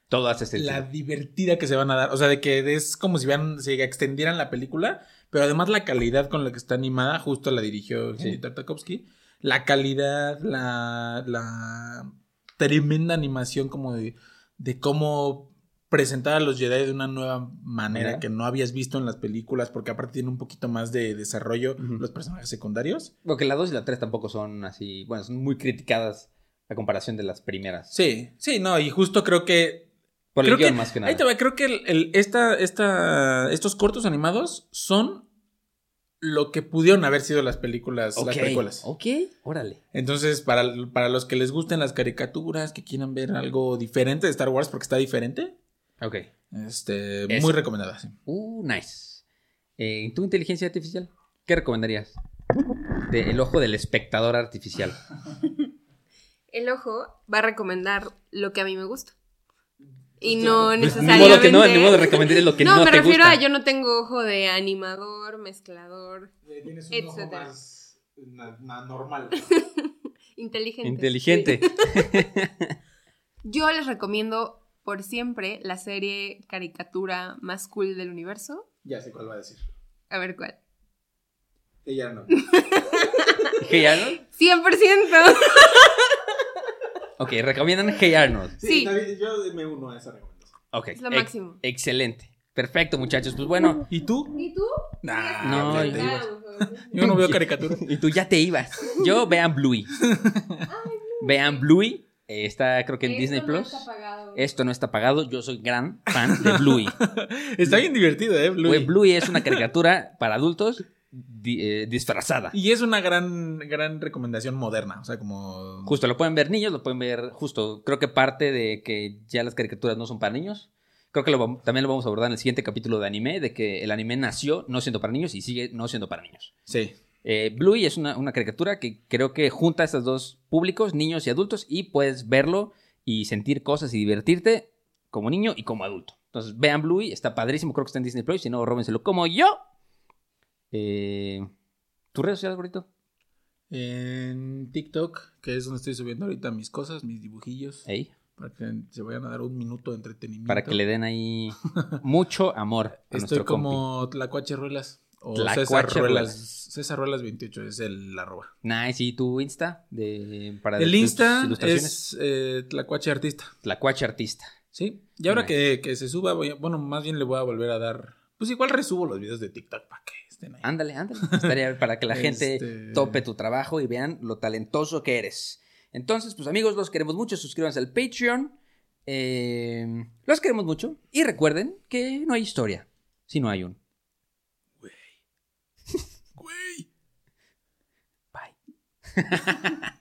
Todo hace sentido. La divertida que se van a dar. O sea, de que es como si van, se extendieran la película, pero además la calidad con la que está animada, justo la dirigió Genndy Sí. Tartakovsky. La calidad, la, la tremenda animación como de, de cómo presentar a los Jedi de una nueva manera Ajá. que no habías visto en las películas, porque aparte tiene un poquito más de desarrollo Ujú. los personajes secundarios. Porque la dos y la tres tampoco son así, bueno, son muy criticadas a comparación de las primeras. Sí, sí, no, y justo creo que Por el creo guión que, más que nada. ahí te va, creo que el, el- esta, esta, estos cortos animados son lo que pudieron haber sido las películas, Ok, las películas. ok, órale. Entonces, para, para los que les gusten las caricaturas, que quieran ver algo diferente de Star Wars, porque está diferente, Ok. este, Eso. muy recomendada. Sí. Uh, nice. Eh, ¿Tu inteligencia artificial? ¿Qué recomendarías? De El ojo del espectador artificial. El ojo va a recomendar lo que a mí me gusta. Y Pues no Ni necesariamente... modo que no, ni modo de recomendarle lo que no, no, me te refiero gusta. a yo no tengo ojo de animador, mezclador, Tienes un ojo Etcétera. más normal. inteligente. Inteligente. Sí. Yo les recomiendo por siempre la serie caricatura más cool del universo. Ya sé cuál va a decir. A ver cuál. Ella no. Hey Arnold. cien por ciento. Ok, recomiendan Hey Arnold. Sí. David, yo me uno a esa recomendación. Ok. Es lo ex- máximo. Excelente. Perfecto, muchachos. Pues bueno. ¿Y tú? ¿Y tú? Nah, No, ya yo- te ibas. Yo no veo caricaturas. Y tú ya te ibas. Yo, vean Bluey. Vean Bluey. Eh, está creo que en Esto Disney no Plus. está pagado. Esto no está pagado. Yo soy gran fan de Bluey. Está bien divertido, ¿eh? Bluey. Güey, Bluey es una caricatura para adultos di- eh, disfrazada. Y es una gran, gran recomendación moderna. O sea, como. Justo, lo pueden ver niños, lo pueden ver justo. Creo que parte de que ya las caricaturas no son para niños. Creo que lo, vam- también lo vamos a abordar en el siguiente capítulo de anime, de que el anime nació no siendo para niños y sigue no siendo para niños. Sí. Eh, Bluey es una, una caricatura que creo que junta a estos dos públicos, niños y adultos, y puedes verlo y sentir cosas y divertirte como niño y como adulto. Entonces, vean Bluey, está padrísimo, creo que está en Disney Plus, si no, róbenselo como yo. Eh, ¿Tu red social, gordito? En TikTok, que es donde estoy subiendo ahorita mis cosas, mis dibujillos. Ey, Para que se vayan a dar un minuto de entretenimiento. para que le den ahí mucho amor a Estoy nuestro compi. como Tlacuache Ruelas. O Tlacuache César Ruelas. Ruelas. César Ruelas veintiocho es el arroba. Nice, ¿y tu Insta? De, para El tus Insta ilustraciones. es eh, Tlacuache Artista. Tlacuache Artista. Sí. Y ahora Nice. que, que se suba, voy a- bueno, más bien le voy a volver a dar. Pues igual resubo los videos de TikTok para que estén ahí. Ándale, ándale. Estaría para que la gente Este- tope tu trabajo y vean lo talentoso que eres. Entonces, pues amigos, los queremos mucho. Suscríbanse al Patreon. Eh, los queremos mucho. Y recuerden que no hay historia si no hay un. Güey. Bye.